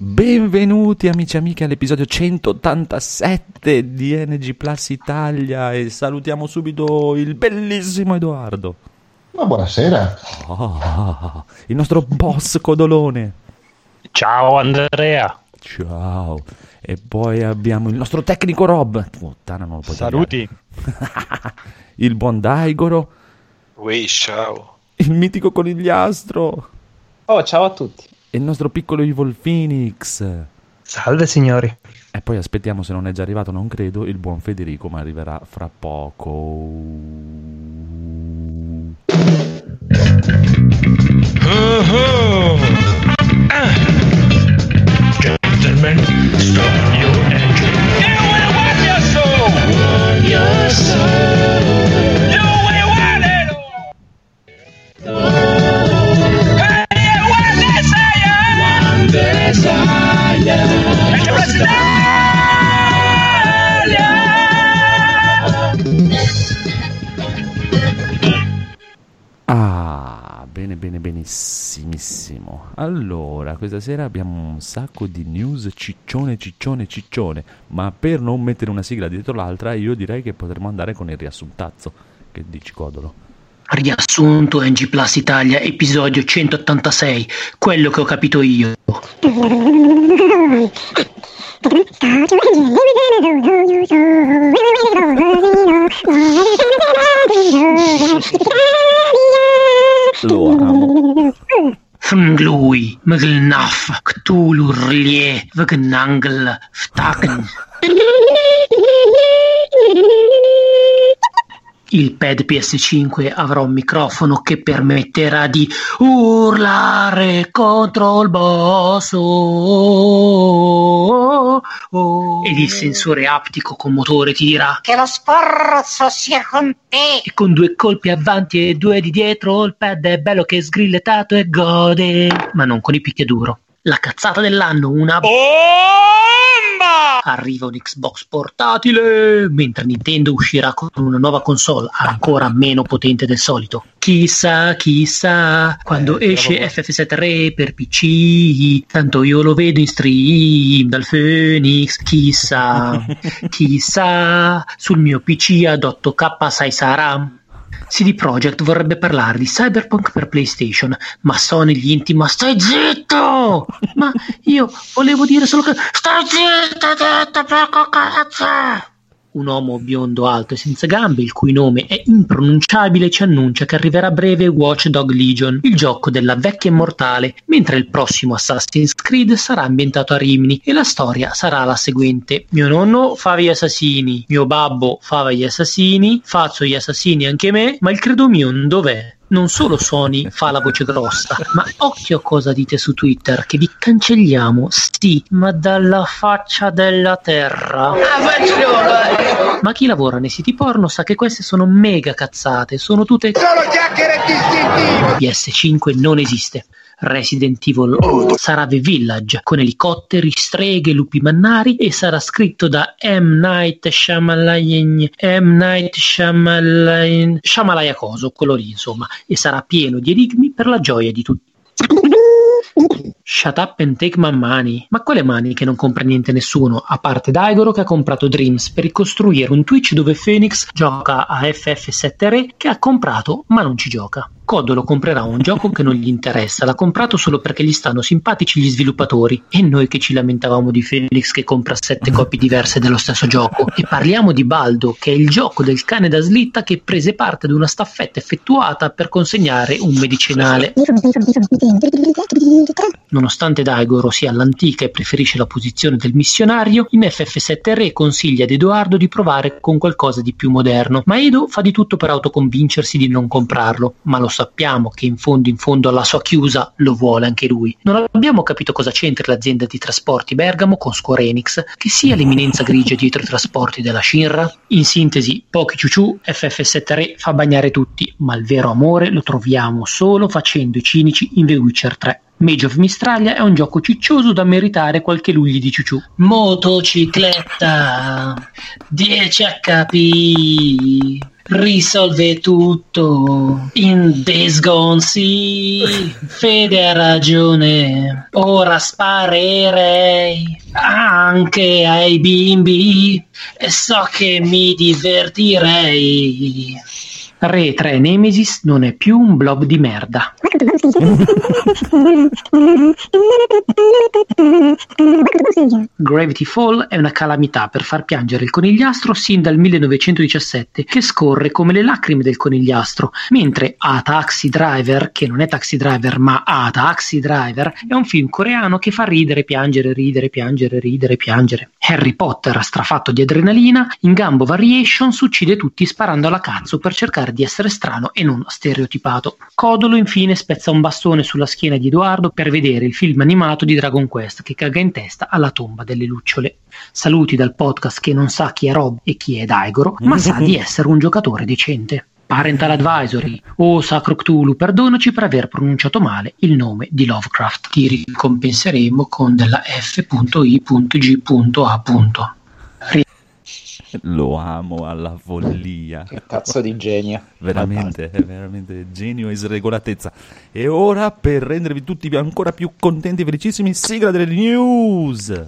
Benvenuti amici e amiche all'episodio 187 di NG Plus Italia e salutiamo subito il bellissimo Edoardo. Ma buonasera. Il nostro boss Codolone. Ciao Andrea. Ciao. E poi abbiamo il nostro tecnico Rob. Puttana, non lo puoi Saluti. Il buon Daigoro. Ui, ciao. Il mitico conigliastro. Oh, ciao a tutti. E il nostro piccolo Evil Phoenix. Salve signori. E poi aspettiamo, se non è già arrivato, non credo, il buon Federico, ma arriverà fra poco. Gentlemen, stop your engine. You will want your soul. Want your soul. You will want it all. Hey, you want desire. One desire. Benissimissimo. Allora, questa sera abbiamo un sacco di news ciccione, ma per non mettere una sigla dietro l'altra, io direi che potremmo andare con il riassuntazzo. Che dici, Codolo? Riassunto NG Plus Italia, episodio 186, quello che ho capito io. Lo amo. Fnglui, Mglnaf, Cthulhu, Rlie, Vgnangl, Ftaken. Il pad PS5 avrà un microfono che permetterà di urlare contro il boss. Ed il sensore aptico con motore ti dirà che lo sforzo sia con te. E con 2 colpi avanti e 2 di dietro il pad è bello che sgrillettato e gode, ma non con i picchiaduro. La cazzata dell'anno, una arriva un Xbox portatile, mentre Nintendo uscirà con una nuova console ancora meno potente del solito. Chissà, quando esce FF7 Re per PC, tanto io lo vedo in stream dal Phoenix. Chissà, sul mio PC ad 8K sai sarà. CD Projekt vorrebbe parlare di Cyberpunk per PlayStation, ma Sony gli intima: stai zitto! Ma io volevo dire solo che stai zitto, per cazzo! Un uomo biondo alto e senza gambe, il cui nome è impronunciabile, ci annuncia che arriverà a breve Watch Dogs Legion, il gioco della vecchia immortale, mentre il prossimo Assassin's Creed sarà ambientato a Rimini e la storia sarà la seguente: mio nonno fa gli assassini, mio babbo fa gli assassini, faccio gli assassini anche me, ma il credo mio dov'è? Non solo Sony fa la voce grossa, ma occhio a cosa dite su Twitter, che vi cancelliamo, sì, ma dalla faccia della terra. Ma chi lavora nei siti porno sa che queste sono mega cazzate, sono tutte solo chiacchiere distintive. PS5 non esiste. Resident Evil sarà The Village, con elicotteri, streghe, lupi mannari, e sarà scritto da M. Night Shyamalan, Shyamalaya coso, quello lì insomma, e sarà pieno di enigmi per la gioia di tutti. Shut up and take my money. Ma quale money che non compra niente nessuno, a parte Daigoro che ha comprato Dreams per ricostruire un Twitch dove Phoenix gioca a FF7 Re che ha comprato ma non ci gioca. Codolo comprerà un gioco che non gli interessa, l'ha comprato solo perché gli stanno simpatici gli sviluppatori, e noi che ci lamentavamo di Phoenix che compra 7 copie diverse dello stesso gioco. E parliamo di Baldo, che è il gioco del cane da slitta che prese parte ad una staffetta effettuata per consegnare un medicinale. Nonostante Daigoro sia all'antica e preferisce la posizione del missionario, in FF7 Re consiglia ad Edoardo di provare con qualcosa di più moderno, ma Edo fa di tutto per autoconvincersi di non comprarlo, ma lo sappiamo che in fondo alla sua chiusa lo vuole anche lui. Non abbiamo capito cosa c'entri l'azienda di trasporti Bergamo con Square Enix, che sia l'eminenza grigia dietro i trasporti della Shinra. In sintesi, pochi ciuciù, FF7 Re fa bagnare tutti, ma il vero amore lo troviamo solo facendo i cinici in The Witcher 3. Mage of Mistralia è un gioco ciccioso da meritare qualche lugli di ciuciù. Motocicletta 10 HP risolve tutto. In Days Gone, sì, Fede ha ragione, ora sparerei anche ai bimbi e so che mi divertirei. Re 3 Nemesis non è più un blob di merda. Gravity Fall è una calamità per far piangere il conigliastro sin dal 1917, che scorre come le lacrime del conigliastro, mentre A Taxi Driver, che non è Taxi Driver ma A Taxi Driver, è un film coreano che fa ridere, piangere, ridere, piangere, ridere, piangere. Harry Potter, strafatto di adrenalina, in Gambo Variations uccide tutti sparando alla cazzo per cercare di essere strano e non stereotipato. Codolo infine spezza un bastone sulla schiena di Edoardo per vedere il film animato di Dragon Quest che caga in testa alla tomba delle lucciole. Saluti dal podcast che non sa chi è Rob e chi è Daigoro, ma sa di essere un giocatore decente. Parental Advisory. Oh Sacro Cthulhu, perdonaci per aver pronunciato male il nome di Lovecraft. Ti ricompenseremo con della F.I.G.A. Lo amo alla follia. Che cazzo di genio. Veramente, è veramente genio e sregolatezza. E ora, per rendervi tutti ancora più contenti e felicissimi, sigla delle news.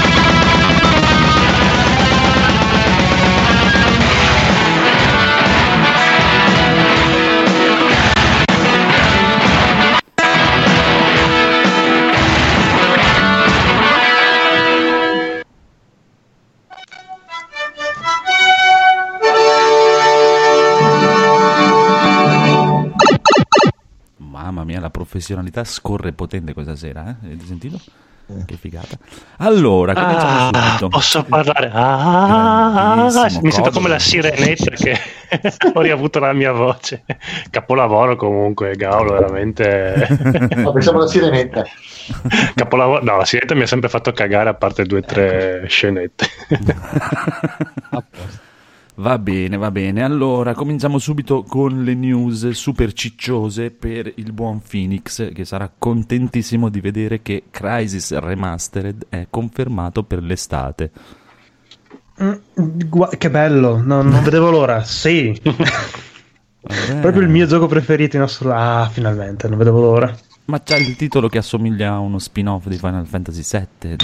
Mamma mia, la professionalità scorre potente questa sera, eh? Avete sentito? Che figata. Allora, cominciamo subito. Posso parlare? Mi sento come la sirenetta che ho riavuto la mia voce. Capolavoro comunque, Gaolo, veramente. Pensavo alla sirenetta. Capolavoro. No, la sirenetta mi ha sempre fatto cagare, a parte 2 o 3 scenette. Va bene. Allora, cominciamo subito con le news super cicciose per il buon Phoenix, che sarà contentissimo di vedere che Crysis Remastered è confermato per l'estate. Che bello, non vedevo l'ora, sì. Proprio il mio gioco preferito in assoluto. Finalmente, non vedevo l'ora. Ma c'ha il titolo che assomiglia a uno spin-off di Final Fantasy VII.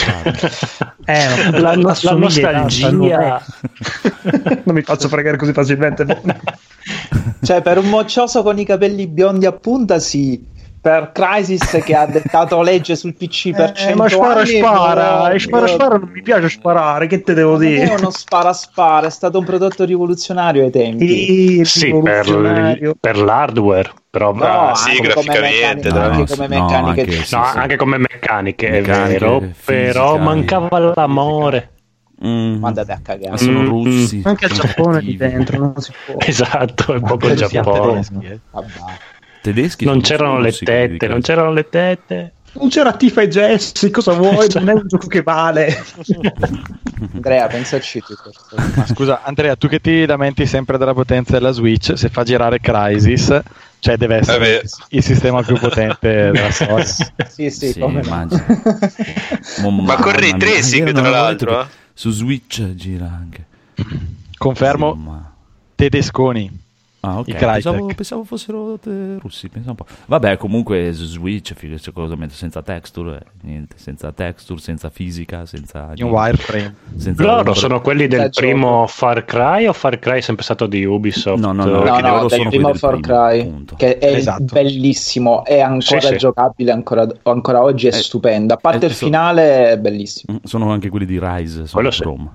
La nostalgia. Non mi faccio fregare così facilmente. Cioè, per un moccioso con i capelli biondi a punta, sì. Per Crysis che ha dettato legge sul PC per 100 ma spara, anni, spara, non mi piace sparare, che te devo dire? Non è uno spara, è stato un prodotto rivoluzionario ai tempi. Sì, per l'hardware, però sì, graficamente, anche come meccaniche, è vero, però mancava l'amore. Mandate a cagare. Sono russi. Anche il Giappone lì dentro, non si può. Esatto, è poco il Giappone. Tedeschi non c'erano le tette, non c'era Tifa e Jessie, cosa vuoi? Non è un gioco che vale. Andrea, pensaci tu. Ma scusa, Andrea, tu che ti lamenti sempre della potenza della Switch, se fa girare Crysis, cioè deve essere il sistema più potente della storia. Sì, come immagino. Ma con Ray Tracing, tra l'altro, su Switch gira anche. Confermo, tedesconi. Ah, ok. Pensavo fossero russi. Pensa un po'. Vabbè, comunque Switch, senza texture, niente, senza texture, senza fisica, senza un wireframe. Loro sono quelli del primo Far Cry o Far Cry è sempre stato di Ubisoft? No, del primo Far Cry, che è bellissimo, è ancora giocabile, ancora oggi è stupendo. A parte il finale, è bellissimo. Sono anche quelli di Rise, sono Chrome.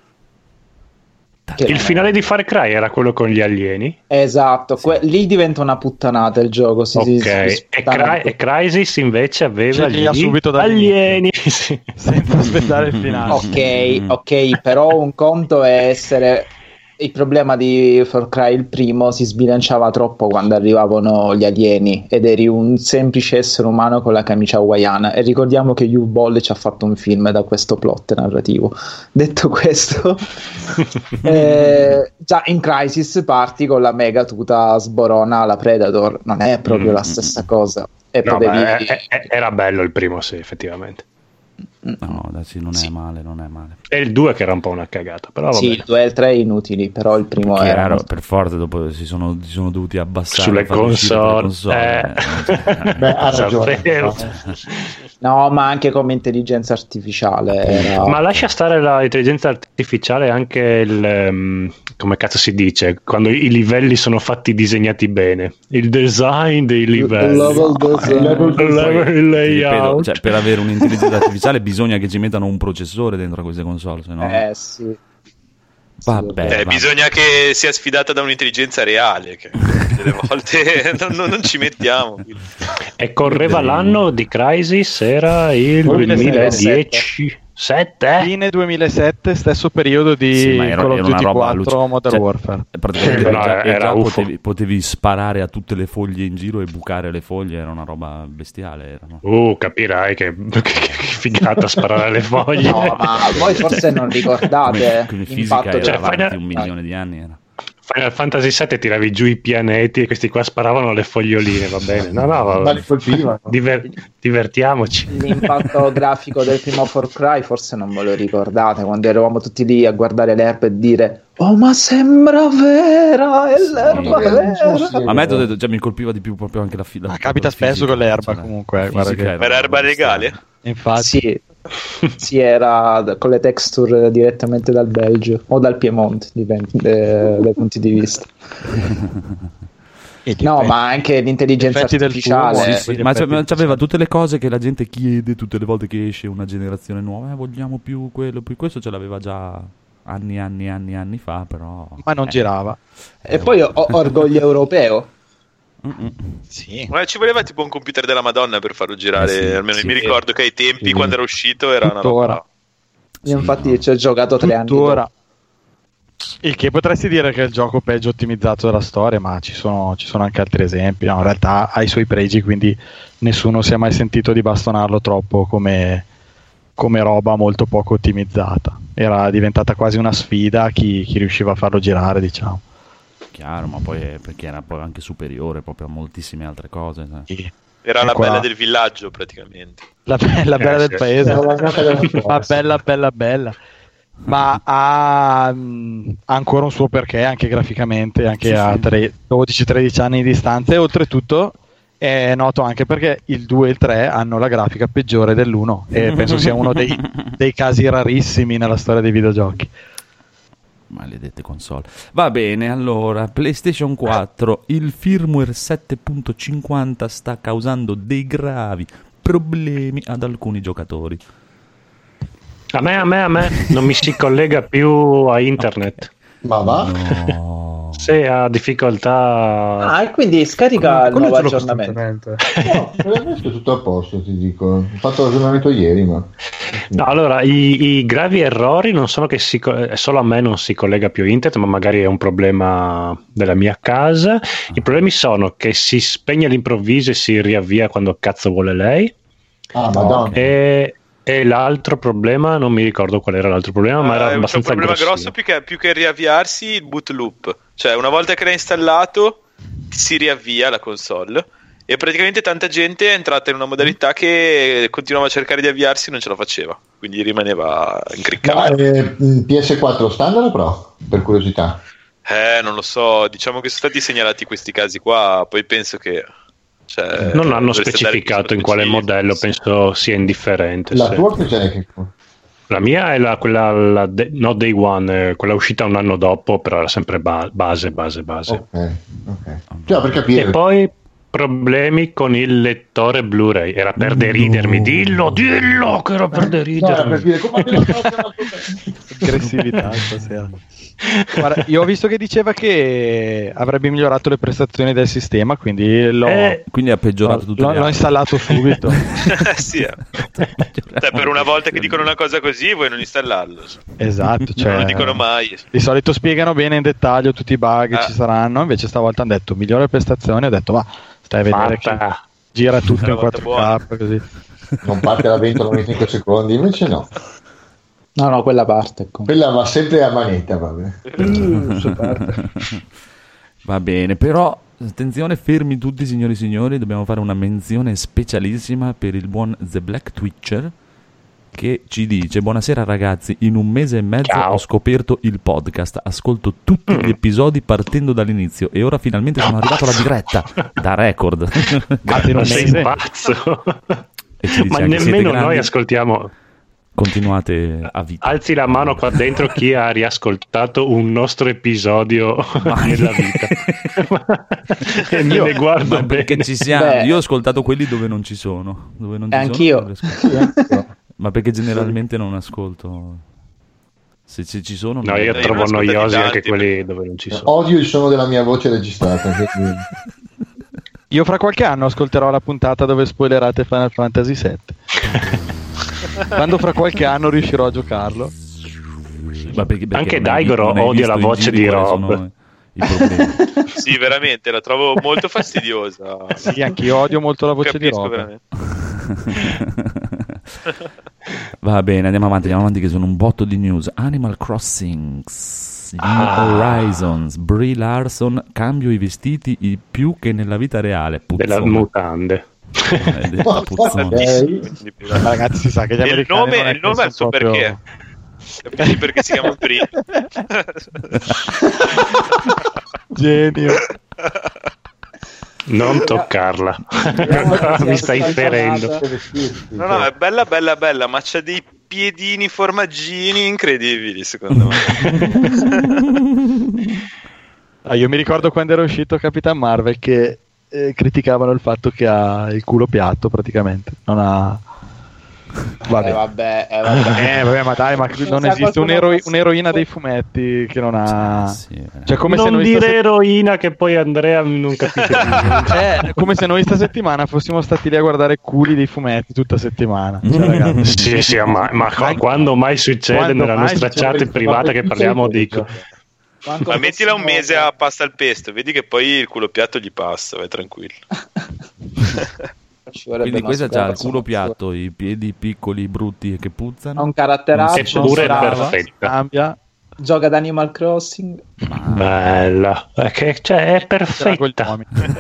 Il finale di Far Cry era quello con gli alieni? Esatto, lì diventa una puttanata il gioco. E Crysis invece aveva gli alieni senza aspettare il finale. Ok, però un conto è essere... Il problema di Far Cry il primo si sbilanciava troppo quando arrivavano gli alieni ed eri un semplice essere umano con la camicia hawaiana, e ricordiamo che U-Ball ci ha fatto un film da questo plot narrativo. Detto questo, già in Crysis parti con la mega tuta sborona alla Predator, non è proprio la stessa cosa. e era bello il primo, sì, effettivamente. No, sì, non è male. E il 2 che era un po' una cagata, però sì, il 2 e il 3 inutili, però il primo era per forza, dopo si sono dovuti abbassare sulle console. Beh, ha ragione. No, ma anche come intelligenza artificiale ma lascia stare l'intelligenza artificiale, anche il come cazzo si dice quando i livelli sono fatti disegnati bene, il design dei livelli, il layout. Cioè, per avere un'intelligenza artificiale bisogna che ci mettano un processore dentro a queste console, se no sì. Vabbè. Bisogna che sia sfidata da un'intelligenza reale, che delle volte non ci mettiamo. E correva l'anno di Crysis, era il 2010. Fine 2007, stesso periodo di Call of Duty 4 Modern Warfare. Praticamente potevi sparare a tutte le foglie in giro e bucare le foglie, era una roba bestiale. Capirai che figata sparare alle foglie. No, ma voi forse non ricordate come fisica era avanti 1 milione di anni. Era. Final Fantasy VII tiravi giù i pianeti e questi qua sparavano le foglioline, va bene? No, divertiamoci. L'impatto grafico del primo Far Cry forse non ve lo ricordate, quando eravamo tutti lì a guardare l'erba e dire "Oh, ma sembra vera, è l'erba vera". A me t'ho detto, mi colpiva di più proprio anche la fila. Ma capita spesso con l'erba, comunque, guarda che era erba legale? Infatti. Sì, era con le texture direttamente dal Belgio o dal Piemonte, dipende dai punti di vista. No, ma anche l'intelligenza artificiale. Ma c'aveva tutte le cose che la gente chiede tutte le volte che esce una generazione nuova. Vogliamo più quello, più questo, ce l'aveva già anni fa, però. Ma non girava. E poi orgoglio europeo. Sì. Ma ci voleva tipo un computer della Madonna per farlo girare, almeno mi ricordo che ai tempi quando era uscito era una roba. Io infatti ci ho giocato 3 anni dopo. Il che potresti dire che è il gioco peggio ottimizzato della storia, ma ci sono anche altri esempi. No, in realtà ha i suoi pregi, quindi nessuno si è mai sentito di bastonarlo troppo come roba molto poco ottimizzata. Era diventata quasi una sfida chi riusciva a farlo girare, diciamo. Chiaro, ma poi perché era poi anche superiore proprio a moltissime altre cose. Sì. Era la bella del villaggio, praticamente. La bella del paese. Ma bella. Ma ha ancora un suo perché, anche graficamente, anche a 12-13 anni di distanza. E oltretutto è noto anche perché il 2 e il 3 hanno la grafica peggiore dell'1. E penso sia uno dei casi rarissimi nella storia dei videogiochi. Maledette console. Va bene, allora, PlayStation 4, il firmware 7.50 sta causando dei gravi problemi ad alcuni giocatori. A me non mi si collega più a internet. Ma va? No. Se ha difficoltà. E quindi scarica il nuovo aggiornamento. No, per me è tutto a posto, ti dico. Ho fatto l'aggiornamento ieri, ma. No, allora, i gravi errori non sono che solo a me non si collega più internet, ma magari è un problema della mia casa. I problemi sono che si spegne all'improvviso e si riavvia quando cazzo vuole lei. Madonna. E l'altro problema, non mi ricordo qual era l'altro problema, ma era abbastanza c'è un problema grosso più che riavviarsi il boot loop. Cioè, una volta che l'hai installato, si riavvia la console. E praticamente tanta gente è entrata in una modalità che continuava a cercare di avviarsi e non ce la faceva, quindi rimaneva incriccato. PS4 standard o Pro? Per curiosità. Non lo so, diciamo che sono stati segnalati questi casi qua, poi penso che non hanno specificato in quale modello, penso sia indifferente. La tua che la mia è quella no Day One, quella uscita un anno dopo, però era sempre base. Ok. Cioè, per capire. E poi problemi con il lettore Blu-ray, era per deridermi. Dillo che era per deridermi. Aggressività stasera. Guarda, io ho visto che diceva che avrebbe migliorato le prestazioni del sistema, quindi quindi ha peggiorato tutto. L'ho installato subito. Sì, cioè, per una volta che dicono una cosa così, vuoi non installarlo. Esatto, cioè, non lo dicono mai. Di solito spiegano bene in dettaglio tutti i bug che ci saranno, invece stavolta hanno detto migliore le prestazioni, ho detto ma stai a vedere che gira tutto in 4K così. Non parte la ventola ogni 5 secondi, invece no. No, quella parte. Quella va sempre a manetta, proprio. Va bene, però attenzione, fermi tutti signori e signori, dobbiamo fare una menzione specialissima per il buon The Black Twitcher, che ci dice: buonasera ragazzi, in un mese e mezzo ho scoperto il podcast, ascolto tutti gli episodi partendo dall'inizio e ora finalmente sono arrivato alla diretta da record. Ma sei pazzo? Ma nemmeno noi ascoltiamo. Continuate a vita. Alzi la mano qua dentro chi ha riascoltato un nostro episodio nella vita. E me ne guardo perché bene. ci siamo. Io ho ascoltato quelli dove non ci sono, dove non ci anch'io. Ma perché generalmente non ascolto. Se ci sono, no, io trovo noiosi anche quelli dove non ci sono. Odio il suono della mia voce registrata. Quindi... Io fra qualche anno ascolterò la puntata dove spoilerate Final Fantasy VII. Quando fra qualche anno riuscirò a giocarlo. Ma perché anche Daigoro odia la voce di Rob. Sì, veramente, la trovo molto fastidiosa. Sì, anche io odio molto la voce di Rob. Va bene, andiamo avanti che sono un botto di news. Animal Crossing, New Horizons, Brie Larson, cambio i vestiti più che nella vita reale. Della mutande. Ragazzi, si sa che gli americani il nome ha il suo perché. Capisci perché si chiama Brie? Genio. Non toccarla. Mi stai ferendo. No, è bella, ma c'ha dei piedini formaggini incredibili, secondo me. Io mi ricordo quando era uscito Capitan Marvel che criticavano il fatto che ha il culo piatto praticamente. Non ha... Vabbè, ma dai, ma non esiste un'eroina dei fumetti che non ha. Cioè, come non se noi dire eroina che poi Andrea non capisce più. Come se noi sta settimana fossimo stati lì a guardare culi dei fumetti tutta settimana. Cioè, ragazzi. Sì, ma quando mai succede nella nostra chat privata che parliamo di. Ma mettila un mese a pasta al pesto, vedi che poi il culo piatto gli passa, vai tranquillo. Quindi questa c'ha il culo piatto, i piedi piccoli, brutti e che puzzano. Ha un caratteraccio, eppure perfetta. Cambia. Gioca ad Animal Crossing. Bella, cioè, è perfetta.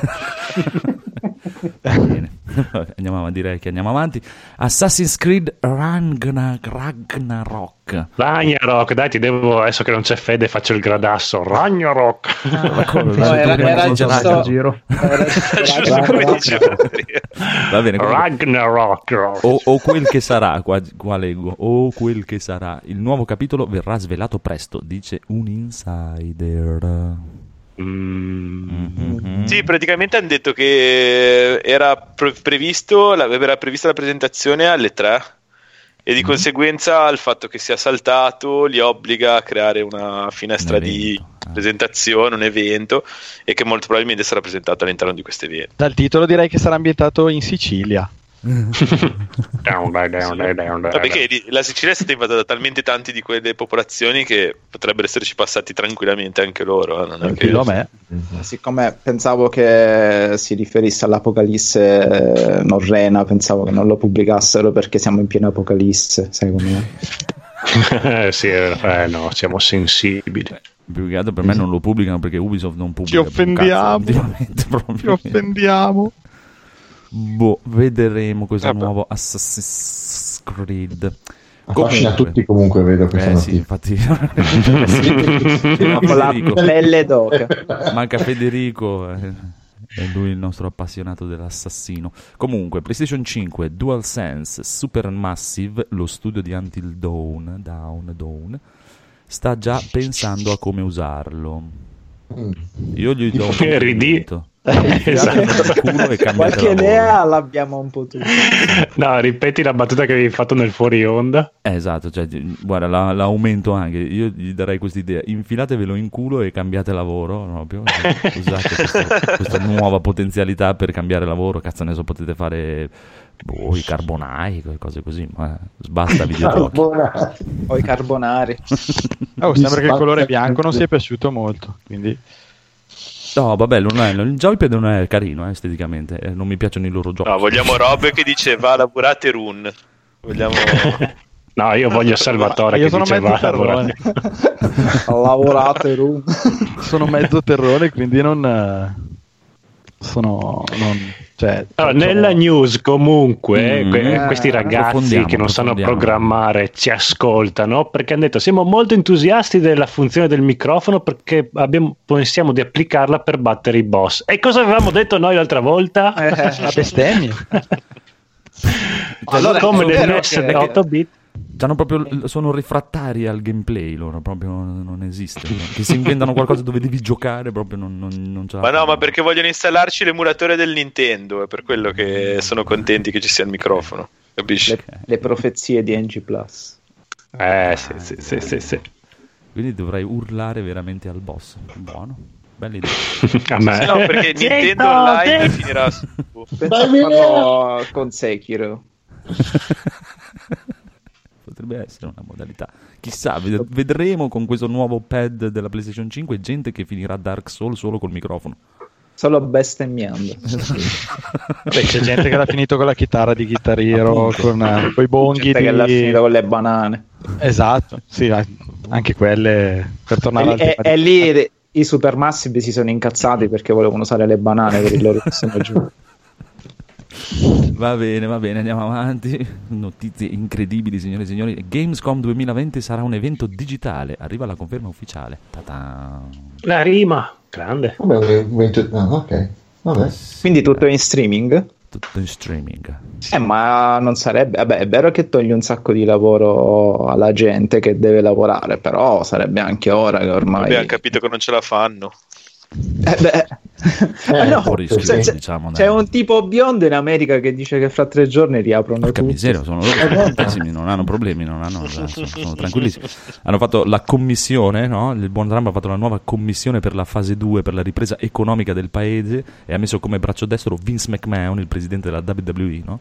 Bene. Direi che andiamo avanti. Assassin's Creed Ragnarok. Ragnarok, dai, ti devo, adesso che non c'è Fede faccio il gradasso. Ragnarok. Era giusto giro. Va bene, Ragnarok. O quel che sarà, qua leggo, o quel che sarà. Il nuovo capitolo verrà svelato presto, dice un insider. Sì, praticamente hanno detto che era prevista la presentazione alle 3 e di conseguenza il fatto che sia saltato li obbliga a creare una finestra di presentazione, un evento, e che molto probabilmente sarà presentato all'interno di questo evento. Dal titolo direi che sarà ambientato in Sicilia. Perché la Sicilia è stata invasa da talmente tanti di quelle popolazioni che potrebbero esserci passati tranquillamente anche loro. Non è che... Siccome pensavo che si riferisse all'Apocalisse norrena, pensavo che non lo pubblicassero perché siamo in piena Apocalisse, secondo me. Sì, no, siamo sensibili. Più che altro per me non lo pubblicano perché Ubisoft non pubblica. Ci offendiamo. Ci offendiamo. Boh, vedremo cosa nuovo Assassin's Creed. Affascina tutti comunque, vedo questa sì, infatti. Con la pelle d'oca. Manca Federico, è lui il nostro appassionato dell'assassino. Comunque, PlayStation 5 DualSense Supermassive, lo studio di Until Dawn, sta già pensando a come usarlo. Io gli do un ridito. Esatto. Qualche idea l'abbiamo un po' tutti. No, ripeti la battuta che avevi fatto nel fuori onda. Esatto, cioè, guarda, l'aumento anche. Io gli darei questa idea: infilatevelo in culo e cambiate lavoro proprio. Usate questa nuova potenzialità per cambiare lavoro. Cazzo, ne so, potete fare i carbonai, cose così, ma basta videogiochi. O i carbonari. Sembra che il colore bianco non sia piaciuto molto, quindi... No, vabbè, il joypad non è carino esteticamente, non mi piacciono i loro giochi. No, vogliamo Rob che dice va lavorate run. Vogliamo No, io voglio Salvatore Io che sono dice mezzo va a lavorare. Ha lavorato in room. Sono mezzo terrone, quindi cioè, Allora, nella news comunque questi ragazzi approfondiamo, che non sanno approfondiamo. programmare ci ascoltano perché hanno detto siamo molto entusiasti della funzione del microfono perché pensiamo di applicarla per battere i boss. E cosa avevamo detto noi l'altra volta? la bestemmia. Allora, come nel NES da 8 bit. Sono refrattari al gameplay loro, proprio non esiste. Che si inventano qualcosa dove devi giocare, proprio non ce la Ma no, fanno. ma perché vogliono installarci l'emulatore del Nintendo, è per quello che sono contenti che ci sia il microfono, capisci? Le profezie di NG Plus. Sì. Quindi dovrai urlare veramente al boss. Buono, bella idea. A me. No, perché Nintendo Online finirà su... Penso a farlo con Sekiro. Potrebbe essere una modalità. Chissà, vedremo con questo nuovo pad della PlayStation 5 gente che finirà Dark Souls solo col microfono. Solo bestemmiando. Beh, c'è gente che l'ha finito con la chitarra di Guitar Hero, con i bonghi Gente che l'ha finito con le banane. Esatto, sì, anche quelle per tornare al tema E lì i supermassivi si sono incazzati perché volevano usare le banane per il loro personaggio. Va bene, andiamo avanti. Notizie incredibili, signore e signori. Gamescom 2020 sarà un evento digitale. Arriva la conferma ufficiale. Ta-ta. La rima, grande. Vabbè, ok. Vabbè. Quindi tutto in streaming? Tutto in streaming. Ma non sarebbe... Vabbè, è vero che toglie un sacco di lavoro alla gente che deve lavorare, però sarebbe anche ora che ormai... Abbiamo capito che non ce la fanno. No, un po' rischioso, diciamo, c'è dai. un tipo biondo in America che dice che fra 3 giorni riaprono Porca tutto. miseria, sono pessimi, non hanno problemi, sono tranquillissimi. Hanno fatto la commissione, no? Il buon Trump ha fatto la nuova commissione per la fase 2, per la ripresa economica del paese, e ha messo come braccio destro Vince McMahon, il presidente della WWE, no?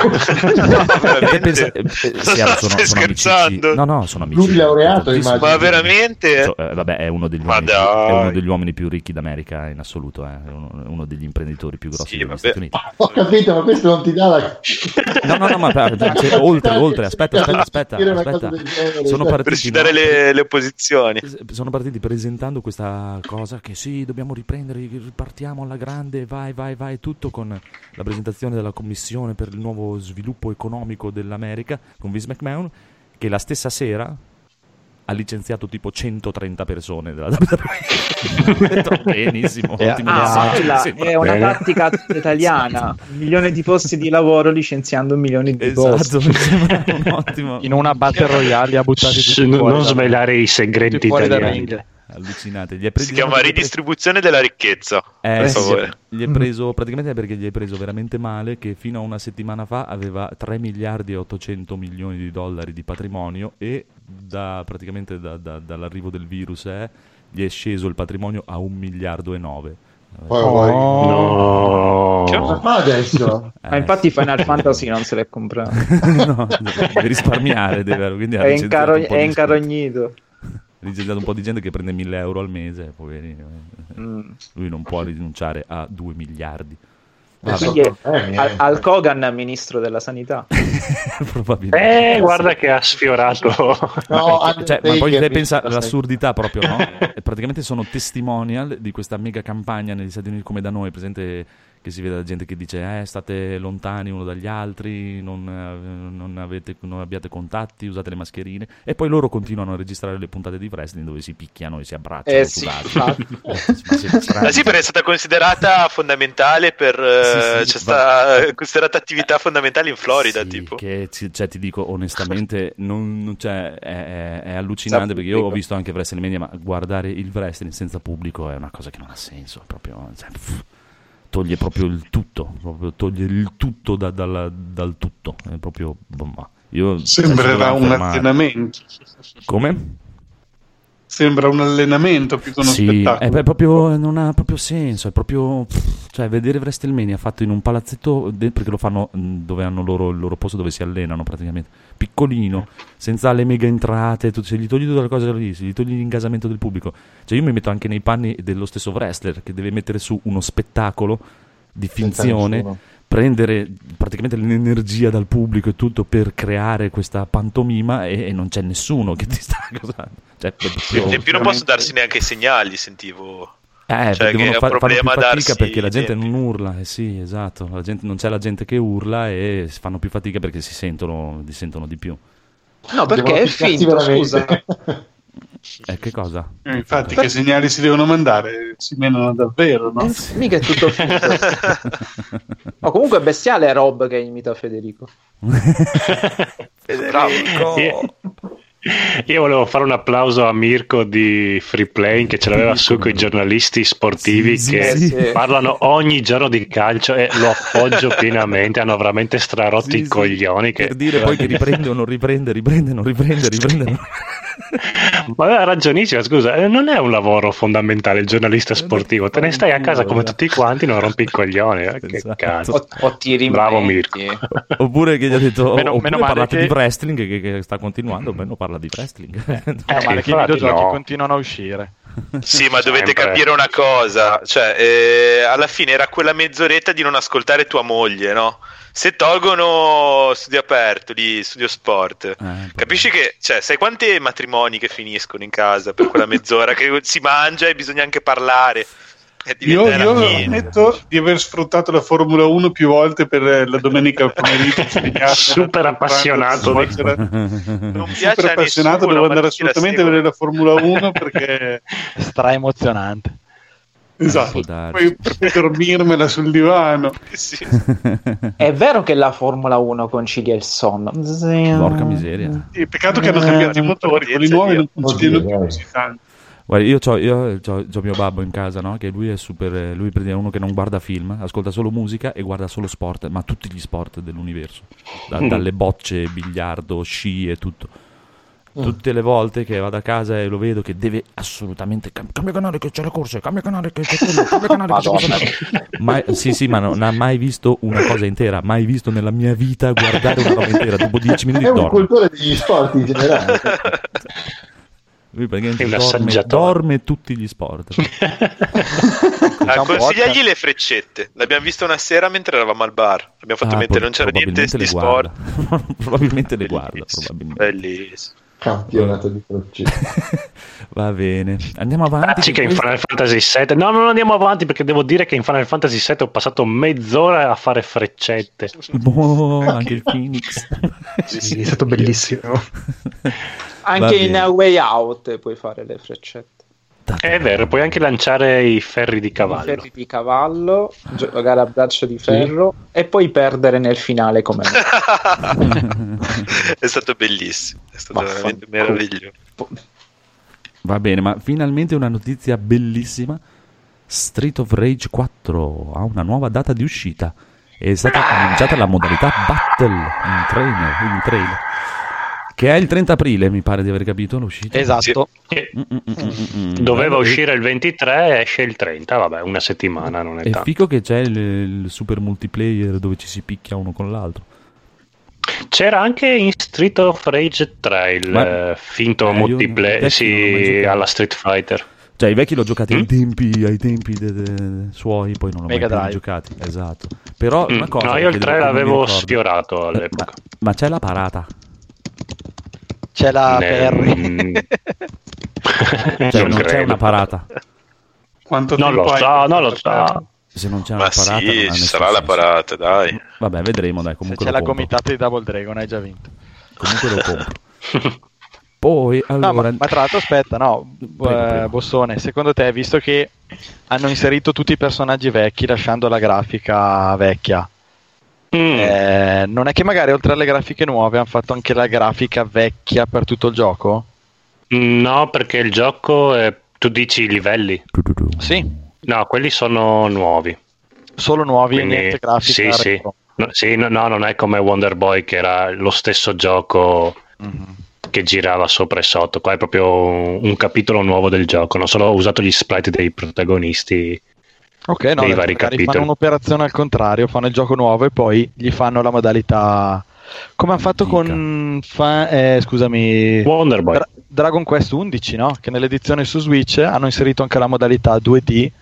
Stai scherzando? No, sono amici. Lui laureato, immagino. Ma veramente? Vabbè, è uno degli uomini più ricchi d'America in assoluto, è uno degli imprenditori più grossi degli Stati Uniti. Ho capito, ma questo non ti dà la... No, ma oltre, aspetta. Sono partiti, per sfidare le opposizioni. Sono partiti presentando questa cosa che sì, dobbiamo riprendere, ripartiamo alla grande, vai, tutto con la presentazione della commissione per il nuovo sviluppo economico dell'America con Vince McMahon, che la stessa sera ha licenziato tipo 130 persone della WWE. Benissimo, è una tattica italiana. 1 milione di posti di lavoro licenziando 1 milione di posti. Mi sembra un ottimo. In una battle royale li ha buttati tutti fuori. Non svelare i segreti italiani. Allucinate. Si chiama ridistribuzione della ricchezza. Per favore. Gli è preso praticamente perché gli è preso veramente male, che fino a una settimana fa aveva 3 miliardi e 800 milioni di dollari di patrimonio, e praticamente dall'arrivo del virus gli è sceso il patrimonio a 1 miliardo e 9. No. Cosa fa adesso? Ma infatti Final Fantasy non se l'è comprato. No, deve risparmiare, quindi È incarognito. licenziato un po' di gente che prende 1.000 euro al mese, poverino. Lui non può rinunciare a 2 miliardi. Quindi al Kogan ministro della sanità. Probabilmente. Guarda che ha sfiorato. No, ma poi te pensa all'assurdità proprio, no? E praticamente sono testimonial di questa mega campagna negli Stati Uniti, come da noi, presente, che si vede la gente che dice state lontani uno dagli altri, non abbiate contatti, usate le mascherine, e poi loro continuano a registrare le puntate di wrestling dove si picchiano e si abbracciano. Sì, perché è stata considerata fondamentale per c'è stata considerata attività fondamentale in Florida, tipo. Che ti dico onestamente, è allucinante, perché io ho visto anche WrestleMania, ma guardare il wrestling senza pubblico è una cosa che non ha senso, proprio, toglie proprio il tutto, dal tutto, è proprio sembrerà un allenamento. Come? Sembra un allenamento più che uno spettacolo. Non ha proprio senso, è proprio, cioè, vedere WrestleMania fatto in un palazzetto, perché lo fanno dove hanno il loro posto dove si allenano praticamente, piccolino, senza le mega entrate, se gli togli tutte le cose lì, se gli togli l'ingasamento del pubblico, cioè io mi metto anche nei panni dello stesso wrestler che deve mettere su uno spettacolo di finzione, prendere praticamente l'energia dal pubblico e tutto per creare questa pantomima e non c'è nessuno che ti sta causando. Cioè, e più non possono darsi neanche i segnali, sentivo. Cioè, che devono è un fanno più problema fatica darsi perché la gente tempi. non urla, sì, esatto, non c'è la gente che urla e fanno più fatica perché si sentono di più. No, perché è finto, scusa. Che cosa? Infatti, che segnali si devono mandare? Si menano davvero, no? Mica è tutto finto. No, comunque è bestiale Rob che imita Federico. Io volevo fare un applauso a Mirko di Free Playing che ce l'aveva su con i giornalisti sportivi che parlano ogni giorno di calcio e lo appoggio pienamente. Hanno veramente strarotto i coglioni. Per dire poi che riprende o non riprende. Ma aveva ragionissimo, scusa, non è un lavoro fondamentale il giornalista sportivo, te ne stai a casa come tutti quanti, non rompi i coglioni, che cazzo. O ti bravo Mirko. Oppure che gli ha detto meno parlate che... di wrestling che sta continuando, almeno parla di wrestling. Male che i videogiochi continuano a uscire. Sì, ma dovete capire una cosa, cioè alla fine era quella mezz'oretta di non ascoltare tua moglie, no? Se tolgono Studio Aperto di Studio Sport, capisci che, cioè, sai quanti matrimoni che finiscono in casa per quella mezz'ora che si mangia e bisogna anche parlare. Io ammetto di aver sfruttato la Formula 1 più volte per la domenica pomeriggio. Super appassionato. Non super appassionato, devo andare assolutamente a vedere la Formula 1 perché stra emozionante. Esatto, poi per dormirmela sul divano. Sì. È vero che la Formula 1 concilia il sonno. Porca miseria. Peccato che hanno cambiato i motori, quelli nuovi non conciliano più così tanto. Guarda, io c'ho mio babbo in casa, no? Che lui è lui è uno che non guarda film, ascolta solo musica e guarda solo sport, ma tutti gli sport dell'universo, dalle bocce, biliardo, sci e tutto. Tutte le volte che vado a casa e lo vedo che deve assolutamente cambia canale che c'è le corse, cambia canale che c'è quello, cambia canale che c'è quello. Sì, ma non ha mai visto una cosa intera, mai visto nella mia vita guardare una roba intera, dopo 10 minuti è un cultore degli sport in generale. Lui praticamente dorme tutti gli sport. Consigliagli le freccette. L'abbiamo visto una sera mentre eravamo al bar. Abbiamo fatto mentre non c'era niente di sport. Probabilmente le guarda. Bellissimo. Campionato di freccette. Va bene, andiamo avanti. Che in Final Fantasy VII no, non andiamo avanti perché devo dire che in Final Fantasy VII ho passato mezz'ora a fare freccette. Anche il Phoenix. Sì, è stato bellissimo. Anche in A Way Out puoi fare le freccette. È vero, puoi anche lanciare i ferri di cavallo. I ferri di cavallo, giocare a braccio di ferro e poi perdere nel finale come è stato bellissimo, è stato veramente meraviglioso. Va bene, ma finalmente una notizia bellissima. Street of Rage 4 ha una nuova data di uscita. È stata annunciata la modalità Battle in trailer. Che è il 30 aprile, mi pare di aver capito l'uscita. Esatto. Doveva uscire il 23 e esce il 30, vabbè, una settimana, non è tanto. È figo che c'è il super multiplayer dove ci si picchia uno con l'altro. C'era anche in Street of Rage 3 il finto multiplayer, alla Street Fighter. Cioè i vecchi l'ho giocati ai tempi suoi, poi non l'ho Mega mai più Drive. giocati. Esatto. Però una cosa no, io il 3 l'avevo sfiorato sfiorato all'epoca. Ma c'è la parata. C'è la Perry. Cioè, non c'è una parata. Quanto non lo so, non lo so. Se non c'è una parata, sì, non ha ci nessun sarà la senso. parata, dai. Vabbè, vedremo, dai. Se Comunque c'è lo la compro. comitata di Double Dragon, hai già vinto. Comunque lo compro. Poi, allora... No, ma tra l'altro, aspetta, no, Prego. Bossone, secondo te, visto che hanno inserito tutti i personaggi vecchi lasciando la grafica vecchia, non è che magari oltre alle grafiche nuove hanno fatto anche la grafica vecchia per tutto il gioco? No, perché il gioco è... Tu dici i livelli? Sì. No, quelli sono nuovi. Solo nuovi, Quindi, niente grafica sì. retro. No, non è come Wonder Boy che era lo stesso gioco che girava sopra e sotto. Qua è proprio un capitolo nuovo del gioco. Non solo ho usato gli sprite dei protagonisti. Ok, no, dei vari magari capitoli. fanno un'operazione al contrario, fanno il gioco nuovo e poi gli fanno la modalità come hanno fatto con Wonder Boy. Dragon Quest 11, no? Che nell'edizione su Switch hanno inserito anche la modalità 2D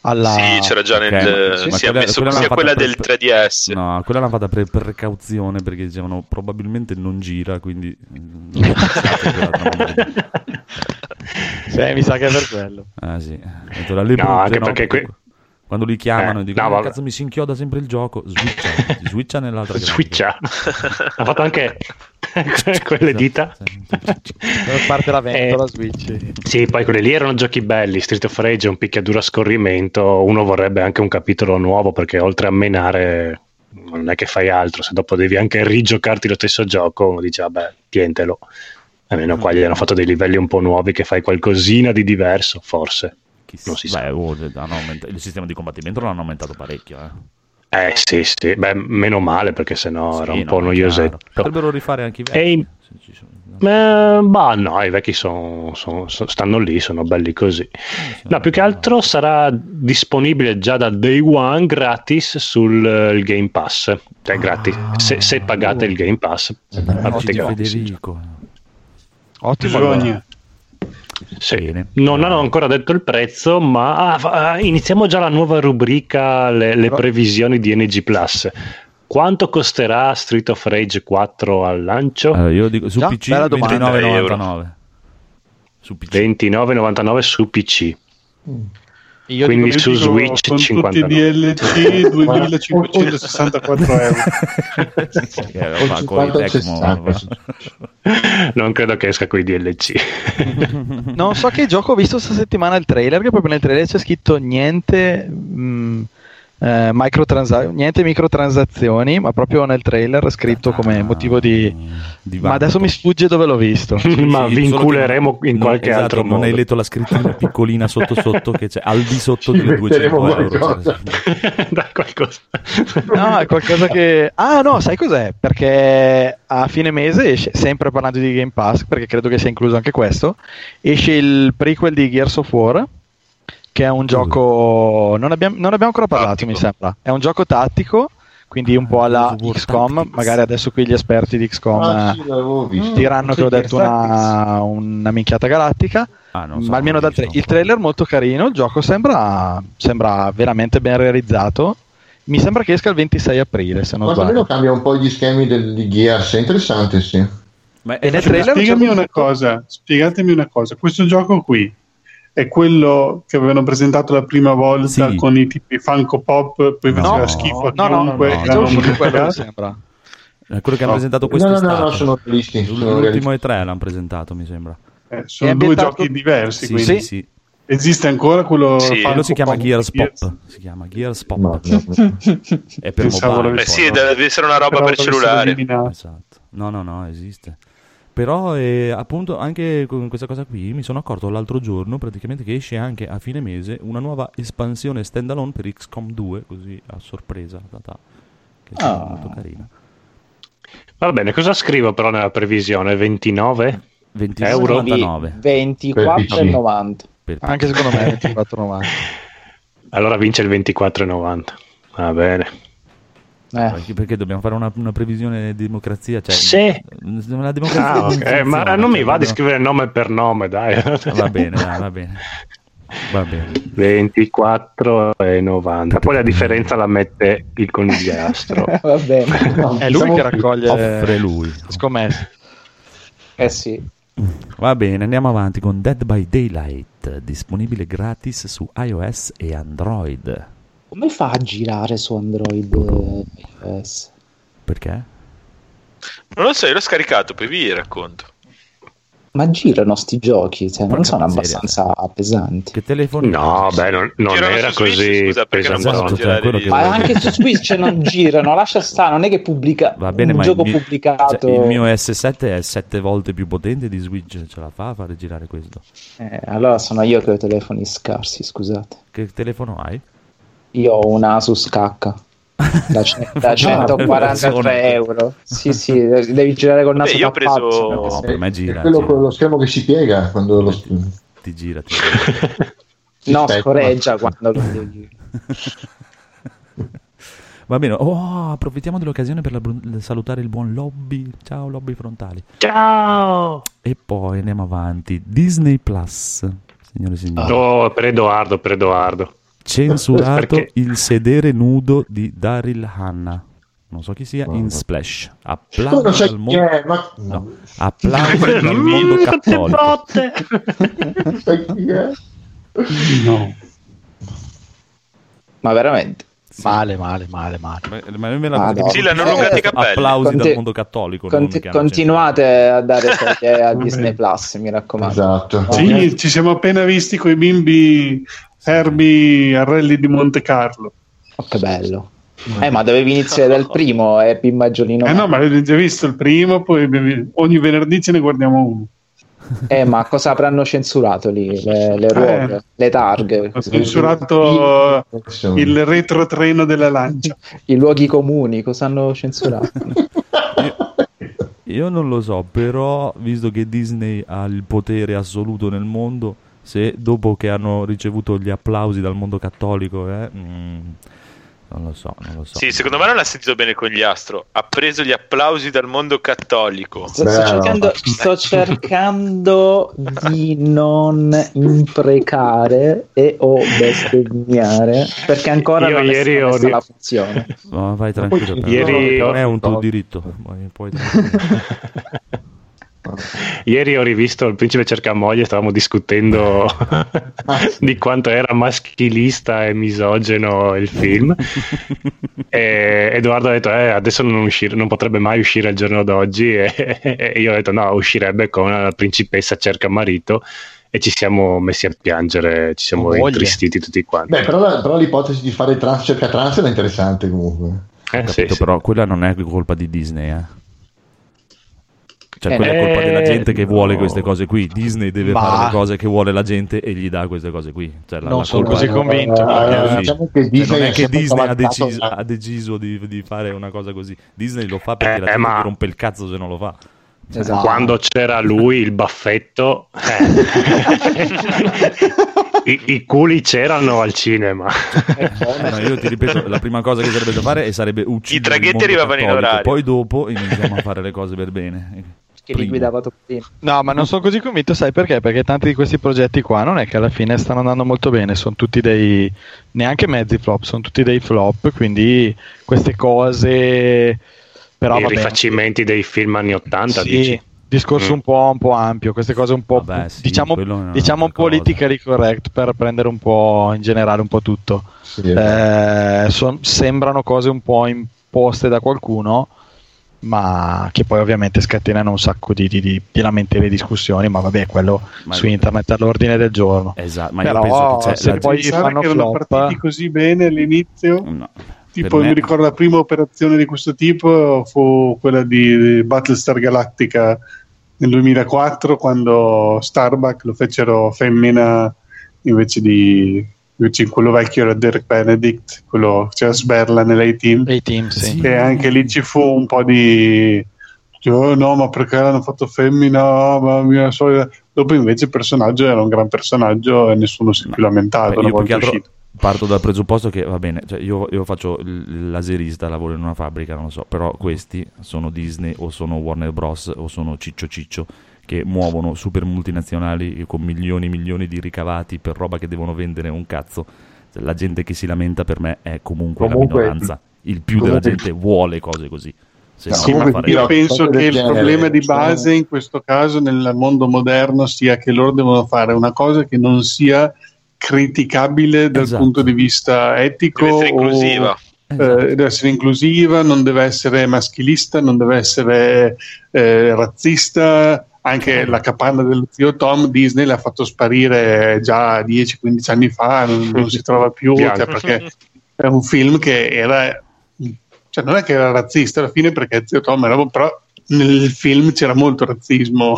Sì, c'era già si è messo così a quella del 3DS. No, quella l'hanno fatta per precauzione, perché dicevano probabilmente non gira, quindi mi sa che è per quello. Sì. Anche perché quando li chiamano e dicono cazzo mi si inchioda sempre il gioco, switcha nell'altra grafica. Switcha. Ha fatto anche quelle dita. Parte la ventola, switch. Sì, poi quelli lì erano giochi belli. Street of Rage è un picchiaduro a scorrimento. Uno vorrebbe anche un capitolo nuovo, perché oltre a menare non è che fai altro. Se dopo devi anche rigiocarti lo stesso gioco, uno dice vabbè, tientelo. Almeno qua gli hanno fatto dei livelli un po' nuovi, che fai qualcosina di diverso, forse. Non si sa. Il sistema di combattimento l'hanno aumentato parecchio. Sì. Beh, meno male, perché sennò era un po' noiosetto. Potrebbero rifare anche i vecchi. No, i vecchi stanno lì, sono belli così. No, più che altro sarà disponibile già da Day One gratis sul Game Pass. Cioè gratis, se pagate il Game Pass. Ottimo. Sì. Non hanno ancora detto il prezzo, ma iniziamo già la nuova rubrica, le previsioni di NG Plus. Quanto costerà Street of Rage 4 al lancio? Io dico su PC 29,99 su PC. 29,99 su PC. Quindi su Switch con 59. tutti i DLC 2.564 euro. Non credo che esca con i DLC. Non so che gioco ho visto questa settimana il trailer, che proprio nel trailer c'è scritto niente niente microtransazioni, ma proprio nel trailer è scritto come motivo di ma adesso mi sfugge dove l'ho visto. Ma vi inculeremo in qualche altro modo. Non hai letto la scrittina piccolina sotto che c'è al di sotto delle 200 euro. Da qualcosa. No, è qualcosa che no, sai cos'è? Perché a fine mese esce, sempre parlando di Game Pass, perché credo che sia incluso anche questo, esce il prequel di Gears of War, che è un gioco non abbiamo ancora parlato, tattico. Mi sembra è un gioco tattico, quindi un po' alla XCOM. Magari adesso qui gli esperti di XCOM diranno che ho detto una minchiata galattica, ma almeno il trailer molto carino. Il gioco sembra veramente ben realizzato. Mi sembra che esca il 26 aprile, se non sbaglio. Cambia un po' gli schemi di Gears, è interessante, sì. Ma nel trailer spiegatemi una cosa, questo gioco qui è quello che avevano presentato la prima volta con i tipi Funko Pop, poi faceva schifo a chiunque. Quello sembra. È quello che hanno presentato quest'estate. No, sono realisti. L'ultimo E3 l'hanno presentato, mi sembra. Sono due giochi diversi, quindi. Sì. Esiste ancora quello? Sì, quello si chiama Gears Pop. Si chiama Gears Pop. No. È per mobile. Sì, deve essere una roba per cellulare. Esatto. No, esiste. Però appunto anche con questa cosa qui mi sono accorto l'altro giorno praticamente che esce anche a fine mese una nuova espansione standalone per XCOM 2, così a sorpresa, che è molto carina. Va bene, cosa scrivo però nella previsione? 29 euro? 24,90. Anche secondo me 24,90. Allora vince il 24,90. Va bene. Perché dobbiamo fare una previsione di democrazia? Cioè, sì. Una democrazia ma non mi va di scrivere nome per nome, dai. Va bene. 24,90. Poi la differenza la mette il conigliastro. Va bene. È lui che raccoglie. Offre lui. Scommesse. Sì. Va bene, andiamo avanti con Dead by Daylight, disponibile gratis su iOS e Android. Come fa a girare su Android iOS? Perché? Non lo so, io l'ho scaricato, poi vi racconto. Ma girano sti giochi, non sono abbastanza pesanti. Che telefono? No, beh, non era così pesante. Ma anche su Switch non girano, lascia stare, non è che pubblica un gioco pubblicato. Cioè, il mio S7 è 7 volte più potente di Switch, ce la fa a fare girare questo? Allora sono io che ho telefoni scarsi, scusate. Che telefono hai? Io ho un Asus K da 143 euro. Sì, devi girare col naso. Io ho preso. No, per me gira. È quello con lo schermo che si piega quando lo. Ti gira. No, scorreggia quando lo pieghi. Va bene. Approfittiamo dell'occasione per salutare il buon Lobby. Ciao, Lobby Frontali. Ciao. E poi andiamo avanti. Disney Plus, signore e signori. Per Edoardo. Censurato Perché? il sedere nudo di Daryl Hannah. Non so chi sia, in Splash. Applausi non sai dal chi mondo. è, ma... No. Applausi dal mondo cattolico. Non sai chi è? No. Ma veramente? Male. Ma io me la Madonna. Sì, l'hanno allungati i capelli. applausi Conti- dal mondo cattolico. non che hanno continuate a dare soldi a Disney Plus, mi raccomando. Esatto. Sì, ci siamo appena visti con i bimbi Herbie al rally di Monte Carlo. Oh, che bello. Ma dovevi iniziare dal primo, Pimmagiolino. No, ma l'hai già visto il primo, poi ogni venerdì ce ne guardiamo uno. Ma cosa avranno censurato lì? Le ruote, le targhe, Ho censurato il retrotreno della Lancia. i luoghi comuni, cosa hanno censurato? Io non lo so, però visto che Disney ha il potere assoluto nel mondo, se dopo che hanno ricevuto gli applausi dal mondo cattolico, non lo so. Sì, secondo me non ha sentito bene con gli Astro. Ha preso gli applausi dal mondo cattolico. Sto cercando di non imprecare o bestemmiare, perché ancora Io non ieri è ho messa la funzione. No, vai tranquillo, però. Ieri- non è un tuo diritto. Puoi tranquillo. Ieri ho rivisto Il principe cerca moglie, stavamo discutendo di quanto era maschilista e misogeno il film e Edoardo ha detto adesso non potrebbe mai uscire al giorno d'oggi e io ho detto no, uscirebbe con La principessa cerca marito e ci siamo messi a piangere, ci siamo intristiti tutti quanti. Beh, però l'ipotesi di fare trans cerca trans era interessante comunque. Capito, sì. però quella non è colpa di Disney, Cioè, quella è colpa della gente che vuole queste cose qui. Disney deve fare le cose che vuole la gente e gli dà queste cose qui. Cioè, non sono così convinto. Diciamo che Disney non è che Disney cavalcato ha deciso di fare una cosa così. Disney lo fa perché la gente gli rompe il cazzo se non lo fa. Esatto. Quando c'era lui il baffetto i culi c'erano al cinema. No, io ti ripeto, la prima cosa che sarebbe da fare sarebbe uccidere I traghetti il mondo arrivavano in cattolico, orario. poi dopo iniziamo a fare le cose per bene. Che li guidava prima. No, ma non sono così convinto, sai perché? Perché tanti di questi progetti qua non è che alla fine stanno andando molto bene, sono tutti dei neanche mezzi flop, sono tutti dei flop, quindi queste cose però I rifacimenti dei film anni 80, sì, dici? discorso un po' ampio, queste cose un po' Sì, diciamo quello è un una po' politically correct per prendere un po' in generale un po' tutto. Sì, Sembrano cose un po' imposte da qualcuno, ma che poi ovviamente scatenano un sacco di lamentele e discussioni, ma vabbè, quello su internet all'ordine del giorno. Esatto, ma però io penso che se poi Pensare fanno che erano flop, partiti così bene all'inizio. No. Tipo, Per me- mi ricordo la prima operazione di questo tipo fu quella di Battlestar Galactica nel 2004, quando Starbuck lo fecero femmina invece di quello vecchio era Derek Benedict, quello c'era Sberla nell'A-Team. sì. E anche lì ci fu un po' di no, ma perché l'hanno fatto femmina? Ma mia solita. Dopo invece il personaggio era un gran personaggio e nessuno si è più lamentato una Io più che volta altro uscito. parto dal presupposto che va bene, cioè io faccio il laserista, lavoro in una fabbrica, non lo so, però questi sono Disney o sono Warner Bros o sono Ciccio che muovono super multinazionali con milioni di ricavati per roba che devono vendere un cazzo. Cioè, la gente che si lamenta per me è comunque la minoranza, il più della gente vuole cose così. Se Sì, no, ma fare- io penso che il genere, problema di base in questo caso nel mondo moderno sia che loro devono fare una cosa che non sia criticabile dal Esatto. punto di vista etico Deve essere inclusiva. deve essere inclusiva, non deve essere maschilista, non deve essere razzista. Anche la capanna dello zio Tom Disney l'ha fatto sparire già 10-15 anni fa, non si trova più, cioè, perché è un film che era, cioè non è che era razzista alla fine, perché zio Tom era, però nel film c'era molto razzismo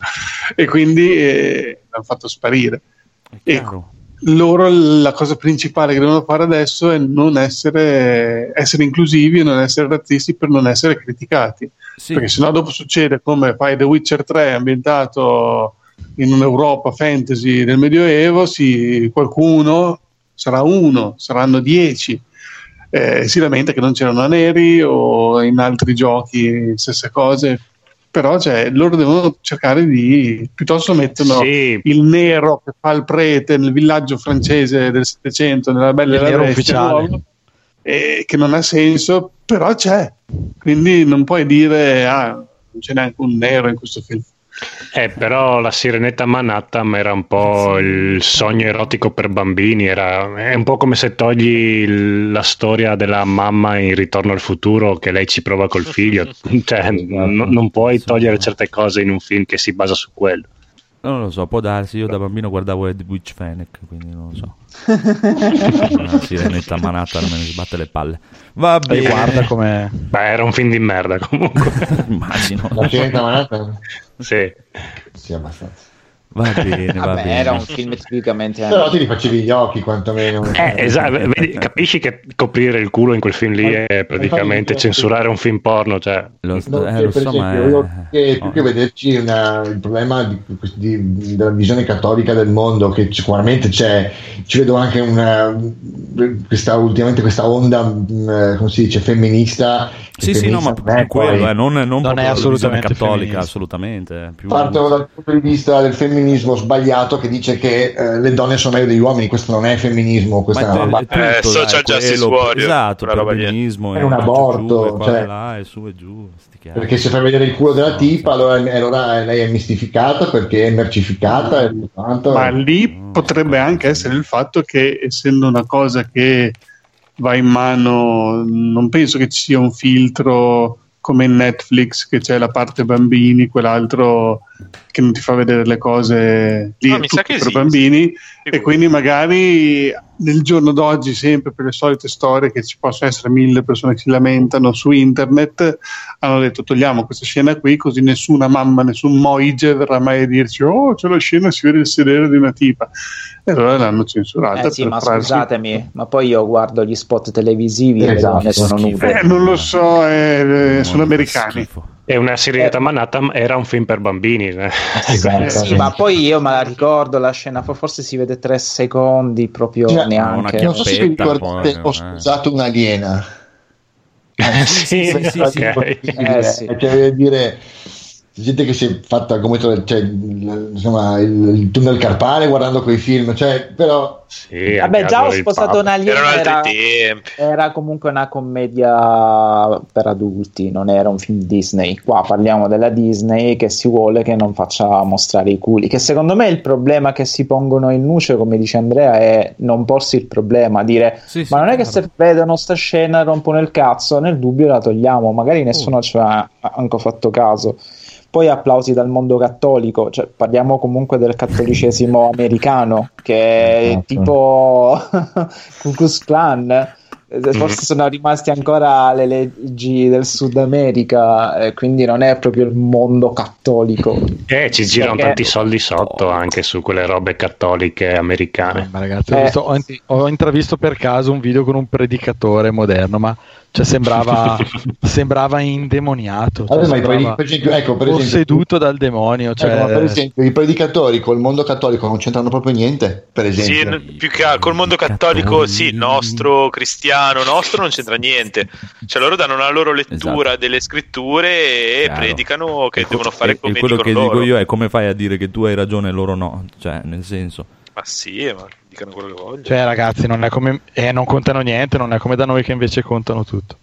e quindi l'hanno fatto sparire. E loro la cosa principale che devono fare adesso è non essere inclusivi e non essere razzisti per non essere criticati. Sì. Perché sennò dopo succede come fai The Witcher 3 ambientato in un'Europa fantasy del Medioevo, qualcuno sarà uno, saranno 10, si lamenta che non c'erano neri, o in altri giochi stesse cose. però loro devono cercare di, piuttosto mettono il nero che fa il prete nel villaggio francese del Settecento, nella Bella e la Bestia, che non ha senso, però c'è, quindi non puoi dire non c'è neanche un nero in questo film. Però la Sirenetta Manhattan era un po' il sogno erotico per bambini, è un po' come se togli la storia della mamma in Ritorno al futuro, che lei ci prova col figlio, cioè non puoi togliere certe cose in un film che si basa su quello. Non lo so, può darsi, io da bambino guardavo Edwidge Fenech, quindi non lo so. Una Sirenetta Manhattan me ne sbatte le palle. Va bene. Guarda come... era un film di merda comunque. Immagino. La Sirenetta Manhattan? Sì, abbastanza. Va bene, va bene. Era un film tipicamente... Però ti rifacevi gli occhi quantomeno. Esatto, vedi, capisci che coprire il culo in quel film lì è praticamente censurare un film porno, cioè... Per esempio, più che vederci il problema della visione cattolica del mondo, che sicuramente c'è, ci vedo anche ultimamente questa onda, come si dice, femminista. Sì, no, ma quello non è assolutamente cattolica, assolutamente. Parto dal punto di vista del femminismo sbagliato, che dice che le donne sono meglio degli uomini. Questo non è femminismo, questa è una social justice warrior. Esatto, il femminismo è un aborto, là, e su e giù. Perché se fai vedere il culo della tipa, allora lei è mistificata perché è mercificata. Ma lì potrebbe anche essere il fatto che, essendo una cosa che va in mano, non penso che ci sia un filtro come in Netflix, che c'è la parte bambini, quell'altro che non ti fa vedere le cose lì, mi sa che per bambini, e quindi magari nel giorno d'oggi, sempre per le solite storie che ci possono essere 1000 persone che si lamentano su internet, hanno detto togliamo questa scena qui, così nessuna mamma, nessun moige verrà mai a dirci c'è la scena, si vede il sedere di una tipa, e allora l'hanno censurata. Sì, ma scusatemi, ma poi io guardo gli spot televisivi e le donne sono nude. Non lo so, sono americani. E una Sirenetta Manhattan era un film per bambini. Sì, ma poi io me la ricordo la scena, forse si vede 3 secondi proprio, neanche. Non so se vi ricordate, ho sposato un'aliena. Sì. Cioè, dire, gente che si è fatta come insomma, il tunnel carpale guardando quei film, però vabbè, già ho sposato un'aliena, era comunque una commedia per adulti, non era un film Disney. Qua parliamo della Disney che si vuole che non faccia mostrare i culi, che secondo me il problema che si pongono in luce, come dice Andrea, è non porsi il problema, dire ma non è che se vedono sta scena rompono il cazzo, nel dubbio la togliamo, magari nessuno ci ha anche fatto caso. Poi applausi dal mondo cattolico, cioè parliamo comunque del cattolicesimo americano, che è tipo Ku Klux Klan, forse sono rimasti ancora le leggi del Sud America, quindi non è proprio il mondo cattolico. Ci girano tanti soldi sotto anche su quelle robe cattoliche americane. Ma ragazzi, ho intravisto per caso un video con un predicatore moderno, ma sembrava indemoniato, per esempio, posseduto dal demonio. Ma per esempio, i predicatori col mondo cattolico non c'entrano proprio niente. Per esempio, più che col mondo cattolico, nostro cristiano, nostro non c'entra niente. Cioè, loro danno una loro lettura delle scritture e predicano che devono fare come quello dicono che loro. dico io è: come fai a dire che tu hai ragione e loro no? Cioè, nel senso. Ma sì, ma dicano quello che vogliono. Cioè, ragazzi, non è come non contano niente, non è come da noi che invece contano tutto.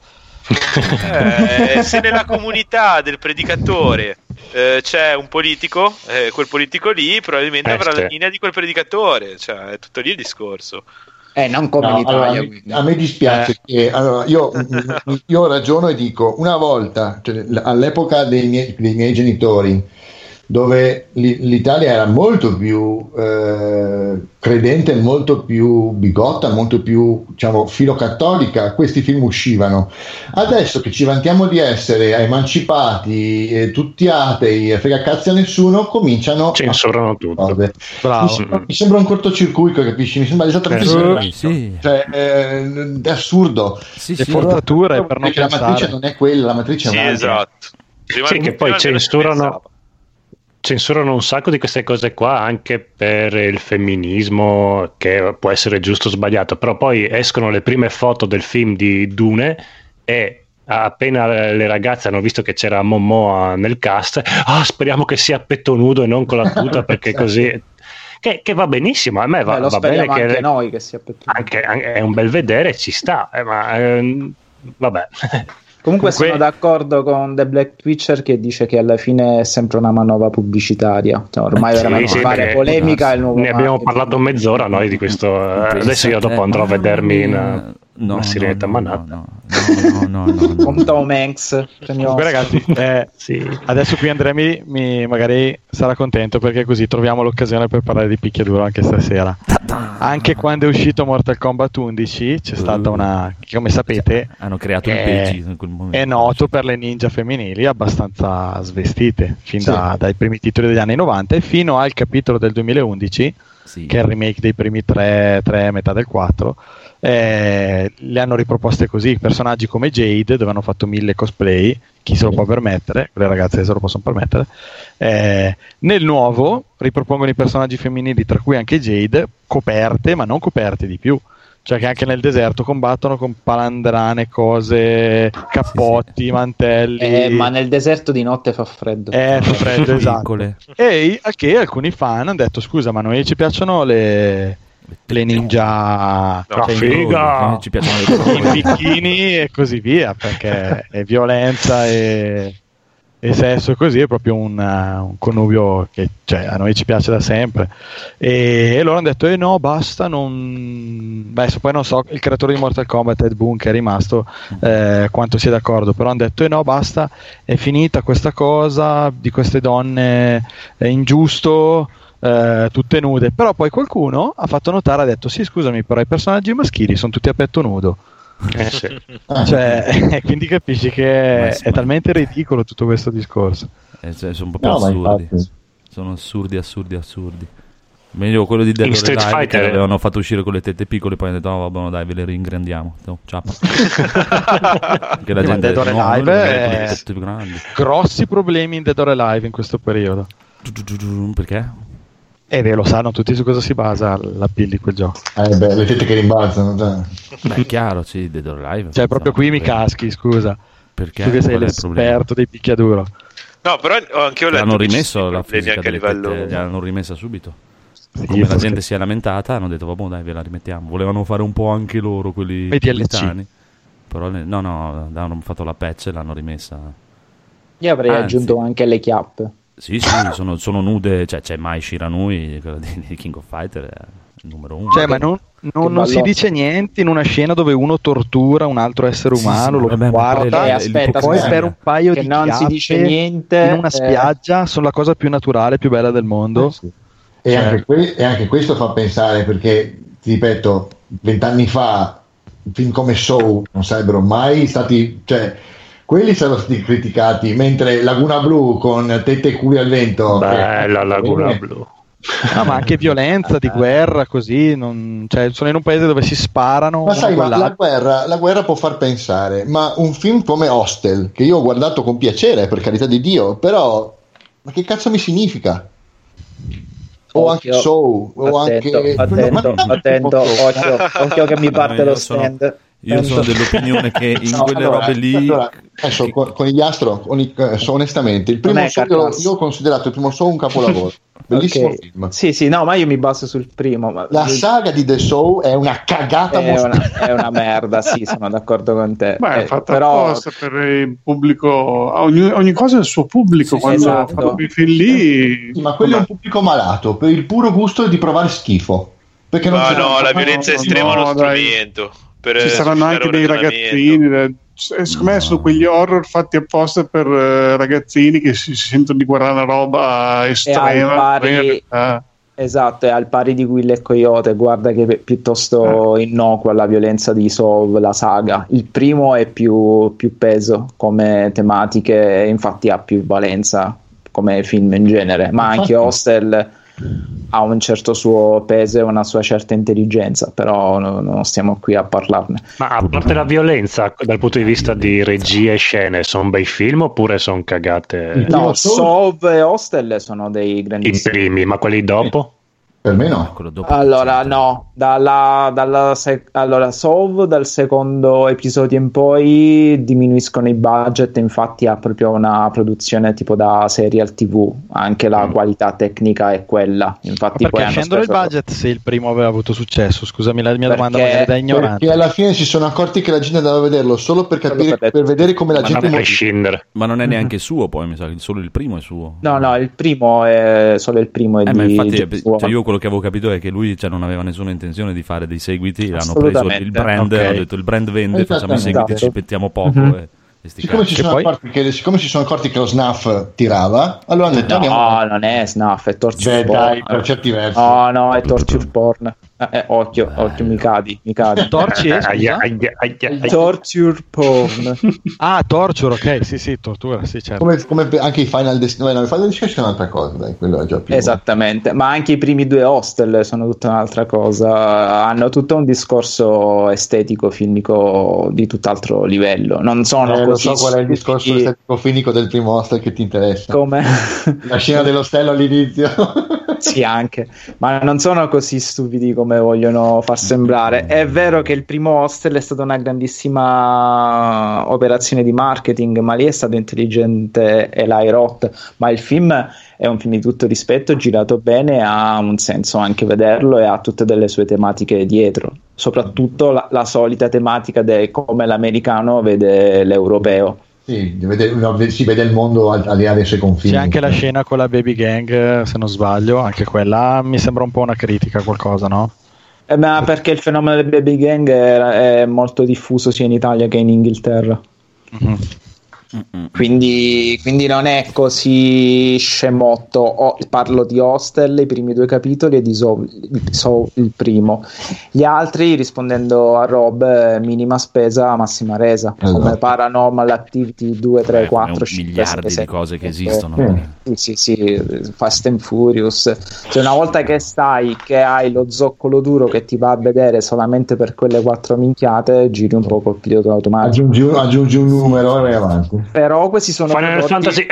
Se nella comunità del predicatore c'è un politico, quel politico lì probabilmente avrà la linea di quel predicatore, cioè è tutto lì il discorso. Non come in Italia. Allora, a me dispiace che io ragiono e dico, una volta, all'epoca dei miei genitori, dove l'Italia era molto più credente, molto più bigotta, molto più filocattolica, questi film uscivano. Adesso che ci vantiamo di essere emancipati, tutti atei, frega cazzi a nessuno, cominciano censurano tutto. Mi sembra un cortocircuito, capisci? Mi sembra esattamente è assurdo. Le forzature per non la matrice non è quella, la matrice è un'altra. Esatto. Sì, che poi censurano un sacco di queste cose qua anche per il femminismo, che può essere giusto o sbagliato, però poi escono le prime foto del film di Dune e appena le ragazze hanno visto che c'era Momoa nel cast, speriamo che sia a petto nudo e non con la tuta, perché così che va benissimo, a me va bene che anche noi che sia a petto nudo. Anche, è un bel vedere, ci sta, vabbè. Comunque sono d'accordo con The Black Twitcher che dice che alla fine è sempre una manovra pubblicitaria, cioè, ormai veramente fare polemica è il nuovo ne abbiamo parlato mezz'ora noi di questo. Adesso io dopo andrò a vedermi una sirenetta manata no. Con Tom Hanks. Comunque ragazzi, sì. Adesso qui Andrea mi magari sarà contento, perché così troviamo l'occasione per parlare di picchiaduro anche stasera. Anche quando è uscito Mortal Kombat 11 c'è stata una, che come sapete hanno creato un page in quel momento. È noto per le ninja femminili abbastanza svestite dai primi titoli degli anni 90 e fino al capitolo del 2011, che è il remake dei primi 3 metà del 4. Le hanno riproposte così, personaggi come Jade, dove hanno fatto 1000 cosplay, chi se lo può permettere, le ragazze se lo possono permettere. Nel nuovo ripropongono i personaggi femminili, tra cui anche Jade, coperte, ma non coperte di più, cioè che anche nel deserto combattono con palandrane, cose, cappotti, mantelli. Ma nel deserto di notte fa freddo. Fa freddo, esatto. E che alcuni fan hanno detto: scusa, ma a noi ci piacciono le ninja, figa, ci piacciono i bikini e così via, perché è violenza e sesso, così è proprio un connubio che a noi ci piace da sempre, e loro hanno detto no, basta, poi non so il creatore di Mortal Kombat, Ed Boon, che è rimasto, quanto sia d'accordo, però hanno detto no, basta, è finita questa cosa di queste donne, è ingiusto, tutte nude. Però poi qualcuno ha fatto notare, ha detto sì, scusami, però i personaggi maschili sono tutti a petto nudo. Quindi capisci che è talmente ridicolo tutto questo discorso. Sono proprio assurdi. Sono assurdi. Meglio quello di Dead or Alive, che avevano fatto uscire con le tette piccole, poi hanno detto vabbè, dai, ve le ringrandiamo. Ciao. Che la gente Dead or Alive grossi problemi in Dead or Alive in questo periodo. Perché? Lo sanno tutti su cosa si basa la build di quel gioco. Le tette che rimbalzano. Beh, è chiaro, sì, Dead or Alive. Cioè, proprio qui mi caschi, scusa. Perché? Tu che sei l'esperto dei picchiaduro. No, però anche io l'hanno rimesso la fisica delle tette, l'hanno rimessa subito. Come la gente si è lamentata, hanno detto vabbè, dai, ve la rimettiamo. Volevano fare un po' anche loro quelli napoletani. Però no, hanno fatto la patch e l'hanno rimessa. Io avrei aggiunto anche le chiappe. Sì, sono nude, cioè c'è Mai Shiranui, quella di King of Fighter, è il numero 1. Cioè, ma non si dice niente in una scena dove uno tortura un altro essere umano, lo guarda, e aspetta, poi per un paio di non si dice niente in una spiaggia, sono la cosa più naturale, più bella del mondo. E anche questo fa pensare, perché ti ripeto, 20 anni fa film come Saw non sarebbero mai stati, cioè quelli sarebbero stati criticati, mentre Laguna Blu con tette e cubi al vento, bella Laguna Blu. No, ma anche violenza di guerra, così sono in un paese dove si sparano. Ma sai, la guerra può far pensare, ma un film come Hostel, che io ho guardato con piacere, per carità di Dio, però ma che cazzo mi significa? O anche Saw, o attento, occhio che mi parte lo stand. Io sono dell'opinione che in quelle robe lì. Adesso con gli Astro, onestamente, il primo Saw, io ho considerato il primo Saw un capolavoro. Bellissimo film. Sì, no, ma io mi baso sul primo. La saga di The Saw è una cagata è una merda, sì, sono d'accordo con te. Beh, è fatta apposta per il pubblico, ogni cosa ha il suo pubblico, quando ha fatto quei film lì. Sì, ma quello è un pubblico malato, per il puro gusto di provare schifo. Perché la violenza estrema è uno strumento. Ci saranno anche dei ragazzini, secondo me sono quegli horror fatti apposta per ragazzini che si sentono di guardare una roba estrema. Esatto, è al pari di Will e Coyote, guarda che è piuttosto innocua la violenza di Saw, la saga. Il primo è più peso come tematiche, infatti ha più valenza come film in genere, ma anche Hostel ha un certo suo peso e una sua certa intelligenza, però non stiamo qui a parlarne. Ma a parte la violenza, dal punto di vista di regia e scene, sono bei film oppure sono cagate? No, Saw e Hostel sono dei grandissimi. I primi, ma quelli dopo? Per me no. Allora no, allora Sov dal secondo episodio in poi diminuiscono i budget, infatti ha proprio una produzione tipo da serial TV, anche la qualità tecnica è quella, infatti perché scendono il budget se il primo aveva avuto successo? Scusami la mia domanda magari da ignorante. Perché alla fine si sono accorti che la gente andava a vederlo solo per capire, per vedere come la gente ma non è neanche suo, poi mi sa che solo il primo è suo. No, il primo è solo il primo è ma di infatti io quello che avevo capito è che lui non aveva nessuna intenzione di fare dei seguiti, hanno preso il brand, hanno detto il brand vende, facciamo i seguiti, ci mettiamo poco siccome si sono accorti che lo snuff tirava, allora hanno detto non è snuff, è torture porn. Dai, per certi versi no, è torture porn. Occhio, mi cadi. Torci torture porn. Torture, ok, sì, tortura, sì, certo. Come anche i Final Destination. Final Destination è un'altra cosa, dai, quello è già più. Esattamente, ma anche i primi 2 Hostel sono tutta un'altra cosa, hanno tutto un discorso estetico filmico di tutt'altro livello, non sono così. Lo so qual è il discorso estetico filmico del primo Hostel che ti interessa. Come? La scena dell'ostello all'inizio. Sì, anche, ma non sono così stupidi come vogliono far sembrare. È vero che il primo Hostel è stata una grandissima operazione di marketing, ma lì è stato intelligente Eli Roth, ma il film è un film di tutto rispetto, girato bene, ha un senso anche vederlo e ha tutte delle sue tematiche dietro, soprattutto la solita tematica di come l'americano vede l'europeo. Sì, si vede il mondo al di là dei suoi confini. C'è anche la scena con la baby gang, se non sbaglio, anche quella mi sembra un po' una critica a qualcosa, no? Ma perché il fenomeno del baby gang è molto diffuso sia in Italia che in Inghilterra. Quindi non è così scemotto. Parlo di Hostel, i primi 2 capitoli, e di Soul il primo. Gli altri, rispondendo a Rob, minima spesa, massima resa, come Paranormal Activity 2, 3, 4, 5, miliardi 6, di cose che esistono. Sì, Fast and Furious. Cioè, una volta che hai lo zoccolo duro che ti va a vedere solamente per quelle 4 minchiate, giri un po' col pilota automatico. Aggiungi un numero e vai avanti. Però questi sono Final Fantasy.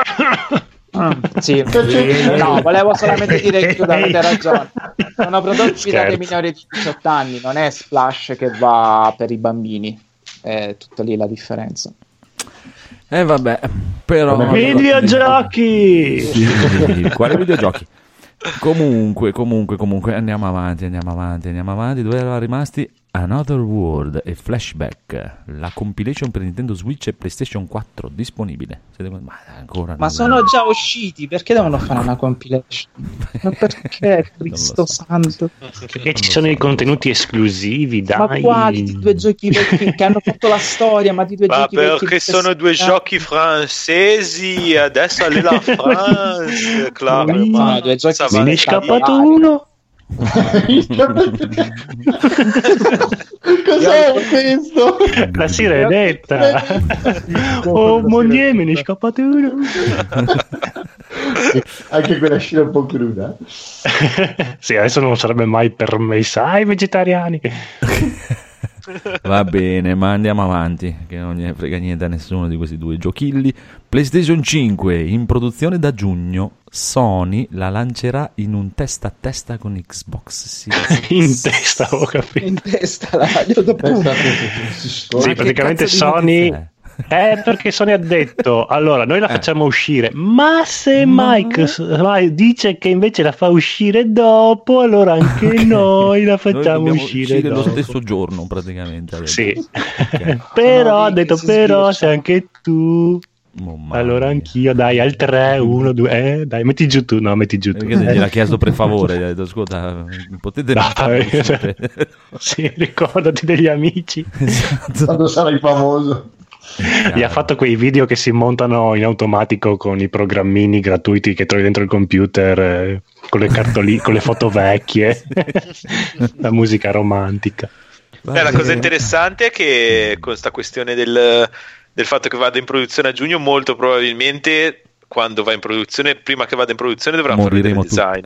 Sì. No, volevo solamente dire che avete ragione, sono prodotti da dei minori di 18 anni, non è Splash che va per i bambini, è tutta lì la differenza. Vabbè, però videogiochi. Sì, quali videogiochi? Comunque andiamo avanti. Dove eravamo rimasti? Another World e Flashback, la compilation per Nintendo Switch e PlayStation 4 disponibile. Ma sono già usciti, perché devono fare una compilation? Ma perché, Cristo santo? Perché ci sono i contenuti esclusivi, dai. Ma quali? Di 2 giochi vecchi che hanno fatto la storia, ma di 2 giochi vecchi? Perché sono 2 giochi francesi, adesso è la France, claro. Ma 2 giochi me ne è scappato uno. Cos'è questo? La sirenetta. Mon Dieu, me ne è scappato uno. Anche quella scena un po' cruda. Sì, adesso non sarebbe mai permessa ai vegetariani. Va bene, ma andiamo avanti, che non ne frega niente a nessuno di questi 2 giochilli. PlayStation 5 in produzione da giugno. Sony la lancerà in un testa a testa con Xbox Series. In testa, ho capito. In testa, sì, praticamente Sony. Perché Sony ha detto allora noi la facciamo uscire, ma se Mike dice che invece la fa uscire dopo, allora anche noi la facciamo uscire dopo. Lo stesso giorno praticamente. Sì. Però ha detto però se anche tu, allora anch'io, dai, al 3, 1, 2, dai, metti giù tu. Perché gliel'ha chiesto per favore, gli ha detto ascolta, potete sì, ricordati degli amici. Esatto. Quando sarai famoso. Gli ha fatto quei video che si montano in automatico con i programmini gratuiti che trovi dentro il computer, con le cartoline, con le foto vecchie, la musica romantica. La cosa interessante è che con sta questione del fatto che vada in produzione a giugno, molto probabilmente quando va in produzione, prima che vada in produzione dovranno fare vedere il design.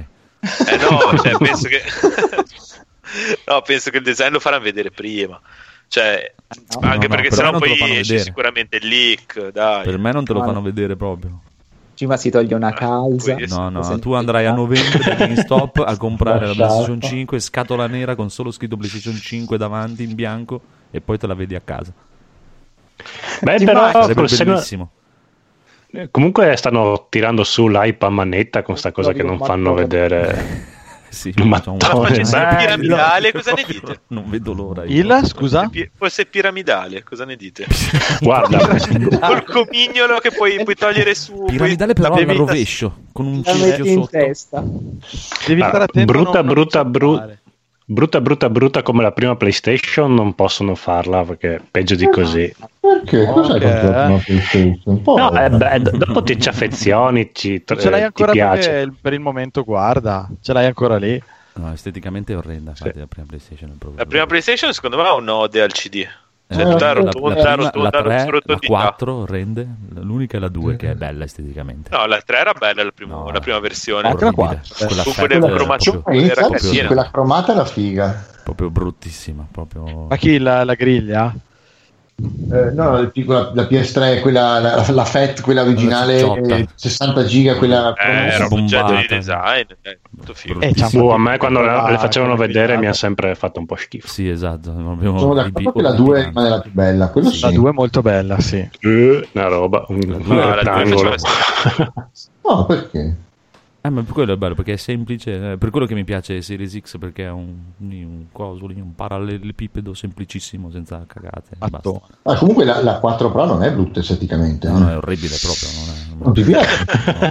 Penso che il design lo faranno vedere prima. Cioè, anche perché sennò poi esce sicuramente il leak, dai. Per me non te lo fanno vedere proprio. Prima si toglie una calza. No, tu andrai a novembre da GameStop a comprare la PlayStation 5, scatola nera con solo scritto PlayStation 5 davanti in bianco e poi te la vedi a casa. Beh, però sarebbe bellissimo. Comunque stanno tirando su l'hype a manetta con sta cosa che non fanno vedere. Sì, Ma fosse piramidale, cosa ne dite? Non vedo l'ora. Scusa? Fosse piramidale, cosa ne dite? Guarda, col comignolo che puoi togliere su. Piramidale però al rovescio, con un cerchio in sotto. testa. Devi stare attento. Brutta come la prima PlayStation, non possono farla perché peggio di così. Perché? Cos'è la PlayStation? Dopo ti ci affezioni, ce l'hai ancora ti piace. per il momento, guarda, ce l'hai ancora lì. No, esteticamente è orrenda, infatti, la prima PlayStation. La prima PlayStation secondo me ha un ode al CD. Cioè, la 3, la 4 rende, l'unica è la 2 che è bella esteticamente. No, la 3 era bella la prima versione. Anche la 4. Quella cromata era figa. Proprio bruttissima, proprio. Ma chi la griglia? No, la PS3, quella la FAT, quella originale, 60 giga, quella era un oggetto di design, molto figo. A me quando le facevano vedere mi ha sempre fatto un po' schifo. Sì, esatto. Sono d'accordo che la 2 rimane la più bella, quello sì. La 2 è molto bella, sì. Una roba, un rettangolo. No, perché? Ma per quello è bello, perché è semplice, per quello che mi piace Series X, perché è un coso lì, un parallelepipedo semplicissimo, senza cagate. Basta. Comunque la 4 Pro non è brutta esteticamente. No, è orribile proprio. Non ti piace?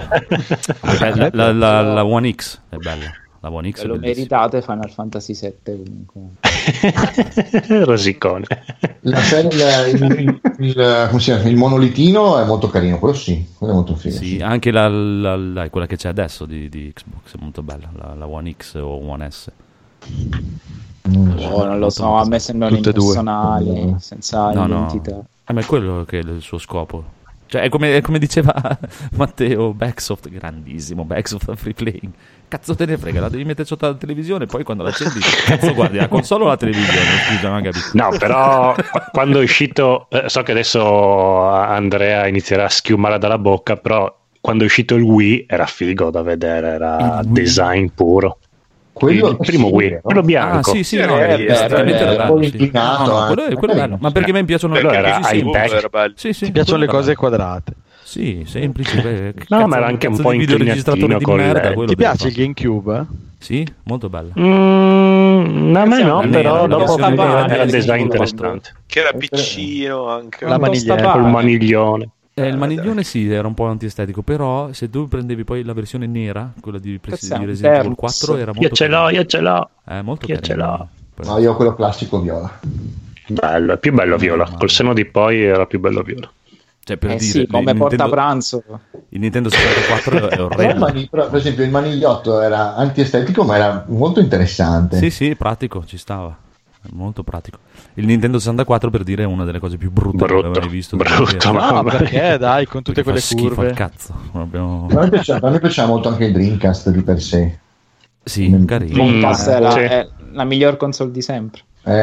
La One X è bella. La One X lo meritate Final Fantasy 7 comunque. Rosicone. La serie, il monolitino è molto carino, quello sì, quello è molto figo. Sì, anche quella che c'è adesso di Xbox è molto bella, la One X o One S. Non lo so, a me sembrano impersonali, senza identità. Ma è quello che è il suo scopo. Cioè, è come diceva Matteo, Backsoft, grandissimo, Backsoft Free Playing. Cazzo te ne frega, la devi mettere sotto la televisione, poi quando la accendi, cazzo guardi la console o la televisione? Scusa, non ho capito. No, però quando è uscito, so che adesso Andrea inizierà a schiumare dalla bocca, però quando è uscito il Wii era figo da vedere, era design puro. Quello il primo Wii, quello bianco. Sì, quello è bello, ma perché a me piacciono le cose sì, mi piacciono le cose quadrate. Sì, semplici. No, ma era anche un po' impegnatino con LED. Ti piace il GameCube? Sì, molto bello. A me no, però dopo era un design interessante. Che era piccino anche. La maniglione, col maniglione. Il maniglione sì, era un po' antiestetico, però se tu prendevi poi la versione nera, quella di Resident Evil 4, era molto io ce l'ho. Molto io ce l'ho. No, io ho quello classico viola. Bello, è più bello viola. Col senno di poi era più bello viola. Cioè, per dire, sì, come porta pranzo. Il Nintendo 64 è orrendo. Per esempio il manigliotto era antiestetico, ma era molto interessante. Sì, pratico, ci stava. Molto pratico. Il Nintendo 64, per dire, è una delle cose più brutte che avevo mai visto. No, perché dai, con tutte quelle curve. Cazzo. A me piaceva molto anche il Dreamcast di per sé. Sì, carino. È la miglior console di sempre.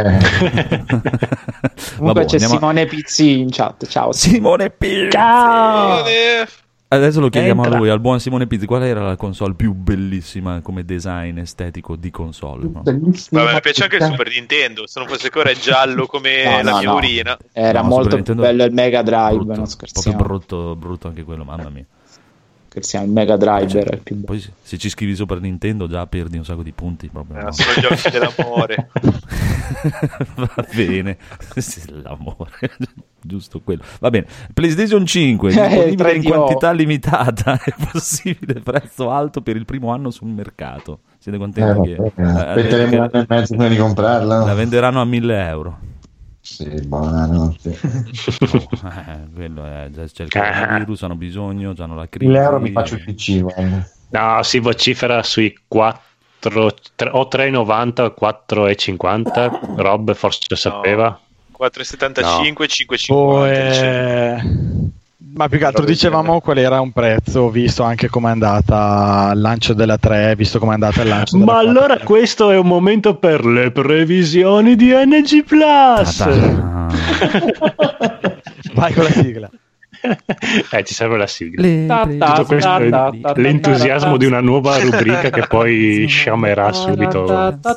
Comunque c'è Simone Pizzi in chat. Ciao Simone Pizzi. Ciao. Adesso lo chiediamo a lui, al buon Simone Pizzi, qual era la console più bellissima come design estetico di console? No? Vabbè, mi piace anche il Super Nintendo, se non fosse ancora giallo come la figurina. Era molto più bello il Mega Drive, non scherziamo. Proprio brutto anche quello, mamma mia. Il Mega Drive era il più bello. Poi se ci scrivi Super Nintendo già perdi un sacco di punti proprio. Sono gli occhi dell'amore. Va bene. L'amore. Giusto quello. Va bene. PlayStation 5 disponibile in quantità limitata e possibile prezzo alto per il primo anno sul mercato. Siete contenti? Aspetteremo un anno e mezzo prima di comprarla. La venderanno a 1.000 euro. Sì, buonanotte. Quello è, c'è il coronavirus, hanno bisogno, hanno la crisi. 1.000 euro mi faccio il PC, guarda. No, si vocifera sui 4 o 3,90 o 4,50. Rob forse lo sapeva. 4,75, 5,50. Ma più che altro dicevamo qual era un prezzo, visto anche com'è andata il lancio della 3, visto com'è andata il lancio della 4. Ma allora questo è un momento per le previsioni di NG Plus. Vai con la sigla. Ci serve la sigla. Tutto questo è l'entusiasmo di una nuova rubrica che poi sciamerà subito.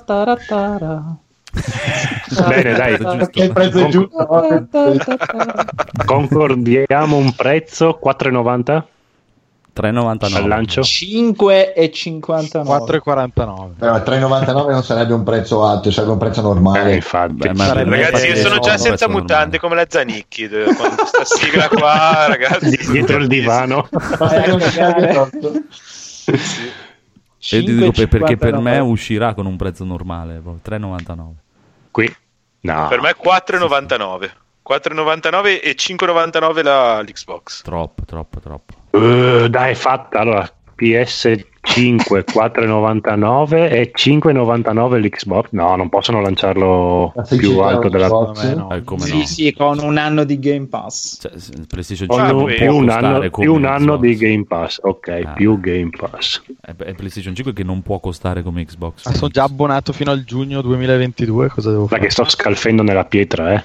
Bene, dai, Perché il prezzo è giusto. concordiamo un prezzo 4,90 3,99 al lancio. 5,59. 4,49. Però 3,99 non sarebbe un prezzo alto, sarebbe un prezzo normale. Infatti. Beh, ma Ragazzi, io sono già senza prezzo mutande come la Zanicchi quando sta sigla qua, ragazzi. Dietro il divano. E ti dico perché per me uscirà con un prezzo normale, 3,99. Qui no. Per me 4,99. 4,99 e 5,99 l'Xbox. Troppo. Dai, fatta. Allora, PS5 4,99 e 5,99 l'Xbox. No, non possono lanciarlo più alto della Sì, con un anno di Game Pass. Cioè, PlayStation 5 non più può un costare anno, come più un anno Xbox. di Game Pass. Ok, più Game Pass. È PlayStation 5 che non può costare come Xbox. Sono già abbonato fino al giugno 2022. Cosa devo fare? Che sto scalfendo nella pietra,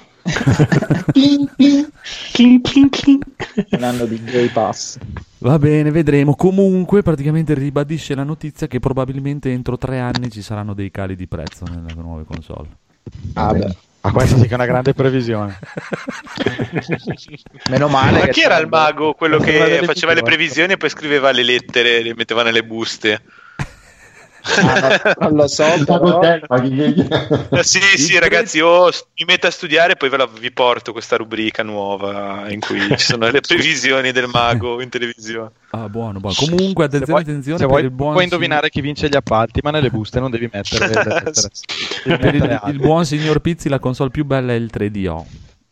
Un anno di Game Pass. Va bene, vedremo. Comunque praticamente ribadisce la notizia che probabilmente entro 3 anni ci saranno dei cali di prezzo nelle nuove console. Ma questa sì che è una grande previsione. Meno male. Ma che chi era il mago, quello che delle faceva le piccole. previsioni e poi scriveva le lettere, le metteva nelle buste? Non lo so, però... Sì, ragazzi, io mi metto a studiare e poi vi porto questa rubrica nuova in cui ci sono le previsioni del mago in televisione. Ah, buono. Comunque, attenzione, se per vuoi, il buon puoi indovinare chi vince gli appalti, ma nelle buste non devi mettere le lettere. per il buon signor Pizzi la console più bella è il 3DO.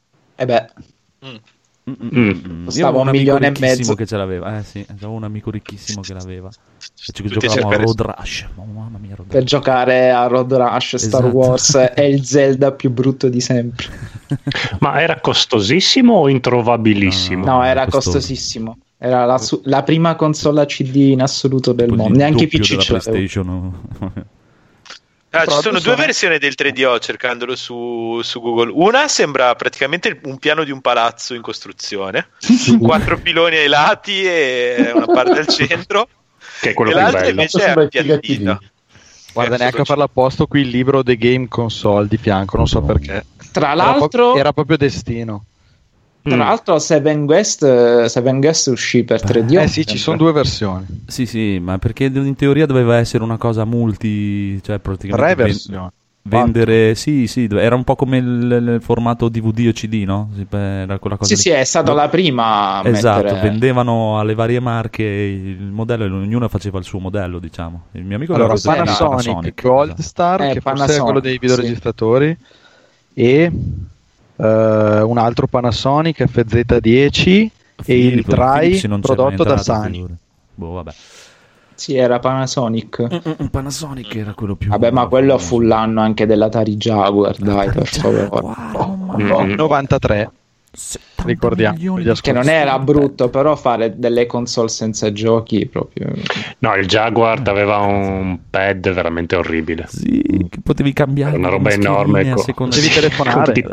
Io Costava avevo un amico 1,5 milioni che ce l'aveva. Sì, avevo un amico ricchissimo che l'aveva. E ci Tutti giocavamo a cercare- Road Rush. Mamma mia, Road Per Rush. giocare a Road Rush, Star Esatto. Wars è il Zelda più brutto di sempre. Ma era costosissimo o introvabilissimo? No, era costoso. costosissimo. Era la prima console a CD in assoluto del Tipo mondo. il Neanche i doppio PC della ce l'avevano. PlayStation. Ci Però sono due versioni del 3DO cercandolo su Google. Una sembra praticamente un piano di un palazzo in costruzione, 4 piloni ai lati e una parte al centro, Che è quello e più l'altra bello. invece Sembra è i fighettini. appiattita. Guarda, neanche a farla apposta qui il libro The Game Console di fianco, non so perché. Tra l'altro, Era proprio destino. tra l'altro Seven West uscì per 3D. Sì, ci sono due versioni. Sì, ma perché in teoria doveva essere una cosa multi, cioè praticamente 3 versioni. vendere, sì, era un po' come il formato DVD o CD, no? Era quella cosa Sì, lì. è stata la prima a Esatto, mettere... vendevano alle varie marche il modello e ognuno faceva il suo modello, diciamo. Il mio amico Allora, aveva questo Panasonic, Gold Star, che forse è Panasonic, quello dei videoregistratori, e un altro Panasonic FZ10 e il Trai prodotto da Sony. Boh, vabbè. Sì, era Panasonic. Panasonic era quello più... Vabbè, ma quello fu l'anno anche dell'Atari Jaguar, dai, per favore. 93. Ricordiamo Che non era brutto, però fare delle console senza giochi proprio... No, il Jaguar aveva un pad veramente orribile. Sì, che potevi cambiare una roba le enorme. schedine a seconda Devi di- telefonare.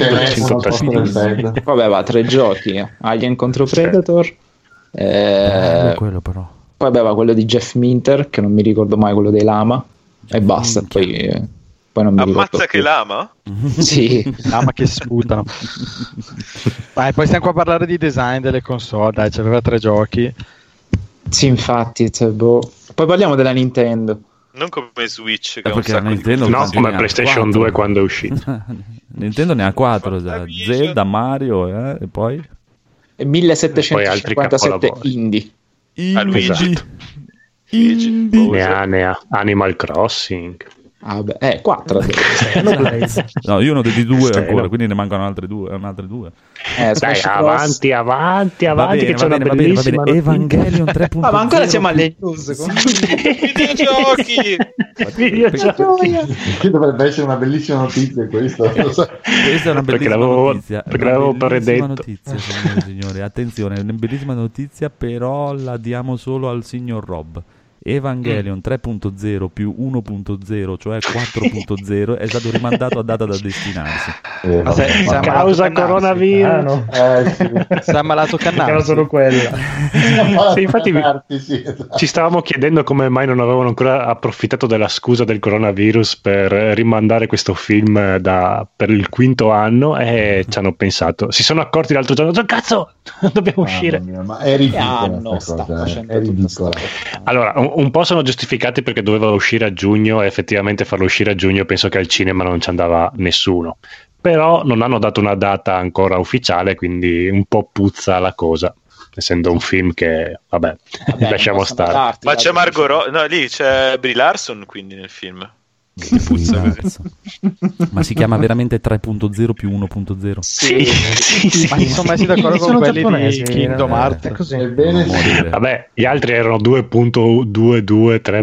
Poi aveva 3 giochi: Alien contro Predator, quello però. poi aveva quello di Jeff Minter, che non mi ricordo mai, quello dei Lama, e basta. Poi non mi ricordo Ammazza che più. lama? Sì. Lama che sputano. Vai, poi stiamo qua a parlare di design delle console. Dai, c'aveva 3 giochi. Sì, infatti, cioè, boh. Poi parliamo della Nintendo. Non come Switch, che ha un Perché sacco Nintendo di... No, ne come ha PlayStation 4. 2 quando è uscito. Nintendo ne ha 4 già. Zelda, Mario e poi E Poi altri 1757 capolavori. indie. A Luigi. Ne ha Animal Crossing. Ah, beh, 4 no, io ne ho di 2 Sì, ancora, no. quindi ne mancano altre 2. Dai, Smash Bros. avanti, Va bene, che c'è una va bene. bellissima notizia. Evangelion 3.0. Ah, ma ancora siamo alle news. Videogiochi! Che dovrebbe essere una bellissima notizia questo. Lo so. Questa è una Perché bellissima l'avevo- notizia. perché Una l'avevo bellissima predetto. notizia, signore e signori. Attenzione, è una bellissima notizia, però la diamo solo al signor Rob. Evangelion 3.0 più 1.0, cioè 4.0, è stato rimandato a data da destinarsi. Ma a causa coronavirus. Si è ammalato Cannarsi. Era solo quella. Sì, infatti ci stavamo chiedendo come mai non avevano ancora approfittato della scusa del coronavirus per rimandare questo film per il 5º anno, e ci hanno pensato. Si sono accorti l'altro giorno, cazzo, dobbiamo uscire. Mia, ma è ridicola sta cosa, è ridicola. Allora, un po' sono giustificati perché doveva uscire a giugno, e effettivamente farlo uscire a giugno penso che al cinema non ci andava nessuno. Però non hanno dato una data ancora ufficiale, quindi un po' puzza la cosa, essendo un film che, vabbè lasciamo stare. Ma c'è Margot no, lì c'è Brie Larson quindi nel film. Che puzza così. Ma si chiama veramente 3.0 più 1.0? Sì. Ma si sono messi d'accordo con quelli di Kingdom Hearts. È così. Ebbene, Vabbè, gli altri erano 2.22, 3.33.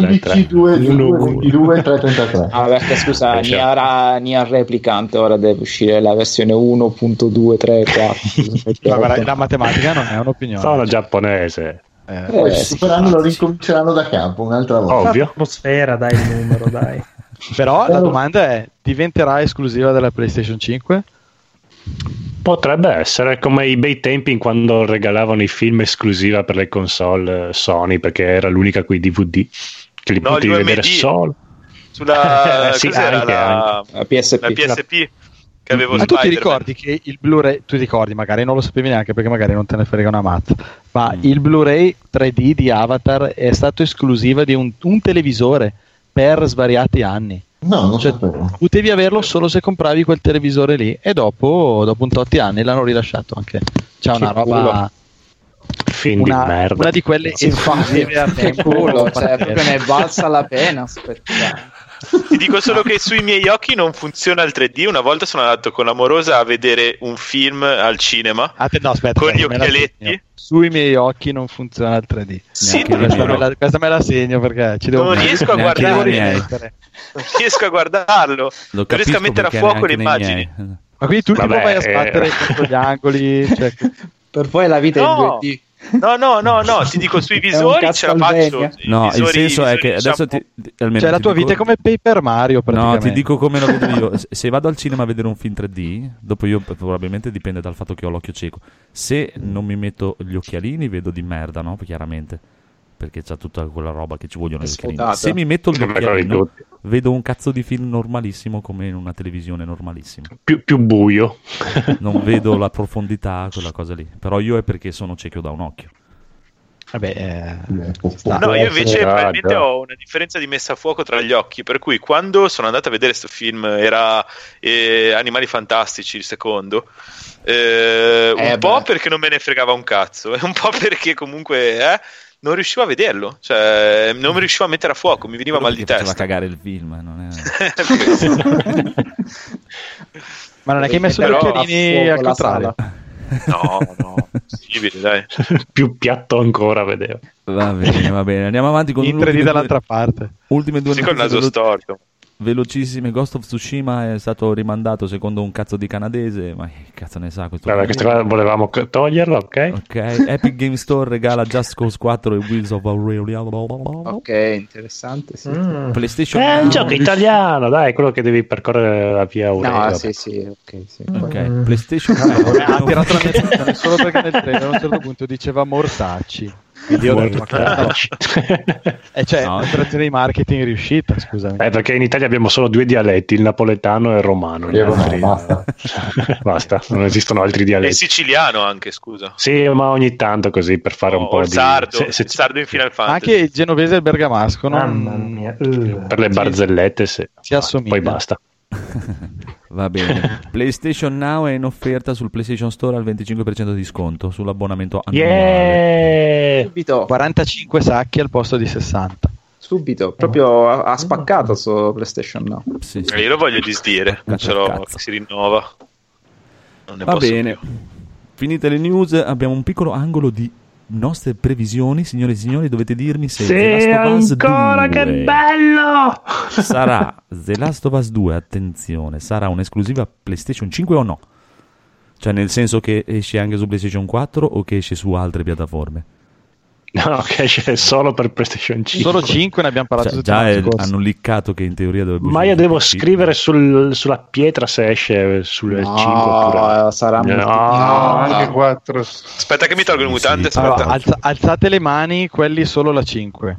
1.11, 3.33. Ah, perché scusa, Nier Replicant ora deve uscire la versione 1.234. La matematica non è un'opinione. Sono giapponese. Poi lo ricominceranno da capo un'altra volta. Ovvio. L'atmosfera, dai, il numero, dai. Però la domanda è: diventerà esclusiva della PlayStation 5? Potrebbe essere come i bei tempi in quando regalavano i film esclusiva per le console Sony, perché era l'unica coi DVD che li potevi vedere solo sulla sì, cos'era anche. La PSP. la PSP che avevo Ma tu ti Spider-Man. ricordi che il Blu-ray, tu ricordi, magari non lo sapevi neanche perché magari non te ne frega una mazza, ma il Blu-ray 3D di Avatar è stato esclusiva di un televisore per svariati anni. No, non sapevo. Potevi averlo solo se compravi quel televisore lì, e dopo un tot di anni l'hanno rilasciato anche. C'è una roba, Film di merda. una di quelle esclusive a tempo. Culo, cioè, proprio ne è valsa la pena aspettare. Ti dico solo che sui miei occhi non funziona il 3D. Una volta sono andato con l'amorosa a vedere un film al cinema No, aspetta, con gli me la occhialetti. segno. Sui miei occhi non funziona il 3D. Sì, Questa me la segno perché ci devo non riesco a Neanche guardarlo. nei miei. Non riesco a guardarlo. Lo Non riesco a capisco mettere a perché fuoco neanche le nei immagini. miei. Ma quindi tu tipo Vabbè, vai a sbattere contro gli angoli, cioè, Per poi la vita No. in 2D. No, ti dico sui visori ce la faccio. Castlevania. No, il Visori- senso è che visori, adesso diciamo, almeno cioè la ti tua dico- vita è come Paper Mario No, praticamente. ti dico come lo vedo io. Se vado al cinema a vedere un film 3D, dopo io probabilmente dipende dal fatto che ho l'occhio cieco. Se non mi metto gli occhialini vedo di merda, no? Chiaramente. Perché c'ha tutta quella roba che ci vogliono gli occhialini. sfotata. Se mi metto gli Come quelli occhialini, tutti. vedo un cazzo di film normalissimo come in una televisione normalissima. più buio. Non vedo la profondità, quella cosa lì. Però io è perché sono cieco da un occhio. Vabbè, No, io invece Ah, probabilmente già. ho una differenza di messa a fuoco tra gli occhi, per cui quando sono andato a vedere questo film era Animali Fantastici, il secondo, un po' perché non me ne fregava un cazzo, e un po' perché comunque non riuscivo a vederlo, cioè non mi riuscivo a mettere a fuoco, mi veniva mal di Perché faceva testa. cagare il film, non è... ma non è che hai messo gli Però occhialini al contrario. No, possibile, dai. Più piatto ancora vedevo. Va bene, andiamo avanti con In 3D ultime dall'altra parte. ultime due Sì, col notizie naso storto. velocissime. Ghost of Tsushima è stato rimandato secondo un cazzo di canadese, ma che cazzo ne sa questo? Vabbè, questa cosa volevamo toglierla, ok? Ok, Epic Game Store regala Just Cause 4 e Wheels of Aurelia. Ok, interessante, sì. PlayStation È un Now. gioco italiano, dai, quello che devi percorrere la via Aurelia. No, sì, ok, sì. Ok, PlayStation Now. Ha tirato la mia attenzione solo perché nel trailer a un certo punto diceva Mortacci. Quindi io ho detto, ma cazzo. E cioè, No. un'operazione di marketing riuscita, scusami. Perché in Italia abbiamo solo due dialetti, il napoletano e il romano. Gli altri- basta. Basta, non esistono altri E dialetti. siciliano anche, scusa. Sì, ma ogni tanto così per fare un O po' il di... sardo, se- il sardo in Final Fantasy. Anche il genovese e il bergamasco Mamma mia. per le barzellette si assomiglia. poi basta. Va bene. PlayStation Now è in offerta sul PlayStation Store al 25% di sconto sull'abbonamento annuale. Yeah! Subito, 45 sacchi al posto di 60. subito, proprio ha spaccato su PlayStation Now. Sì, sì. Io lo voglio disdire, Cazzo, ce l'ho, cazzo. che si rinnova. Non ne Va posso bene. più. Finite le news, abbiamo un piccolo angolo di nostre previsioni. Signore e signori, dovete dirmi se The Last of Us 2 bello! sarà The Last of Us 2, attenzione, sarà un'esclusiva PlayStation 5 o no? Cioè nel senso che esce anche su PlayStation 4 o che esce su altre piattaforme? No, che esce solo per PlayStation 5. Solo 5 ne abbiamo parlato hanno liccato che in teoria dovrebbe ma io devo scrivere sulla pietra se esce sul 5 oppure sarà anche 4. Aspetta che mi tolgo le mutande. Allora, alzate le mani, quelli solo la 5.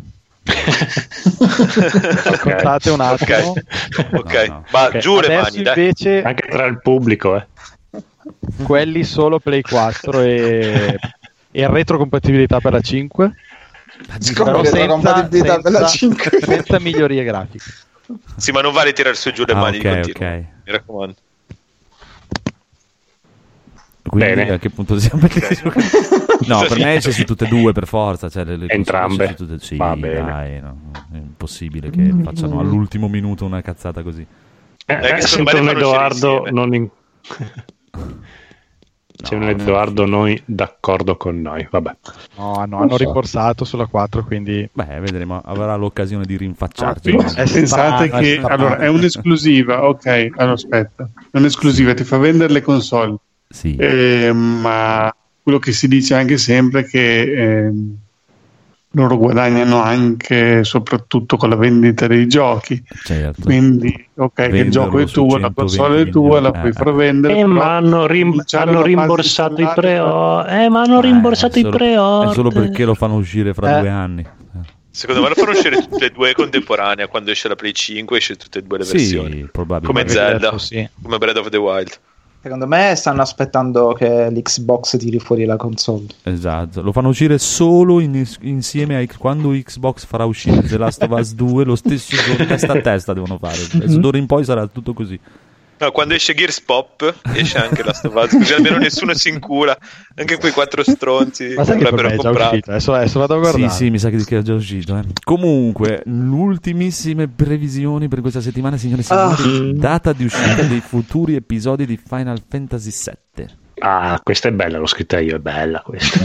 Contate un attimo. Ok. Ma giù le mani, invece, anche tra il pubblico, quelli solo Play 4 e retrocompatibilità per la 5. Però senza migliorie grafiche. Sì, ma non vale tirare su e giù le mani di continuo. Mi raccomando. Quindi bene. A che punto siamo? No, per me esce su tutte e due per forza, cioè le entrambe. Sì, va bene. dai, no. È impossibile che facciano all'ultimo minuto una cazzata così. Sempre un Edoardo c'è un Edoardo noi d'accordo con noi, vabbè. No, hanno rimborsato sulla 4, quindi vedremo, avrà l'occasione di rinfacciarci. Pensate che allora è un'esclusiva, ok, allora aspetta, è un'esclusiva, ti fa vendere le console. Sì. Ma quello che si dice anche sempre è che loro guadagnano anche soprattutto con la vendita dei giochi, certo. Quindi che il gioco è tuo, la console è tua, la puoi far vendere, ma hanno rimborsato i pre-order, ma hanno rimborsato i pre-order, è solo perché lo fanno uscire fra 2 anni. Secondo me lo fanno uscire tutte e due contemporanea. Quando esce la Play 5 esce tutte e due le versioni, probabilmente. come Zelda, come Breath of the Wild. Secondo me stanno aspettando che l'Xbox tiri fuori la console. Esatto, lo fanno uscire solo insieme a quando Xbox farà uscire The Last of Us 2, lo stesso giorno, testa a testa devono fare. D'ora in poi sarà tutto così. No, quando esce Gears Pop esce anche Last of Us, così almeno nessuno si incula. Anche quei 4 stronzi ma sai che per me è già uscito? Adesso vado a guardare. Sì, mi sa che è già uscito. Comunque, ultimissime previsioni per questa settimana, signore e signori. Data di uscita dei futuri episodi di Final Fantasy VII. Questa è bella, l'ho scritta io, è bella questa.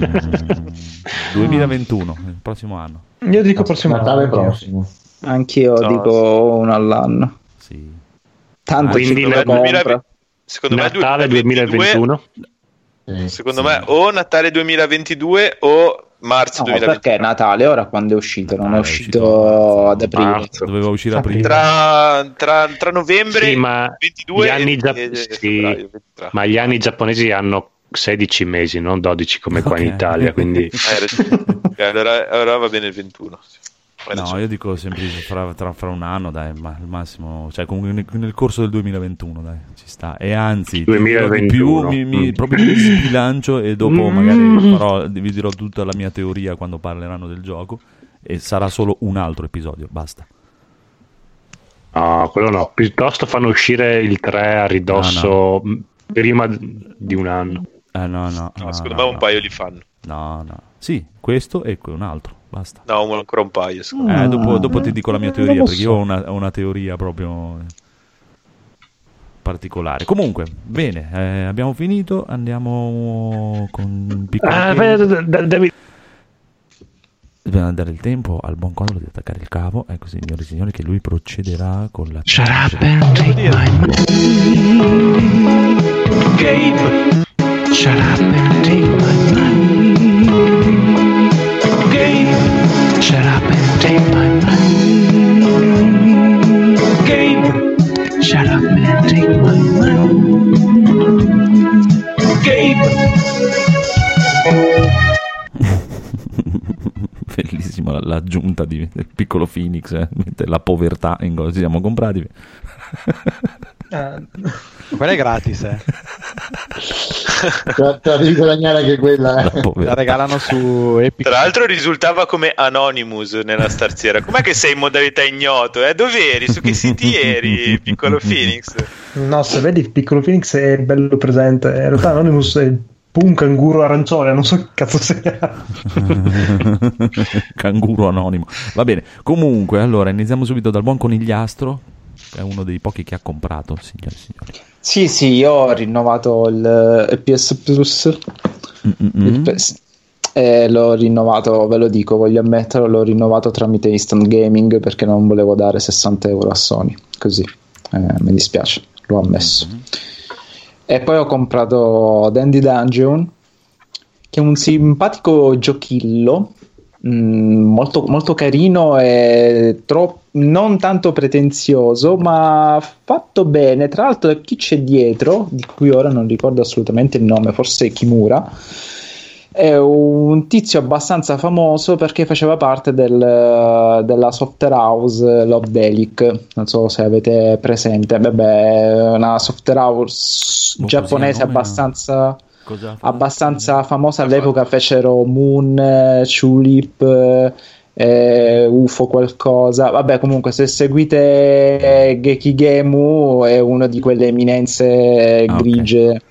2021, il prossimo anno. Io dico prossimo Natale anno. prossimo. Anch'io dico uno all'anno. Sì. Tanto quindi secondo me Natale 2021. Secondo me o Natale 2022 o marzo 2022. Perché Natale ora quando è uscito? Non è uscito ad aprile. Doveva uscire aprile. Tra novembre sì, ma 22 gli anni febbraio 23. Ma gli anni giapponesi hanno 16 mesi, non 12 come qua in Italia, quindi allora va bene il 21. No, io dico sempre fra un anno, dai, ma al massimo, cioè comunque nel corso del 2021, dai, ci sta. E anzi, 2021. Di più proprio mi sbilancio e dopo magari vi dirò tutta la mia teoria quando parleranno del gioco e sarà solo un altro episodio, basta. No, quello no, piuttosto fanno uscire il 3 a ridosso prima di un anno. No, secondo me un paio li fanno. No. Sì, questo e un altro, basta. No, ancora un paio. Dopo ti dico la mia teoria, perché io ho una teoria proprio particolare. Comunque, bene, abbiamo finito, andiamo con un piccolo... Dobbiamo dare il tempo al buon Condolo di attaccare il cavo. Ecco, signori e signori, che lui procederà con la... Shut up and take my money. Gabe. Shut up and take my money. Gabe. Shut up and take my money. Gabe. Shut up and take my money. Gabe. Bellissima l'aggiunta del piccolo Phoenix, mentre la povertà in cosa ci siamo comprati. Quella è gratis, devi guadagnare anche quella. La regalano su Epic. Tra l'altro risultava come Anonymous nella starziera. Com'è che sei in modalità ignoto? Dove eri? Su che siti eri, piccolo Phoenix? No, se vedi piccolo Phoenix è bello presente. In realtà Anonymous è un canguro arancione, non so che cazzo sia. Canguro anonimo. Va bene. Comunque, allora iniziamo subito dal buon conigliastro, che è uno dei pochi che ha comprato, signori e signori. Sì, io ho rinnovato il PS Plus. L'ho rinnovato, ve lo dico, voglio ammetterlo, l'ho rinnovato tramite Instant Gaming perché non volevo dare 60 euro a Sony. Così, mi dispiace, l'ho ammesso. E poi ho comprato Dandy Dungeon, che è un simpatico giochillo, molto, molto carino e non tanto pretenzioso, ma fatto bene. Tra l'altro chi c'è dietro, di cui ora non ricordo assolutamente il nome, forse Kimura, è un tizio abbastanza famoso perché faceva parte della software house Lovedelic, non so se avete presente. Vabbè, una software house giapponese abbastanza famosa all'epoca. Fecero Moon, Tulip, UFO qualcosa. Vabbè, comunque se seguite Gekigemu è una di quelle eminenze grigie, okay,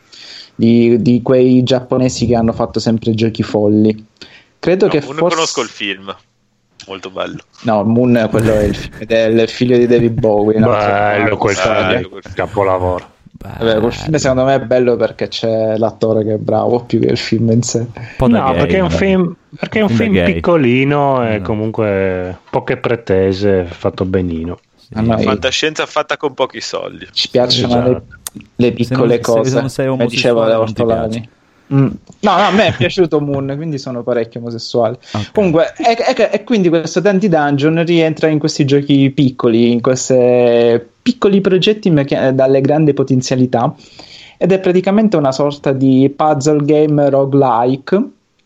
di quei giapponesi che hanno fatto sempre giochi folli. Credo che non conosco il film, molto bello. No, Moon, quello è il film del figlio di David Bowie, no? Bello quel capolavoro. Vabbè, quel film secondo me è bello perché c'è l'attore che è bravo più che il film in sé. No, perché è un film piccolino e comunque poche pretese, fatto benino. Fantascienza fatta con pochi soldi. Ci piacciono le piccole cose, come diceva Ortolani. No, a me è piaciuto Moon, quindi sono parecchio omosessuale. Okay. Comunque, e quindi questo Dandy Dungeon rientra in questi giochi piccoli, in questi piccoli progetti dalle grandi potenzialità, ed è praticamente una sorta di puzzle game roguelike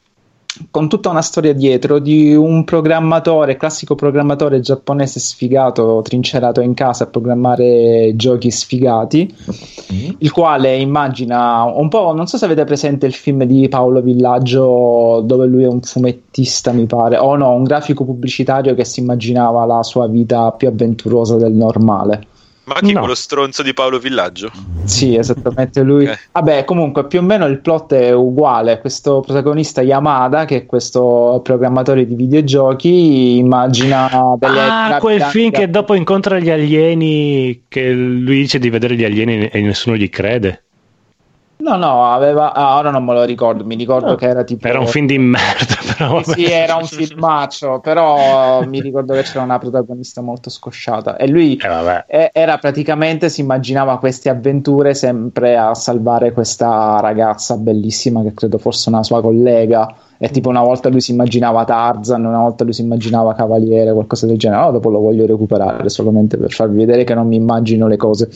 con tutta una storia dietro di un classico programmatore giapponese sfigato, trincerato in casa a programmare giochi sfigati, il quale immagina un po', non so se avete presente il film di Paolo Villaggio dove lui è un fumettista, mi pare, o no, un grafico pubblicitario che si immaginava la sua vita più avventurosa del normale. Ma chi quello stronzo di Paolo Villaggio? Sì, esattamente lui. Okay. Vabbè, comunque più o meno il plot è uguale. Questo protagonista Yamada, che è questo programmatore di videogiochi, immagina delle quel film che dopo incontra gli alieni, che lui dice di vedere gli alieni e nessuno gli crede. No, aveva. Ora non me lo ricordo. Mi ricordo che era tipo. Era un film di merda, però. Sì, era un filmaccio. Però mi ricordo che c'era una protagonista molto scosciata. E lui era praticamente, si immaginava queste avventure sempre a salvare questa ragazza bellissima, che credo fosse una sua collega. E tipo una volta lui si immaginava Tarzan, una volta lui si immaginava Cavaliere, qualcosa del genere. Dopo lo voglio recuperare solamente per farvi vedere che non mi immagino le cose.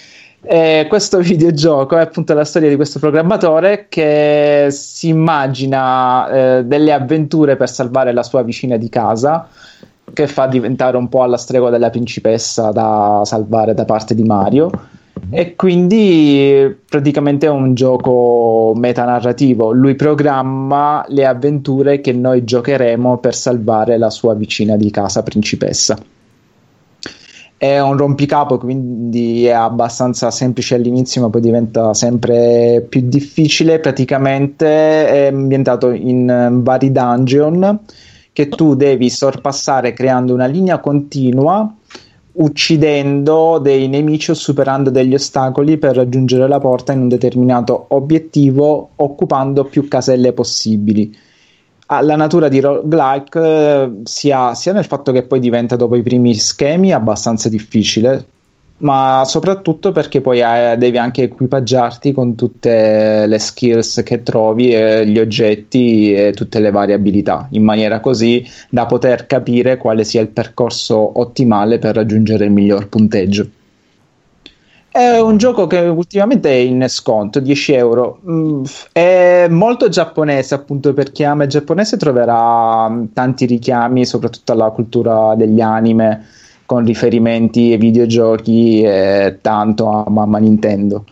Questo videogioco è appunto la storia di questo programmatore che si immagina delle avventure per salvare la sua vicina di casa, che fa diventare un po' alla stregua della principessa da salvare da parte di Mario, e quindi praticamente è un gioco metanarrativo. Lui programma le avventure che noi giocheremo per salvare la sua vicina di casa principessa. È un rompicapo, quindi è abbastanza semplice all'inizio, ma poi diventa sempre più difficile. Praticamente è ambientato in vari dungeon che tu devi sorpassare creando una linea continua, uccidendo dei nemici o superando degli ostacoli per raggiungere la porta in un determinato obiettivo, occupando più caselle possibili. La natura di roguelike sia nel fatto che poi diventa dopo i primi schemi abbastanza difficile, ma soprattutto perché poi devi anche equipaggiarti con tutte le skills che trovi, gli oggetti e tutte le varie abilità, in maniera così da poter capire quale sia il percorso ottimale per raggiungere il miglior punteggio. È un gioco che ultimamente è in sconto, 10 euro. È molto giapponese, appunto, per chi ama il giapponese troverà tanti richiami soprattutto alla cultura degli anime, con riferimenti ai videogiochi e tanto a mamma Nintendo.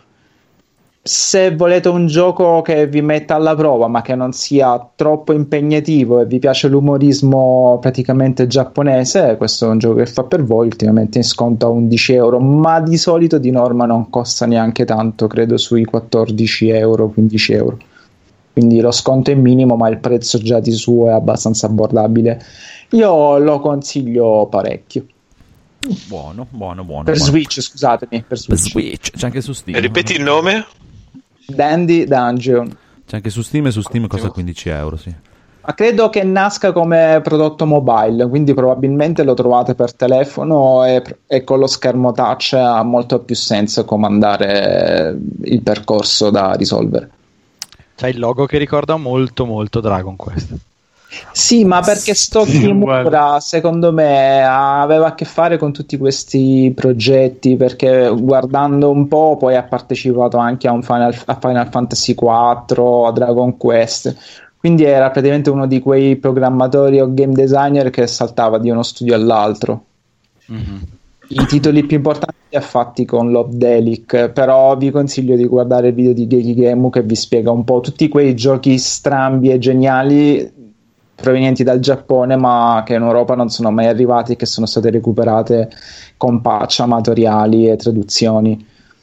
Se volete un gioco che vi metta alla prova ma che non sia troppo impegnativo e vi piace l'umorismo praticamente giapponese, questo è un gioco che fa per voi. Ultimamente in sconto a 11 euro, ma di solito di norma non costa neanche tanto, credo sui 14 euro, 15 euro, quindi lo sconto è minimo ma il prezzo già di suo è abbastanza abbordabile. Io lo consiglio parecchio. Buono. Per Switch, scusatemi, per Switch. C'è anche su Steam. Ripeti il nome? Dandy Dungeon. C'è anche su Steam, e su Steam costa 15 euro, sì. Ma credo che nasca come prodotto mobile, quindi probabilmente lo trovate per telefono e con lo schermo touch ha molto più senso comandare il percorso da risolvere. C'ha il logo che ricorda molto molto Dragon Quest. Sì, ma perché sto Kimura secondo me aveva a che fare con tutti questi progetti, perché guardando un po' poi ha partecipato anche a Final Fantasy IV, a Dragon Quest, quindi era praticamente uno di quei programmatori o game designer che saltava di uno studio all'altro. Mm-hmm. I titoli più importanti li ha fatti con Lobdelic, però vi consiglio di guardare il video di Gekigemu che vi spiega un po' tutti quei giochi strambi e geniali provenienti dal Giappone ma che in Europa non sono mai arrivati e che sono state recuperate con patch amatoriali e traduzioni.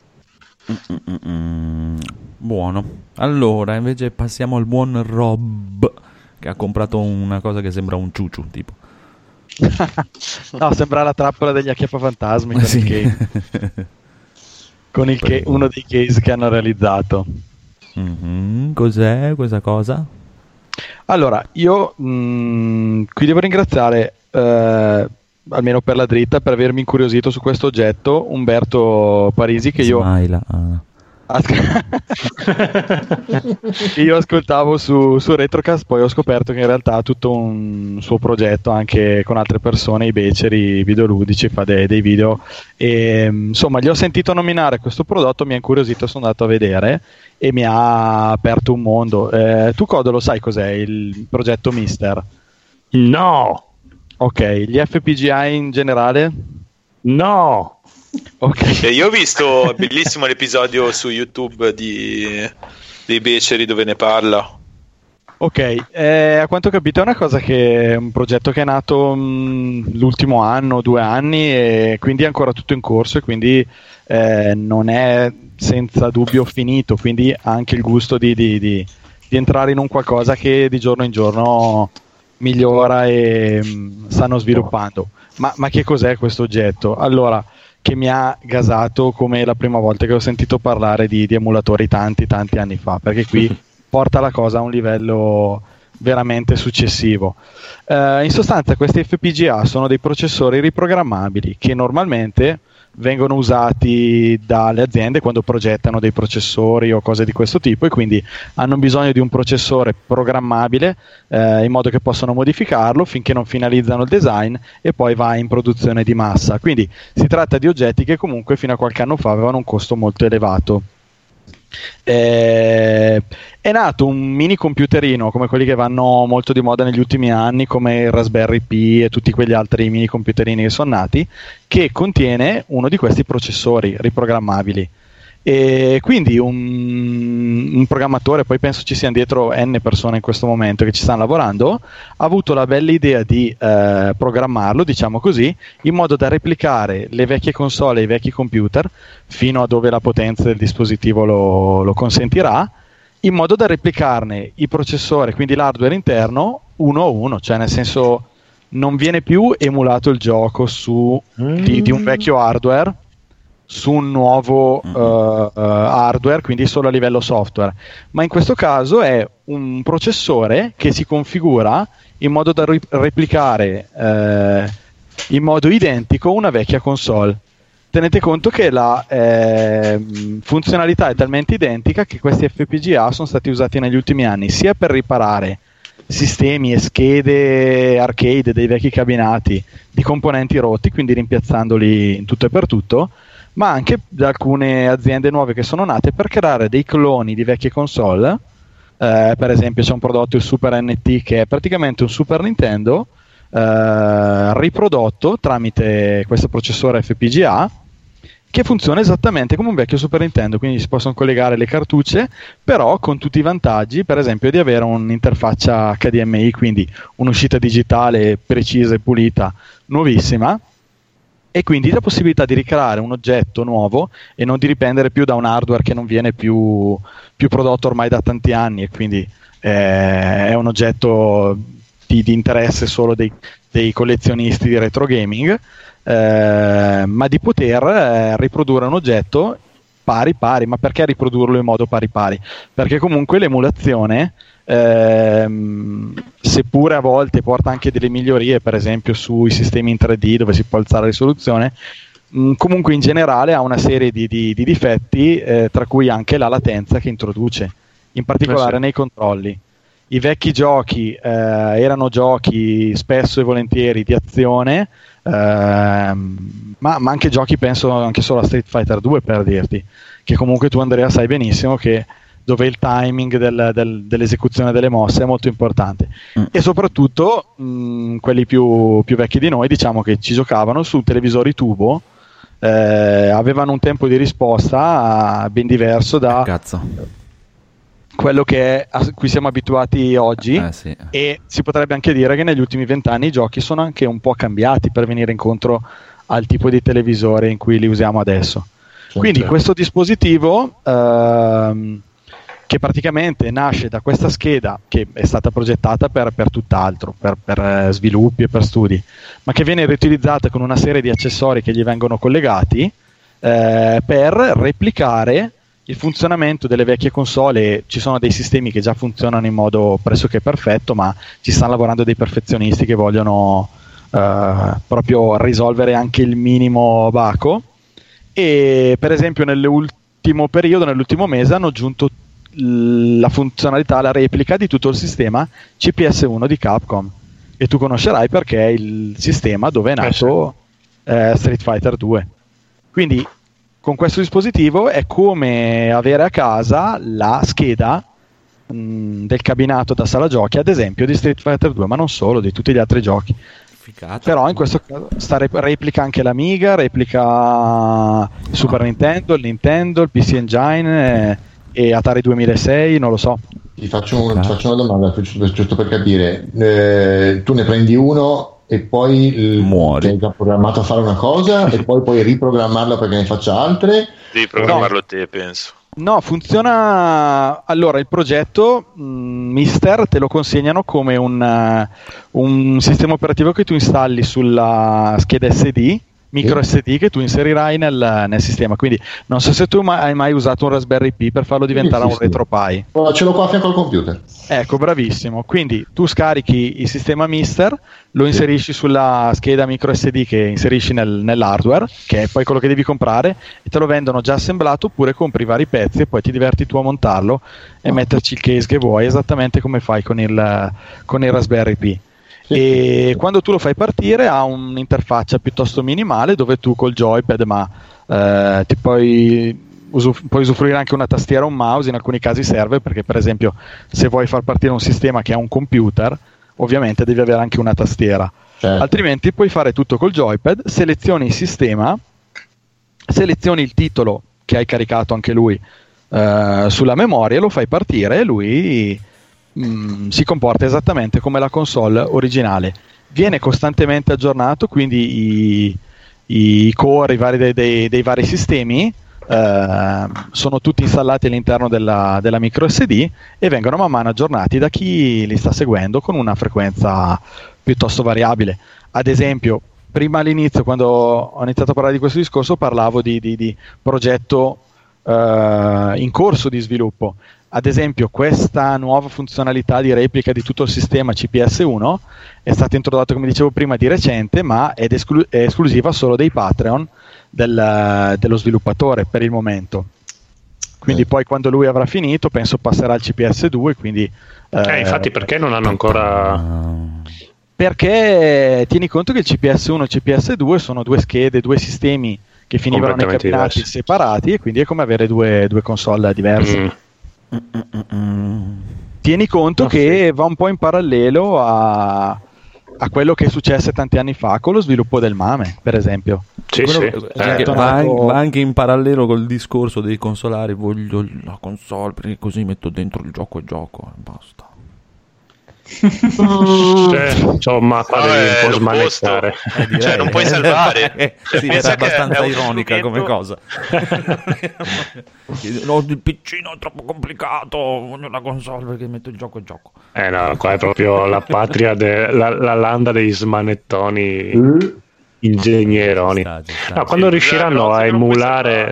Buono. Allora invece passiamo al buon Rob che ha comprato una cosa che sembra un ciuciu tipo. No, sembra la trappola degli acchiappafantasmi con sì. il case. Uno dei case che hanno realizzato. Cos'è questa cosa? Allora, io qui devo ringraziare, almeno per la dritta, per avermi incuriosito su questo oggetto, Umberto Parisi, che io ascoltavo su Retrocast, poi ho scoperto che in realtà ha tutto un suo progetto anche con altre persone, i beceri videoludici, fa dei video e insomma gli ho sentito nominare questo prodotto, mi ha incuriosito, sono andato a vedere e mi ha aperto un mondo. Tu Codolo sai cos'è il progetto Mister? No. Ok, gli FPGA in generale? No. Okay. Io ho visto bellissimo l'episodio su YouTube dei beceri dove ne parla. Ok, a quanto ho capito è una cosa che è un progetto che è nato l'ultimo anno, 2 anni e quindi è ancora tutto in corso e quindi non è senza dubbio finito, quindi ha anche il gusto di entrare in un qualcosa che di giorno in giorno migliora e stanno sviluppando. Ma che cos'è questo oggetto? Allora, che mi ha gasato come la prima volta che ho sentito parlare di emulatori tanti anni fa, perché qui porta la cosa a un livello veramente successivo. In sostanza questi FPGA sono dei processori riprogrammabili che normalmente vengono usati dalle aziende quando progettano dei processori o cose di questo tipo e quindi hanno bisogno di un processore programmabile in modo che possano modificarlo finché non finalizzano il design e poi va in produzione di massa. Quindi si tratta di oggetti che comunque fino a qualche anno fa avevano un costo molto elevato. È nato un mini computerino come quelli che vanno molto di moda negli ultimi anni, come il Raspberry Pi e tutti quegli altri mini computerini che sono nati, che contiene uno di questi processori riprogrammabili. E quindi un programmatore, poi penso ci siano dietro N persone in questo momento che ci stanno lavorando, ha avuto la bella idea di programmarlo, diciamo così, in modo da replicare le vecchie console e i vecchi computer fino a dove la potenza del dispositivo lo consentirà, in modo da replicarne i processori, quindi l'hardware interno, uno a uno, cioè nel senso non viene più emulato il gioco di un vecchio hardware su un nuovo hardware, quindi solo a livello software, ma in questo caso è un processore che si configura in modo da replicare in modo identico una vecchia console. Tenete conto che la funzionalità è talmente identica che questi FPGA sono stati usati negli ultimi anni sia per riparare sistemi e schede arcade dei vecchi cabinati di componenti rotti, quindi rimpiazzandoli in tutto e per tutto, ma anche da alcune aziende nuove che sono nate per creare dei cloni di vecchie console. Per esempio c'è un prodotto, il Super NT, che è praticamente un Super Nintendo riprodotto tramite questo processore FPGA che funziona esattamente come un vecchio Super Nintendo, quindi si possono collegare le cartucce, però con tutti i vantaggi, per esempio di avere un'interfaccia HDMI, quindi un'uscita digitale precisa e pulita, nuovissima, e quindi la possibilità di ricreare un oggetto nuovo e non di dipendere più da un hardware che non viene più prodotto ormai da tanti anni, e quindi è un oggetto di interesse solo dei collezionisti di retro gaming, ma di poter riprodurre un oggetto pari pari. Ma perché riprodurlo in modo pari pari? Perché comunque l'emulazione, seppure a volte porta anche delle migliorie, per esempio sui sistemi in 3D dove si può alzare la risoluzione, comunque in generale ha una serie di difetti, tra cui anche la latenza che introduce. in particolare nei controlli. I vecchi giochi erano giochi spesso e volentieri di azione, ma anche giochi, penso anche solo a Street Fighter 2 per dirti, che comunque tu, Andrea, sai benissimo che dove il timing dell'esecuzione delle mosse è molto importante. E soprattutto quelli più vecchi di noi, diciamo, che ci giocavano su televisori tubo, avevano un tempo di risposta ben diverso da quello a cui siamo abituati oggi, sì. E si potrebbe anche dire che negli ultimi 20 anni i giochi sono anche un po' cambiati per venire incontro al tipo di televisore in cui li usiamo adesso. Quindi questo dispositivo, che praticamente nasce da questa scheda che è stata progettata per tutt'altro, per sviluppi e per studi, ma che viene riutilizzata con una serie di accessori che gli vengono collegati per replicare il funzionamento delle vecchie console. Ci sono dei sistemi che già funzionano in modo pressoché perfetto, ma ci stanno lavorando dei perfezionisti che vogliono proprio risolvere anche il minimo baco. E per esempio nell'ultimo mese hanno aggiunto la funzionalità, la replica di tutto il sistema CPS1 di Capcom, e tu conoscerai perché è il sistema dove è nato Street Fighter 2. Quindi con questo dispositivo è come avere a casa la scheda del cabinato da sala giochi, ad esempio di Street Fighter 2, ma non solo, di tutti gli altri giochi. Però in questo caso replica anche l'Amiga, replica il Super Nintendo, il Nintendo, il PC Engine e Atari 2006, non lo so. Ti faccio una domanda, giusto per capire. Tu ne prendi uno e poi muori. Sei già programmato a fare una cosa e poi puoi riprogrammarlo perché ne faccia altre? Devi programmarlo te, penso. No, funziona. Allora, il progetto Mister te lo consegnano come un sistema operativo che tu installi sulla scheda SD, micro SD, che tu inserirai nel sistema. Quindi non so se tu hai mai usato un Raspberry Pi per farlo diventare un RetroPie. Ce l'ho qua a fianco al computer. Ecco, bravissimo. Quindi tu scarichi il sistema Mister, lo inserisci sulla scheda micro SD che inserisci nell'hardware, che è poi quello che devi comprare, e te lo vendono già assemblato, oppure compri vari pezzi e poi ti diverti tu a montarlo e metterci il case che vuoi, esattamente come fai con il Raspberry Pi. E quando tu lo fai partire ha un'interfaccia piuttosto minimale, dove tu col joypad, ma ti puoi usufruire anche una tastiera o un mouse. In alcuni casi serve, perché per esempio se vuoi far partire un sistema che ha un computer, ovviamente devi avere anche una tastiera, altrimenti puoi fare tutto col joypad. Selezioni il sistema, selezioni il titolo che hai caricato anche lui sulla memoria, lo fai partire e lui si comporta esattamente come la console originale. Viene costantemente aggiornato, quindi i core, i vari dei vari sistemi sono tutti installati all'interno della micro SD e vengono man mano aggiornati da chi li sta seguendo con una frequenza piuttosto variabile. Ad esempio, prima all'inizio, quando ho iniziato a parlare di questo discorso, parlavo di progetto in corso di sviluppo. Ad esempio, questa nuova funzionalità di replica di tutto il sistema CPS1 è stata introdotta, come dicevo prima, di recente, ma è esclusiva solo dei Patreon dello sviluppatore per il momento. Quindi poi, quando lui avrà finito, penso passerà al CPS2. Quindi, infatti, perché non hanno ancora... Perché tieni conto che il CPS1 e il CPS2 sono due schede, due sistemi che finivano nei cabinati separati, e quindi è come avere due console diverse. Tieni conto che va un po' in parallelo a quello che è successo tanti anni fa con lo sviluppo del MAME, per esempio. Va anche in parallelo col discorso dei consolari. Voglio la console perché così metto dentro il gioco e gioco e basta. Insomma, devi un po' smanettare. Cioè, non puoi salvare. Sì, era abbastanza ironica come cosa. No, il PC è troppo complicato, voglio la console perché metto il gioco e gioco. No, qua è proprio la patria la landa dei smanettoni ingegneroni. Quando riusciranno a emulare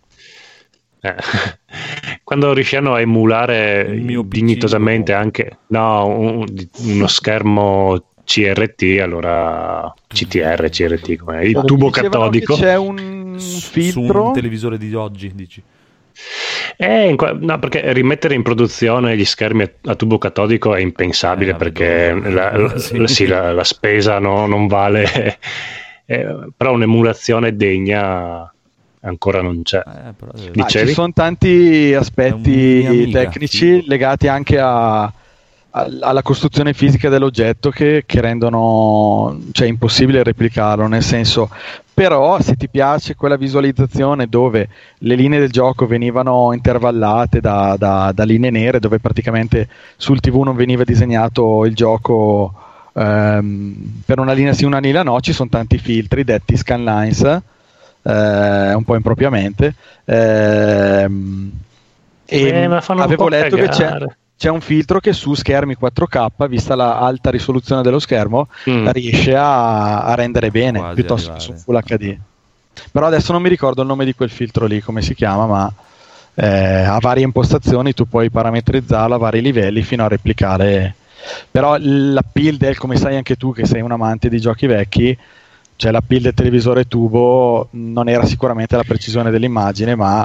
quando riusciranno a emulare dignitosamente anche uno schermo CRT, allora CRT come il tubo catodico, c'è un filtro su un televisore di oggi, dici? No, perché rimettere in produzione gli schermi a tubo catodico è impensabile, perché la spesa non vale, però un'emulazione degna ancora non c'è. Ci sono tanti aspetti tecnici legati anche alla costruzione fisica dell'oggetto che rendono impossibile replicarlo, nel senso, però se ti piace quella visualizzazione dove le linee del gioco venivano intervallate da linee nere, dove praticamente sul TV non veniva disegnato il gioco per una linea sì una linea no, ci sono tanti filtri detti scanlines, un po' impropriamente, e avevo letto che c'è un filtro che su schermi 4K, vista la alta risoluzione dello schermo, riesce a rendere bene, piuttosto che su Full HD. Però adesso non mi ricordo il nome di quel filtro lì, come si chiama, ma ha varie impostazioni, tu puoi parametrizzarlo a vari livelli fino a replicare. Però l'appeal come sai anche tu che sei un amante di giochi vecchi, cioè l'appeal del televisore tubo non era sicuramente la precisione dell'immagine, ma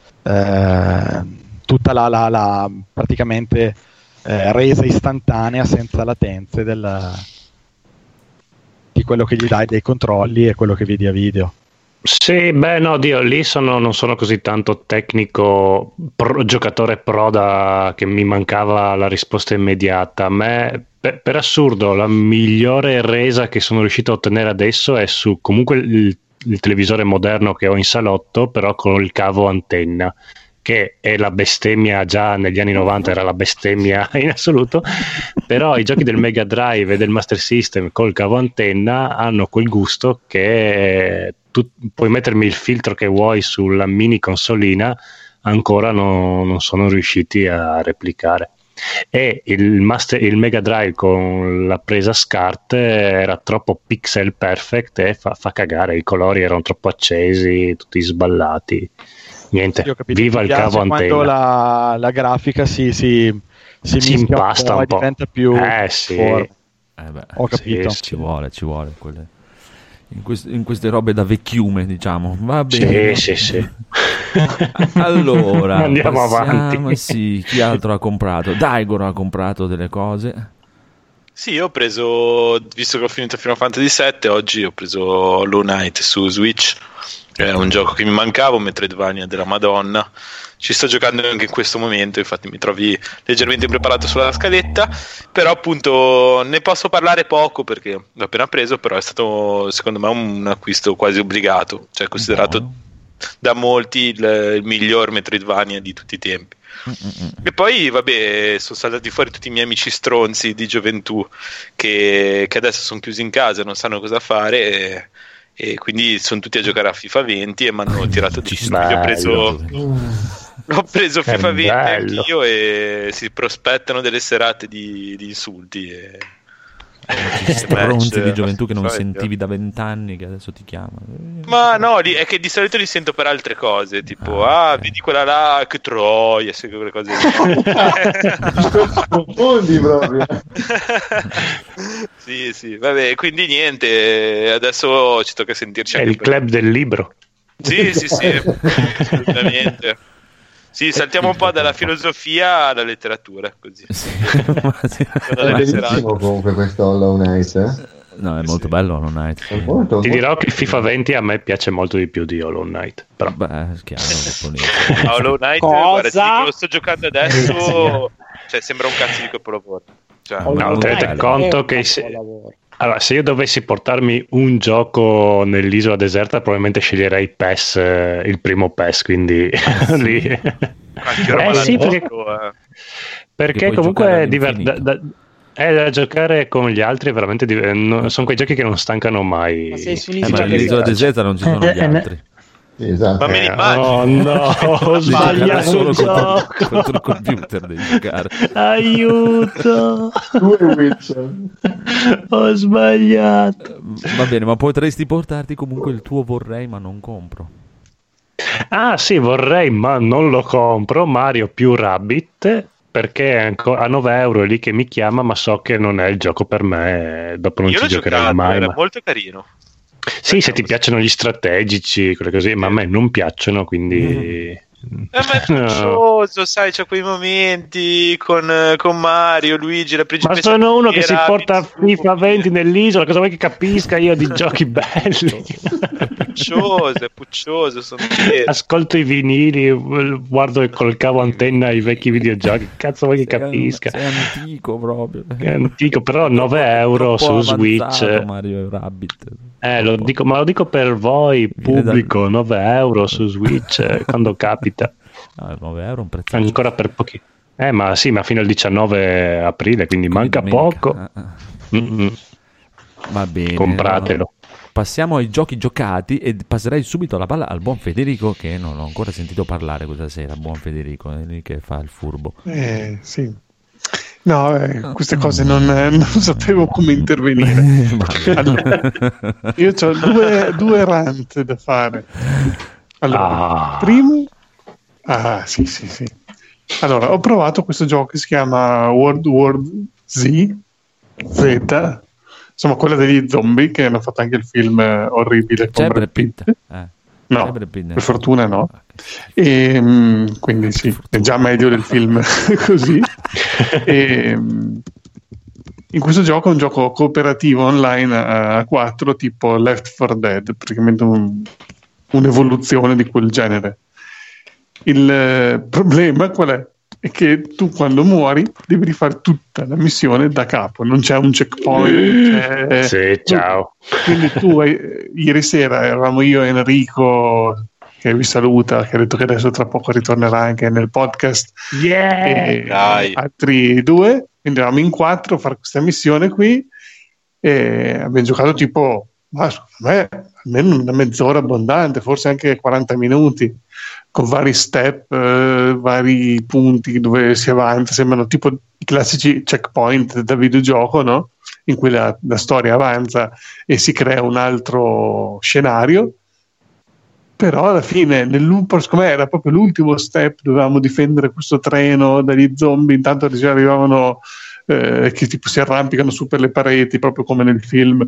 tutta la praticamente resa istantanea senza latenze di quello che gli dai dei controlli e quello che vedi a video. Sì, beh, no, lì non sono così tanto tecnico, giocatore pro che mi mancava la risposta immediata. A me, per assurdo, la migliore resa che sono riuscito a ottenere adesso è su comunque il televisore moderno che ho in salotto, però con il cavo antenna, che è la bestemmia. Già negli anni 90 era la bestemmia in assoluto, però i giochi del Mega Drive e del Master System col cavo antenna hanno quel gusto che tu puoi mettermi il filtro che vuoi sulla mini consolina, ancora non sono riusciti a replicare. E il Mega Drive con la presa SCART era troppo pixel perfect e fa cagare, i colori erano troppo accesi, tutti sballati. Niente, viva il cavo antenna. Quando la grafica si impasta un po', diventa più sì. Ho capito. Sì. Ci vuole quelle. In queste robe da vecchiume, diciamo. Va bene. Sì. Allora andiamo avanti. Sì, chi altro ha comprato? Daigoro ha comprato delle cose. Sì, io ho preso, visto che ho finito Final Fantasy VII, oggi ho preso Hollow Knight su Switch. È un gioco che mi mancava, un Metroidvania della Madonna. Ci sto giocando anche in questo momento, infatti mi trovi leggermente impreparato sulla scaletta, però appunto ne posso parlare poco perché l'ho appena preso, però è stato secondo me un acquisto quasi obbligato, cioè considerato da molti il miglior Metroidvania di tutti i tempi. E poi vabbè, sono saltati fuori tutti i miei amici stronzi di gioventù che adesso sono chiusi in casa, non sanno cosa fare e quindi sono tutti a giocare a FIFA 20 e mi hanno tirato di ho preso FIFA 20 anch'io e si prospettano delle serate di insulti e stronzi di gioventù che non sentivi da 20 anni che adesso ti chiamano. Ma no, è che di solito li sento per altre cose, tipo vedi quella là, che troia, se quelle cose profondi proprio. sì, vabbè, quindi niente, adesso ci tocca sentirci è anche il club del libro. Sì, assolutamente. Sì, saltiamo un po' dalla filosofia alla letteratura, così. È bellissimo comunque questo Hollow Knight, No, è molto bello Hollow Knight. Ti dirò che FIFA 20 a me piace molto di più di Hollow Knight. Però è chiaro, Hollow Knight, guarda, ti dico, lo sto giocando adesso, cioè sembra un cazzo di capolavoro. No, tenete conto che allora, se io dovessi portarmi un gioco nell'isola deserta, probabilmente sceglierei PES, il primo PES, quindi lì. Sì, perché comunque è da giocare con gli altri, veramente sono quei giochi che non stancano mai. Ma nell'isola deserta non ci sono gli altri. Esatto. Ma me li immagino. Oh no, ho sbagliato solo contro il computer devi giocare. Aiuto, ho sbagliato. Va bene, ma potresti portarti comunque il tuo vorrei ma non compro. Ah sì, vorrei ma non lo compro, Mario più Rabbids, perché è a 9 euro è lì che mi chiama, ma so che non è il gioco per me, dopo non ci giocherei mai. Era molto carino. Sì, se ti piacciono gli strategici, quelle così, ma a me non piacciono, quindi Ma è puccioso, sai, c'è quei momenti con Mario, Luigi, la principessa. Ma sono uno che si porta FIFA 20 nell'isola, cosa vuoi che capisca io di giochi belli? È puccioso, sono ascolto i vinili, guardo col cavo antenna i vecchi videogiochi, cazzo vuoi che capisca? Sei antico proprio. È antico, però 9 euro su Switch. Mario Rabbit. Lo dico per voi, pubblico, 9 euro su Switch quando capita. 9 euro un prezzo ancora per pochi. Ma sì, ma fino al 19 aprile, quindi manca poco. Va bene, compratelo. No. Passiamo ai giochi giocati e passerei subito la palla al buon Federico, che non ho ancora sentito parlare questa sera. Buon Federico, è lì che fa il furbo. Sì. No, queste cose non sapevo come intervenire. Allora, io ho due rant da fare. Allora, primo, sì. Allora, ho provato questo gioco che si chiama World War Z, insomma, quella degli zombie, che hanno fatto anche il film orribile con Brad Pitt. No, per fortuna no. E, quindi sì, è già meglio del film così. E, in questo gioco è un gioco cooperativo online a 4, tipo Left 4 Dead, praticamente un'evoluzione di quel genere. Il problema qual è? È che tu quando muori devi rifare tutta la missione da capo, non c'è un checkpoint. Sì, ciao. Quindi tu ieri sera eravamo io e Enrico, che vi saluta, che ha detto che adesso tra poco ritornerà anche nel podcast, e altri 2, quindi eravamo in 4 a fare questa missione qui e abbiamo giocato tipo, secondo me, almeno una mezz'ora abbondante, forse anche 40 minuti, con vari step, vari punti dove si avanza, sembrano tipo i classici checkpoint da videogioco, no? In cui la storia avanza e si crea un altro scenario, però alla fine secondo me era proprio l'ultimo step, dovevamo difendere questo treno dagli zombie, intanto arrivavano che tipo si arrampicano su per le pareti, proprio come nel film,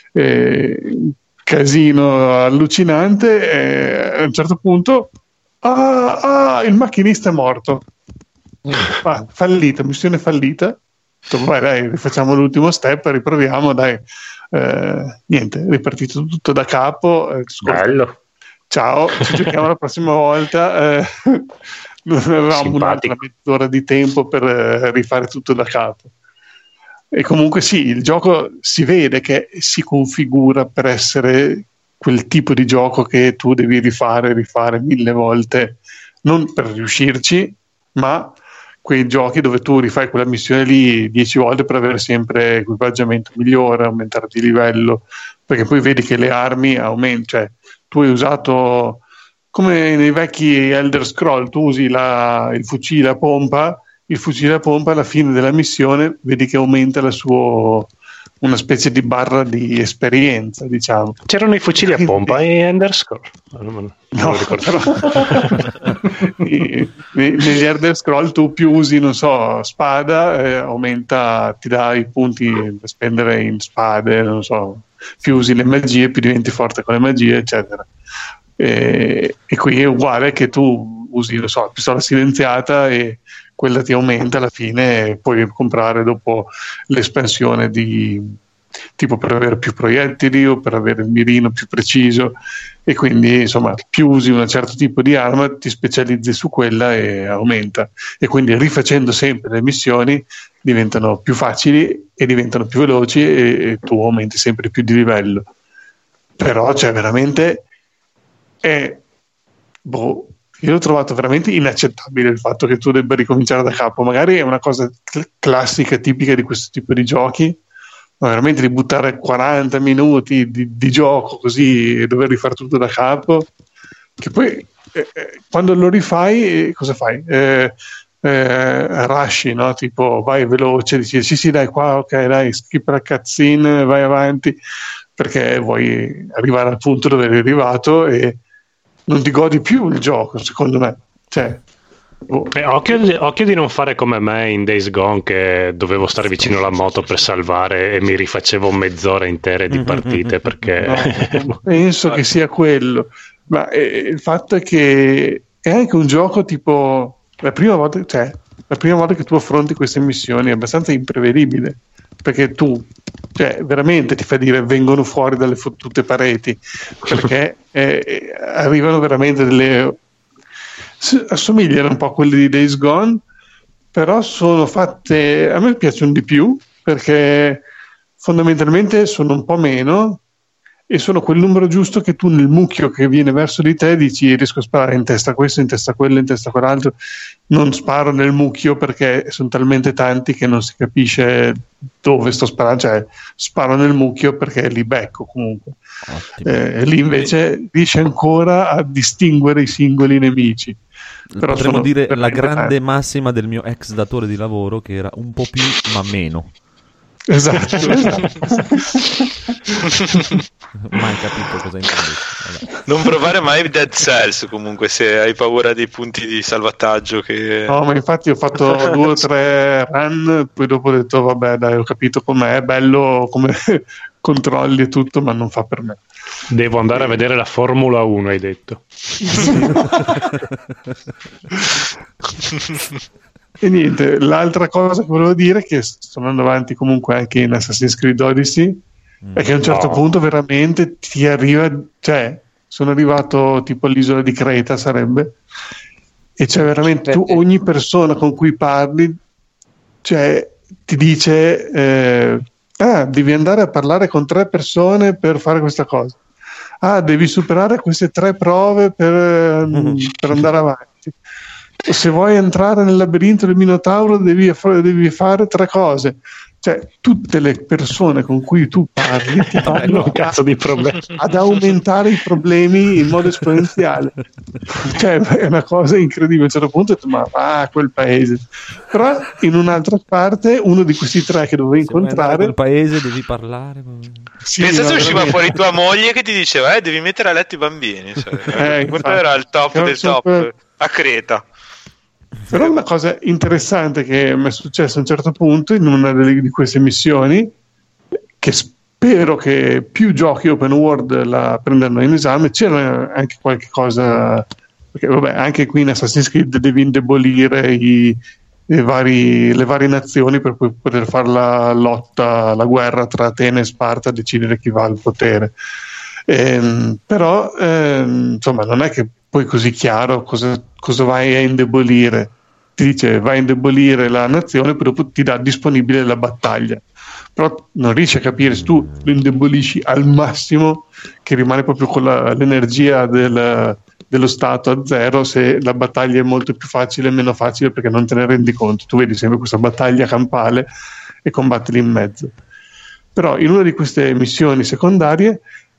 casino allucinante, e a un certo punto il macchinista è morto. Fallita, missione fallita. Vai, dai, rifacciamo l'ultimo step, riproviamo, dai. Niente, ripartito tutto da capo. Bello. Ciao, ci giochiamo la prossima volta. Non avevamo un'altra mezz'ora di tempo per rifare tutto da capo. E comunque sì, il gioco si vede che si configura per essere quel tipo di gioco che tu devi rifare 1000 volte, non per riuscirci, ma quei giochi dove tu rifai quella missione lì 10 volte per avere sempre equipaggiamento migliore, aumentare di livello, perché poi vedi che le armi aumentano, cioè tu hai usato, come nei vecchi Elder Scroll, tu usi il fucile a pompa, alla fine della missione vedi che aumenta una specie di barra di esperienza, diciamo. C'erano i fucili a pompa in Elder Scroll? No, negli Elder Scroll tu più usi, non so, spada, aumenta, ti dà i punti da spendere in spade, non so, più usi le magie, più diventi forte con le magie, eccetera. E qui è uguale, che tu usi, non so, pistola silenziata e quella ti aumenta alla fine, e puoi comprare dopo l'espansione tipo per avere più proiettili o per avere il mirino più preciso, e quindi insomma più usi un certo tipo di arma ti specializzi su quella e aumenta, e quindi rifacendo sempre le missioni diventano più facili e diventano più veloci e tu aumenti sempre più di livello. Però cioè veramente io l'ho trovato veramente inaccettabile il fatto che tu debba ricominciare da capo. Magari è una cosa classica, tipica di questo tipo di giochi, ma veramente di buttare 40 minuti di gioco così e dover rifare tutto da capo, che poi quando lo rifai cosa fai? Rushi, no? Tipo vai veloce, dici sì dai qua, ok dai, skip la cutscene, vai avanti, perché vuoi arrivare al punto dove eri arrivato e non ti godi più il gioco, secondo me. Cioè, occhio di non fare come me in Days Gone, che dovevo stare vicino alla moto per salvare e mi rifacevo mezz'ora intera di partite perché penso che sia quello, ma il fatto è che è anche un gioco tipo la prima volta che tu affronti queste missioni è abbastanza imprevedibile, perché tu veramente ti fa dire vengono fuori dalle fottute pareti, perché arrivano veramente delle assomigliano un po' a quelli di Days Gone, però sono fatte, a me piacciono di più perché fondamentalmente sono un po' meno e sono quel numero giusto che tu nel mucchio che viene verso di te dici riesco a sparare in testa a questo, in testa a quello, in testa a quell'altro. Non sparo nel mucchio perché sono talmente tanti che non si capisce dove sto sparando, cioè sparo nel mucchio perché li becco comunque. Lì invece riesci ancora a distinguere i singoli nemici. Però potremmo dire la grande tanti. massima del mio ex datore di lavoro, che era un po' più ma meno. Esatto. Mai capito cosa intendessi. Non provare mai Dead Cells comunque se hai paura dei punti di salvataggio che... No, ma infatti ho fatto 2 o 3 run, poi dopo ho detto vabbè dai, ho capito com'è, è bello come controlli e tutto, ma non fa per me. Devo andare a vedere la Formula 1, hai detto. E niente, l'altra cosa che volevo dire è che sto andando avanti comunque anche in Assassin's Creed Odyssey, è che a un certo punto veramente ti arriva, cioè sono arrivato tipo all'isola di Creta sarebbe, e c'è veramente tu, ogni persona con cui parli, cioè ti dice devi andare a parlare con 3 persone per fare questa cosa, devi superare queste 3 prove per andare avanti, se vuoi entrare nel labirinto del Minotauro devi fare 3 cose. Cioè, tutte le persone con cui tu parli ti fanno ad aumentare i problemi in modo esponenziale. Cioè, è una cosa incredibile. A un certo punto ho detto, ma va a quel paese. Però in un'altra parte, uno di questi 3 che dovevi incontrare... A quel paese devi parlare... Sì, pensa se usciva fuori tua moglie che ti diceva devi mettere a letto i bambini. Cioè, questo era il top del top a Creta. Però una cosa interessante che mi è successa a un certo punto in una di queste missioni, che spero che più giochi open world la prendano in esame, c'era anche qualche cosa, perché vabbè, anche qui in Assassin's Creed devi indebolire le varie nazioni per poi poter fare la lotta, la guerra tra Atene e Sparta, decidere chi va al potere. Però insomma non è che poi così chiaro cosa vai a indebolire. Ti dice vai a indebolire la nazione, poi dopo ti dà disponibile la battaglia, però non riesci a capire se tu lo indebolisci al massimo che rimane proprio con l'energia dello stato a 0, se la battaglia è molto più facile e meno facile perché non te ne rendi conto. Tu vedi sempre questa battaglia campale e combatti lì in mezzo. Però in una di queste missioni secondarie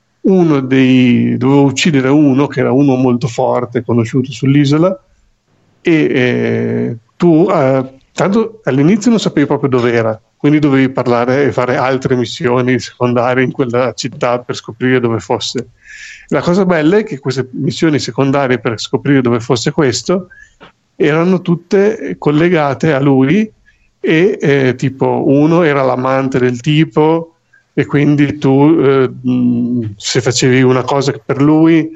dovevo uccidere uno che era uno molto forte, conosciuto sull'isola, e tu tanto all'inizio non sapevi proprio dove era, quindi dovevi parlare e fare altre missioni secondarie in quella città per scoprire dove fosse. La cosa bella è che queste missioni secondarie per scoprire dove fosse questo erano tutte collegate a lui e tipo uno era l'amante del tipo, e quindi tu se facevi una cosa per lui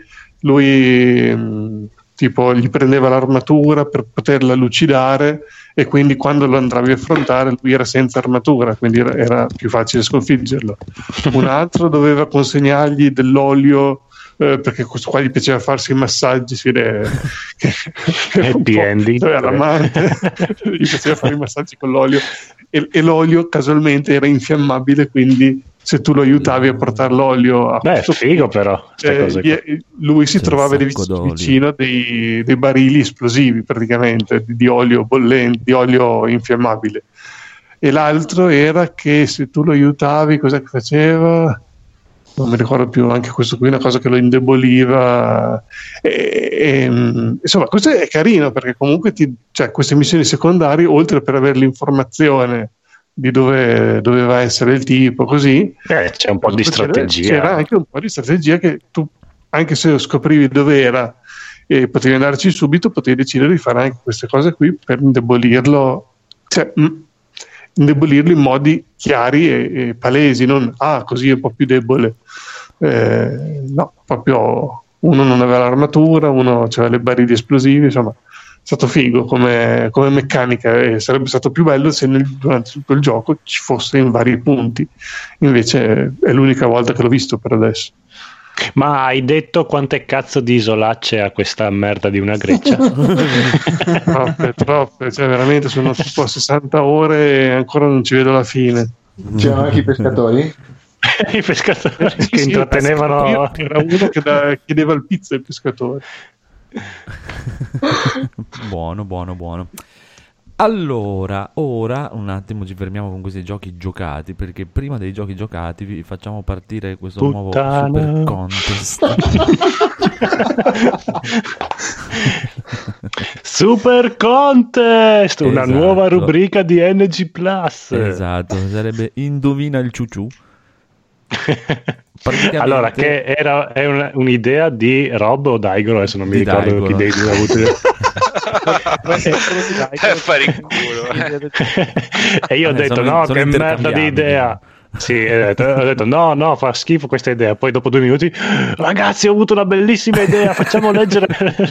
tipo gli prendeva l'armatura per poterla lucidare, e quindi quando lo andavi a affrontare lui era senza armatura, quindi era più facile sconfiggerlo. Un altro doveva consegnargli dell'olio perché questo qua gli piaceva farsi i massaggi, si vede che happy ending, l'amante gli piaceva fare i massaggi con l'olio, e l'olio casualmente era infiammabile, quindi se tu lo aiutavi a portare l'olio figo però lui si trovava vicino a dei barili esplosivi praticamente di olio bollente, di olio infiammabile. E l'altro era che se tu lo aiutavi, cosa che faceva? Non mi ricordo più, anche questo qui è una cosa che lo indeboliva, insomma questo è carino perché comunque cioè, queste missioni secondarie, oltre per avere l'informazione di dove doveva essere il tipo, così c'è un po' di strategia, c'era anche un po' di strategia che tu, anche se scoprivi dove era e potevi andarci subito, potevi decidere di fare anche queste cose qui per indebolirlo, cioè indebolirlo in modi chiari e palesi, non così è un po' più debole, no, proprio uno non aveva l'armatura, uno aveva le barili esplosivi, insomma è stato figo come meccanica, e sarebbe stato più bello se durante tutto il gioco ci fosse in vari punti. Invece è l'unica volta che l'ho visto per adesso. Ma hai detto quante cazzo di isolacce ha questa merda di una greccia? troppe, cioè veramente sono tipo 60 ore e ancora non ci vedo la fine. C'erano anche i pescatori? I pescatori che intrattenevano. Era uno che chiedeva il pizza ai pescatori. Buono. Allora, ora un attimo ci fermiamo con questi giochi giocati, perché prima dei giochi giocati vi facciamo partire questo nuovo Super Contest. Super Contest, una nuova rubrica di NG Plus. Esatto, sarebbe Indovina il ciuciù. Allora, che è un'idea di Rob o Daigoro, adesso non mi ricordo che idea ha avuto. Fare in culo. E io ho detto no, che merda di idea. Sì, ho detto no, fa schifo questa idea. Poi dopo 2 minuti, ragazzi, ho avuto una bellissima idea, facciamo leggere.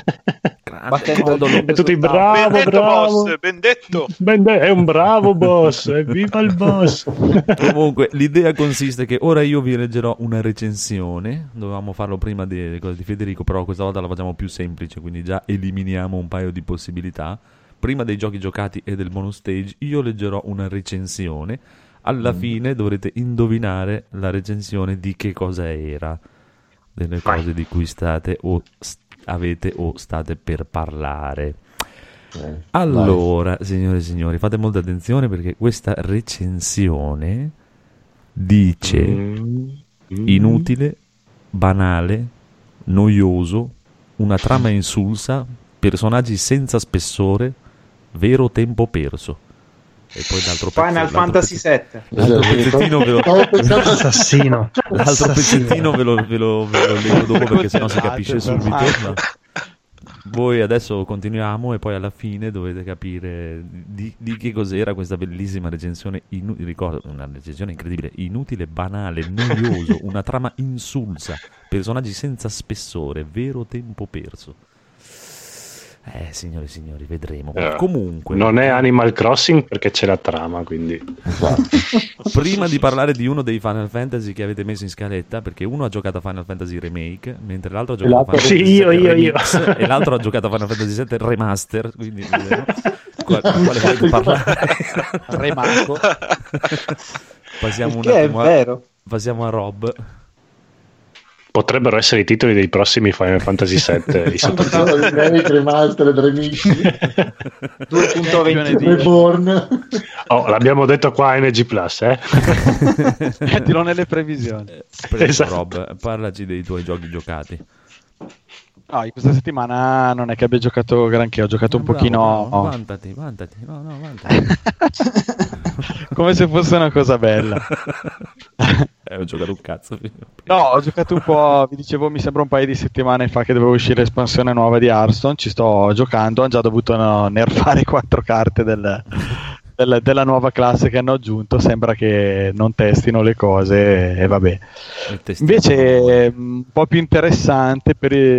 E tutti bravo, boss, ben detto. È un bravo boss, evviva il boss. Comunque l'idea consiste che ora io vi leggerò una recensione. Dovevamo farlo prima delle cose di Federico, però questa volta la facciamo più semplice, quindi già eliminiamo un paio di possibilità. Prima dei giochi giocati e del bonus stage io leggerò una recensione. Alla fine dovrete indovinare la recensione di che cosa era, delle cose di cui avete o state per parlare. Allora, signore e signori, fate molta attenzione, perché questa recensione dice inutile, banale, noioso, una trama insulsa, personaggi senza spessore, vero tempo perso. E poi Final Fantasy VII. L'altro pezzettino ve lo assassino. L'altro pezzettino ve lo leggo dopo, perché sennò si capisce subito. No. Voi adesso continuiamo e poi alla fine dovete capire di che cos'era questa bellissima recensione. Ricordo, una recensione incredibile: inutile, banale, noioso, una trama insulsa, personaggi senza spessore, vero tempo perso. Signori e signori, vedremo. Comunque, non è Animal Crossing perché c'è la trama, quindi. Prima di parlare di uno dei Final Fantasy che avete messo in scaletta, perché uno ha giocato a Final Fantasy Remake, mentre l'altro ha giocato a Final Fantasy VII Remix, e l'altro ha giocato a Final Fantasy VII Remaster, quindi quale volete parlare? Remarco. Passiamo un che attimo è vero. Passiamo a Rob. Potrebbero essere i titoli dei prossimi Final Fantasy VII. Remaster, Remix 2.20 Reborn. L'abbiamo detto qua a NG Plus, Mettilo nelle previsioni. Esatto. Rob, parlaci dei tuoi giochi giocati. No, in questa settimana non è che abbia giocato granché, ho giocato un pochino. Vantati. Vantati. Come se fosse una cosa bella. Ho giocato un cazzo. No, ho giocato un po', vi dicevo, mi sembra un paio di settimane fa che doveva uscire l'espansione nuova di Hearthstone, ci sto giocando, hanno già dovuto nerfare 4 carte della nuova classe che hanno aggiunto, sembra che non testino le cose e vabbè. Invece un po' più interessante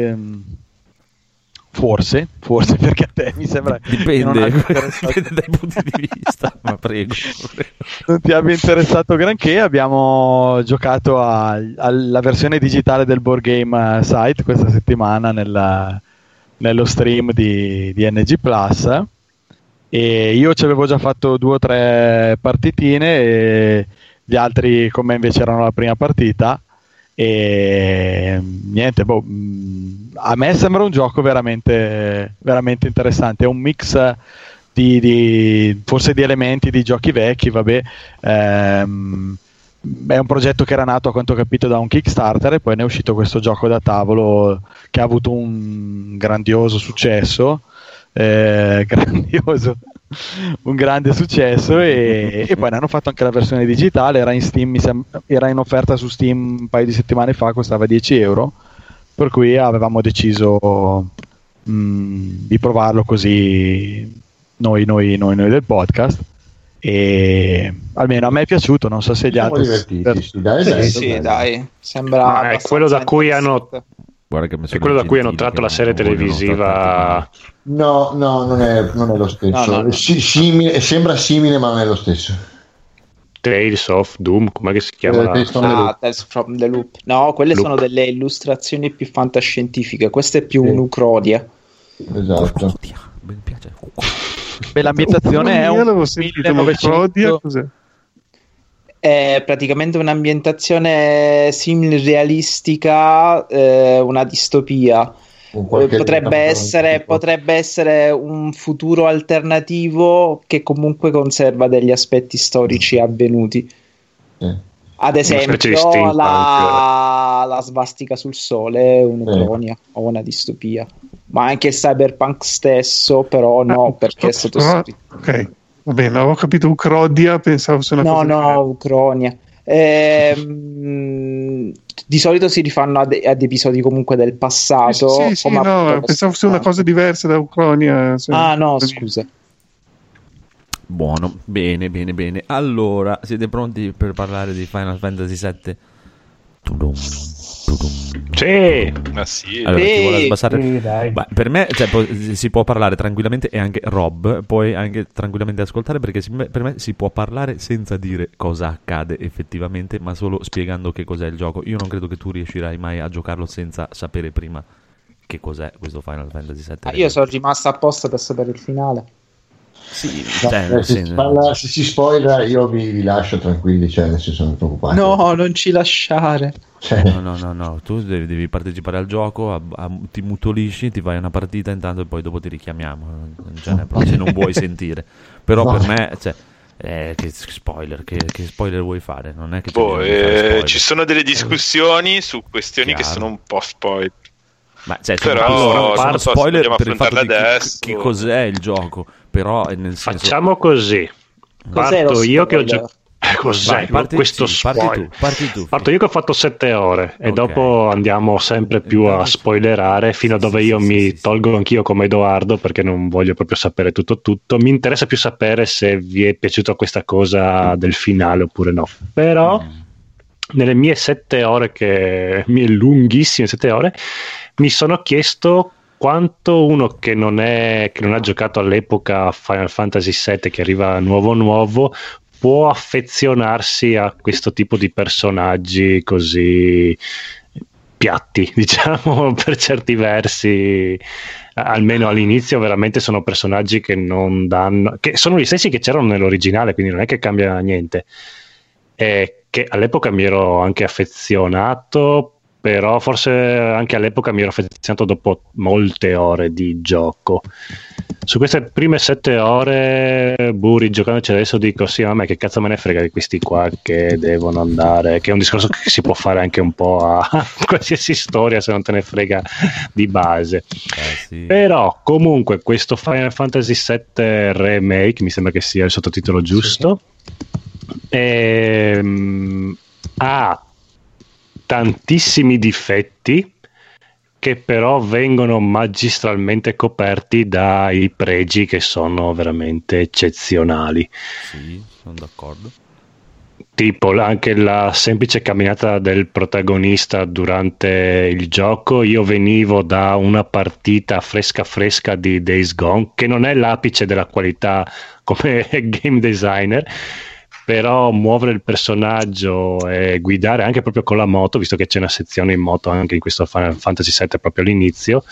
forse perché a te mi sembra dipende dai punti di vista, ma prego. Non ti abbia interessato granché. Abbiamo giocato alla versione digitale del Board Game Site questa settimana nello stream di NG Plus, e io ci avevo già fatto 2 o 3 partitine e gli altri con me invece erano la prima partita. E niente, a me sembra un gioco veramente, veramente interessante. È un mix forse di elementi di giochi vecchi, vabbè. È un progetto che era nato, a quanto ho capito, da un Kickstarter, e poi ne è uscito questo gioco da tavolo che ha avuto un grandioso successo. Un grande successo, e poi ne hanno fatto anche la versione digitale. Era in Steam, era in offerta su Steam un paio di settimane fa, costava 10 euro, per cui avevamo deciso di provarlo così noi del podcast, e almeno a me è piaciuto, non so se gli altri dai, sembra è quello da cui hanno Guarda che è quello da cui hanno tratto la serie televisiva. No, non è lo stesso. No. Sembra simile, ma non è lo stesso. Tales of Doom, com'è che si chiama? Tales from the Loop. No, quelle sono delle illustrazioni più fantascientifiche. Questo è più un'Ucrodia. Esatto. Mi piace. Beh, l'ambientazione è un cos'è? È praticamente un'ambientazione simil-realistica, una distopia. Potrebbe essere un futuro alternativo che comunque conserva degli aspetti storici avvenuti. Ad esempio la svastica sul sole è un'ucronia o una distopia, ma anche il cyberpunk stesso, però no, perché è stato scritto. Ok, va bene, avevo capito Ucrodia, pensavo fosse una cosa. No, Ucronia. Di solito si rifanno ad episodi comunque del passato. Sì, no, pensavo fosse una cosa diversa da Ucronia. Scusa. Buono, bene. Allora, siete pronti per parlare di Final Fantasy VII? Sì, ma sì. Allora, chi vuole sbassare? Sì, dai. Beh, per me si può parlare tranquillamente, e anche Rob puoi anche tranquillamente ascoltare, perché per me si può parlare senza dire cosa accade effettivamente, ma solo spiegando che cos'è il gioco. Io non credo che tu riuscirai mai a giocarlo senza sapere prima che cos'è questo Final Fantasy VII. Io sono rimasto apposta per sapere il finale. Sì, se si spoiler io vi lascio tranquilli, cioè nel senso non preoccupate. No, non ci lasciare. No, tu devi partecipare al gioco, ti mutolisci, ti fai una partita intanto e poi dopo ti richiamiamo, se non vuoi sentire. Però per me, che spoiler vuoi fare? Non è che ci sono delle discussioni su questioni che sono un po' spoiler. Ma però sono spoiler per il fatto di adesso. che cos'è il gioco, però nel senso... Facciamo così. Parto io che ho giocato. Cos'è questo spoiler? Parto io che ho fatto 7 ore e dopo andiamo sempre più a spoilerare fino a dove io mi tolgo anch'io come Edoardo, perché non voglio proprio sapere tutto. Mi interessa più sapere se vi è piaciuta questa cosa del finale oppure no. Però nelle mie 7 ore, mie lunghissime 7 ore, mi sono chiesto quanto uno che non ha giocato all'epoca Final Fantasy VII, che arriva nuovo, può affezionarsi a questo tipo di personaggi così piatti, diciamo, per certi versi. Almeno all'inizio veramente sono personaggi che non danno, che sono gli stessi che c'erano nell'originale, quindi non è che cambia niente, e che all'epoca mi ero anche affezionato, però forse anche all'epoca mi ero affezionato dopo molte ore di gioco. Su queste prime 7 ore, rigiocandoci adesso, dico sì, a me che cazzo me ne frega di questi qua che devono andare, che è un discorso che si può fare anche un po' a qualsiasi storia se non te ne frega di base. Sì. Però comunque questo Final Fantasy VII Remake, mi sembra che sia il sottotitolo giusto, ha tantissimi difetti che però vengono magistralmente coperti dai pregi che sono veramente eccezionali. Sì, sono d'accordo. Tipo anche la semplice camminata del protagonista durante il gioco. Io venivo da una partita fresca di Days Gone, che non è l'apice della qualità come game designer, però muovere il personaggio e guidare anche proprio con la moto, visto che c'è una sezione in moto anche in questo Final Fantasy VII proprio all'inizio,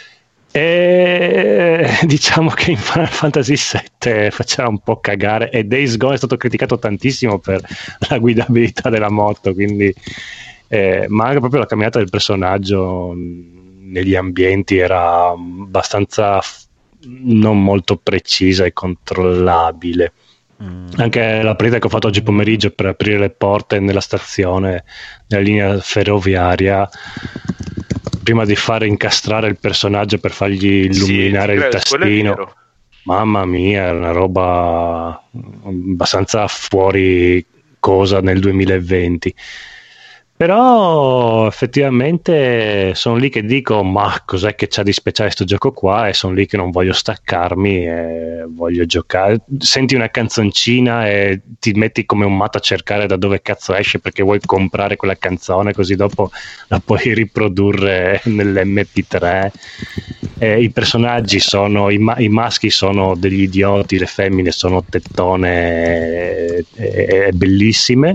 e diciamo che in Final Fantasy VII faceva un po' cagare, e Days Gone è stato criticato tantissimo per la guidabilità della moto, quindi ma anche proprio la camminata del personaggio negli ambienti era abbastanza non molto precisa e controllabile. Anche la partita che ho fatto oggi pomeriggio per aprire le porte nella stazione, nella linea ferroviaria, prima di fare incastrare il personaggio per fargli illuminare il tastino, mamma mia, era una roba abbastanza fuori cosa nel 2020. Però effettivamente sono lì che dico, ma cos'è che c'ha di speciale sto gioco qua? E sono lì che non voglio staccarmi e voglio giocare. Senti una canzoncina e ti metti come un matto a cercare da dove cazzo esce, perché vuoi comprare quella canzone, così dopo la puoi riprodurre nell'MP3. I personaggi sono i maschi sono degli idioti, le femmine sono tettone e bellissime.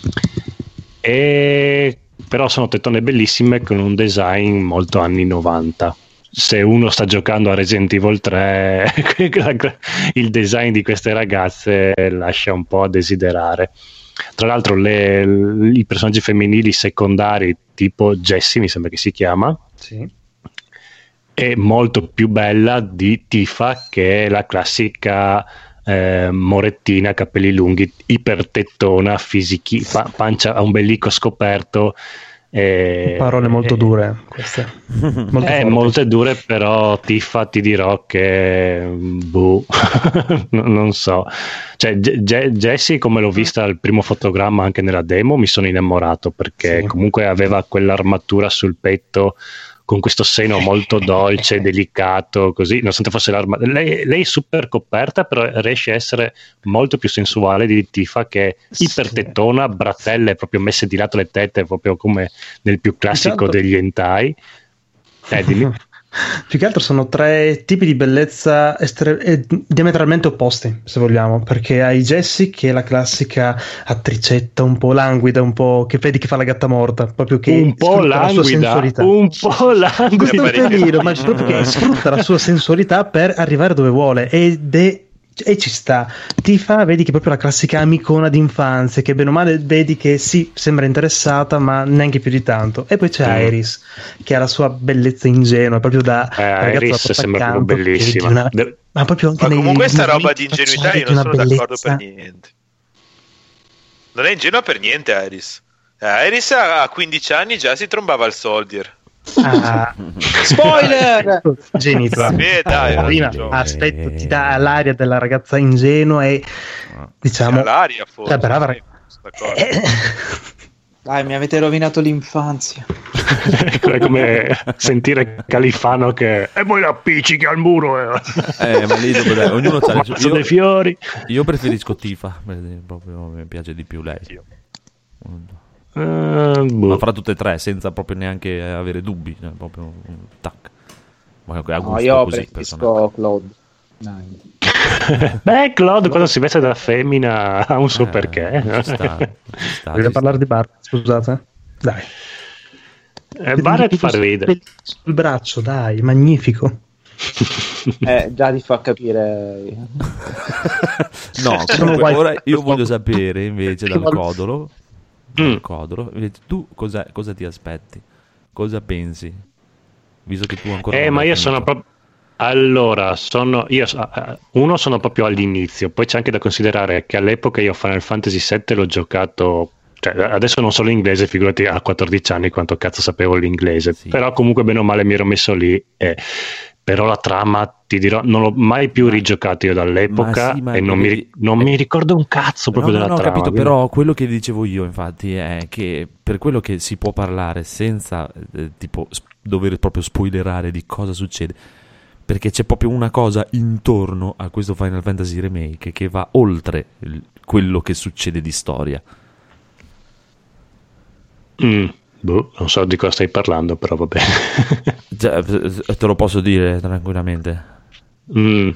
Però sono tettone bellissime con un design molto anni 90. Se uno sta giocando a Resident Evil 3 il design di queste ragazze lascia un po' a desiderare. Tra l'altro i personaggi femminili secondari tipo Jessie, mi sembra che si chiama, sì, è molto più bella di Tifa, che è la classica morettina, capelli lunghi, ipertettona, pancia a un bellico scoperto. Parole molto dure queste. Molte dure, però Tifa ti dirò che non so, cioè Jessie, come l'ho vista al primo fotogramma anche nella demo, mi sono innamorato, perché comunque aveva quell'armatura sul petto con questo seno molto dolce, delicato, così, nonostante fosse lei è super coperta, però riesce a essere molto più sensuale di Tifa, che è ipertettona, brattelle proprio messe di lato le tette, proprio come nel più classico degli hentai. Dimmi. Più che altro sono tre tipi di bellezza diametralmente opposti, se vogliamo, perché hai Jessie, che è la classica attricetta un po' languida, un po' che vedi che fa la gatta morta, proprio che un po' languida, ma proprio che sfrutta la sua sensualità per arrivare dove vuole, e ci sta. Tifa, vedi che è proprio la classica amicona d'infanzia, che bene o male vedi che sì, sembra interessata, ma neanche più di tanto. E poi c'è Iris, che ha la sua bellezza ingenua, proprio da Iris sembra proprio bellissima. Ma proprio anche comunque sta roba di ingenuità io non sono d'accordo per niente. Non è ingenua per niente Iris. Iris a 15 anni già si trombava al Soldier. Spoiler! Genito. Aspetta, ti dà l'aria della ragazza ingenua e diciamo l'aria forse. Brava. Dai, mi avete rovinato l'infanzia. È come sentire Califano che e poi la appiccichi al muro. Ma lì ognuno ha dei fiori. Io preferisco Tifa, proprio mi piace di più lei. Ma fra tutte e tre, senza proprio neanche avere dubbi, proprio tac. No, io preferisco Claude. Beh, Claude quando si veste da femmina ha un suo perché. Voglio parlare di Barret, scusate. Dai. Barret fa ridere. Il braccio, dai, magnifico. Già ti fa capire. No, comunque, ora io voglio sapere invece dal Codolo. Tu cosa ti aspetti? Cosa pensi? Visto che tu ancora ma io sono proprio allora sono proprio all'inizio. Poi c'è anche da considerare che all'epoca io Final Fantasy VII l'ho giocato, cioè, adesso non so l'inglese, figurati a 14 anni quanto cazzo sapevo l'inglese, però comunque bene o male mi ero messo lì però la trama, ti dirò, non l'ho mai più rigiocato io dall'epoca e non mi ricordo un cazzo proprio della trama. Ho capito, però quello che dicevo io infatti è che per quello che si può parlare senza tipo dover proprio spoilerare di cosa succede, perché c'è proprio una cosa intorno a questo Final Fantasy Remake che va oltre quello che succede di storia. Non so di cosa stai parlando, però va bene. Te lo posso dire tranquillamente. Non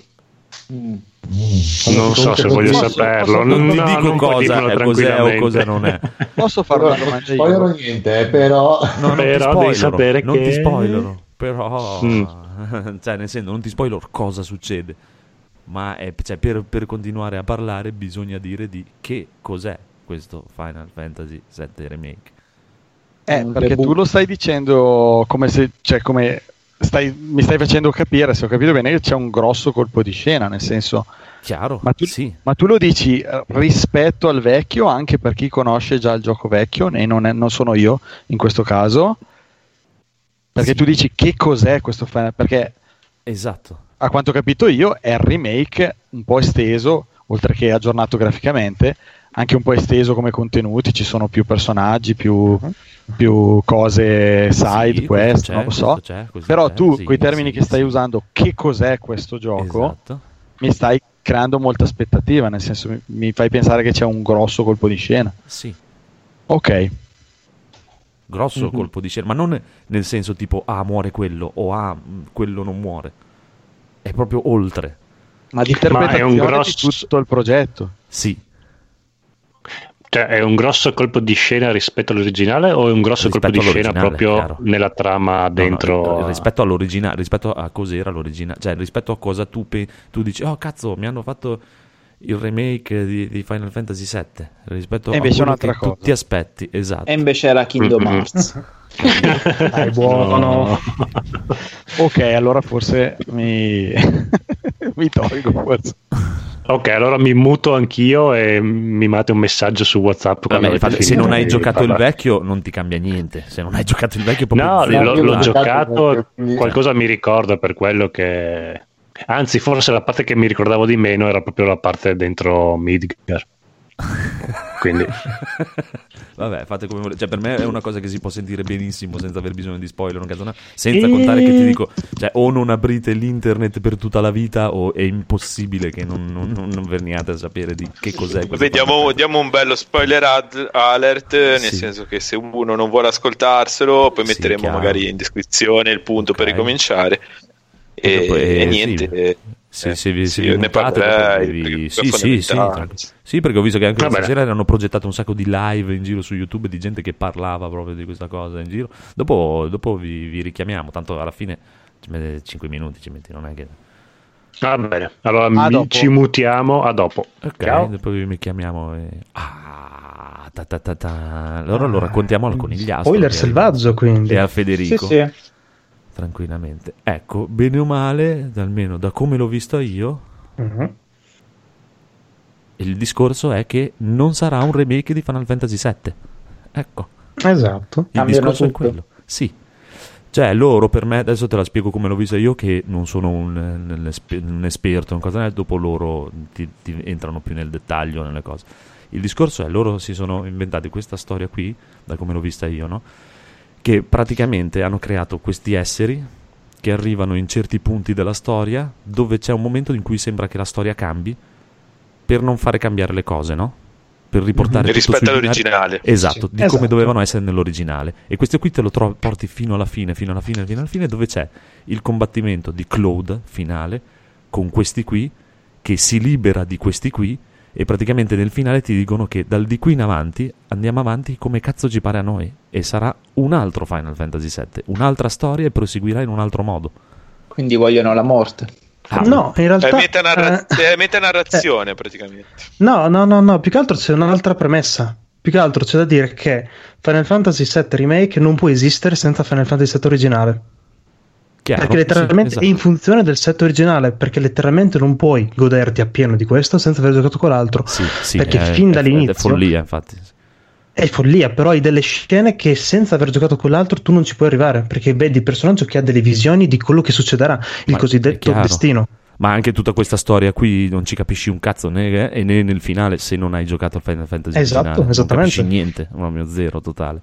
so se voglio saperlo. Non ti dico cosa cos'è o cosa non è. Posso fare una domanda? Non spoilerò niente, però devi sapere non ti spoilerò, però cioè nel senso non ti spoilerò cosa succede, ma per continuare a parlare bisogna dire di che cos'è questo Final Fantasy VII Remake. Perché tu lo stai dicendo come se, cioè come mi stai facendo capire, se ho capito bene, che c'è un grosso colpo di scena, nel senso chiaro, ma tu lo dici rispetto al vecchio, anche per chi conosce già il gioco vecchio, e non sono io in questo caso, perché tu dici che cos'è questo Final, perché esatto, a quanto ho capito io è il remake un po' esteso, oltre che aggiornato graficamente, anche un po' esteso come contenuti, ci sono più personaggi, più cose side, quest, non lo so. Però tu, coi termini che stai usando, che cos'è questo gioco, Esatto. mi stai creando molta aspettativa, nel senso mi fai pensare che c'è un grosso colpo di scena. Sì. Ok. Grosso colpo di scena, ma non nel senso tipo muore quello o quello non muore. È proprio oltre. Ma di interpretazione di tutto il progetto. Sì. Cioè, è un grosso colpo di scena rispetto all'originale o è un grosso colpo di scena proprio chiaro. nella trama dentro? No, rispetto all'originale, rispetto a cos'era l'originale, cioè rispetto a cosa tu dici, oh cazzo, mi hanno fatto il remake di Final Fantasy VII, rispetto a quello che tu ti aspetti, esatto. E invece era Kingdom Hearts. Dai, buono. No. Ok, allora forse mi tolgo forse. Ok, allora mi muto anch'io e mi mate un messaggio su WhatsApp. Vabbè, se non hai giocato il vecchio non ti cambia niente. Se non hai giocato il vecchio no, l'ho giocato, quindi... qualcosa mi ricorda, per quello che... Anzi, forse la parte che mi ricordavo di meno era proprio la parte dentro Midgar. Quindi vabbè, fate come volete. Cioè, per me è una cosa che si può sentire benissimo senza aver bisogno di spoiler, senza contare che ti dico, cioè, o non aprite l'internet per tutta la vita o è impossibile che non veniate a sapere di che cos'è questo. Diamo un bello spoiler alert, nel senso che se uno non vuole ascoltarselo poi metteremo magari in descrizione il punto per ricominciare e niente. Se vi mutate, sì, perché ho visto che anche questa sera erano progettate un sacco di live in giro su YouTube di gente che parlava proprio di questa cosa in giro. Dopo vi richiamiamo, tanto alla fine 5 minuti ci metti, non è che... Va bene, allora ci mutiamo, a dopo. Ok, ciao. dopo vi richiamiamo allora lo raccontiamo al conigliastro. Spoiler selvaggio, quindi. E a Federico. Sì. Tranquillamente. Ecco, bene o male, almeno da come l'ho visto io, il discorso è che non sarà un remake di Final Fantasy VII. Ecco. Esatto. Il discorso è quello. Sì. Cioè, loro, per me, adesso te la spiego come l'ho vista io, che non sono un esperto in cosa, dopo loro ti entrano più nel dettaglio nelle cose. Il discorso è, loro si sono inventati questa storia qui, da come l'ho vista io, no? Che praticamente hanno creato questi esseri che arrivano in certi punti della storia dove c'è un momento in cui sembra che la storia cambi per non fare cambiare le cose, no? Per riportare tutto rispetto all'originale. Esatto, di come dovevano essere nell'originale. E questo qui te lo porti fino alla fine, dove c'è il combattimento di Claude finale con questi qui, che si libera di questi qui, e praticamente nel finale ti dicono che dal di qui in avanti andiamo avanti come cazzo ci pare a noi, e sarà un altro Final Fantasy VII, un'altra storia, e proseguirà in un altro modo. Quindi vogliono la morte. No, in realtà è metanarrazione praticamente. No, più che altro c'è un'altra premessa. Più che altro c'è da dire che Final Fantasy VII Remake non può esistere senza Final Fantasy VII originale. Chiaro, perché letteralmente esatto. è in funzione del set originale, perché letteralmente non puoi goderti appieno di questo senza aver giocato con l'altro. Sì, perché fin dall'inizio è follia, infatti. È follia, però hai delle scene che senza aver giocato con l'altro tu non ci puoi arrivare, perché vedi il personaggio che ha delle visioni di quello che succederà, il cosiddetto destino. Ma anche tutta questa storia qui non ci capisci un cazzo né nel finale, se non hai giocato al Final Fantasy esatto, originale. Esattamente. Non capisci niente, proprio zero totale.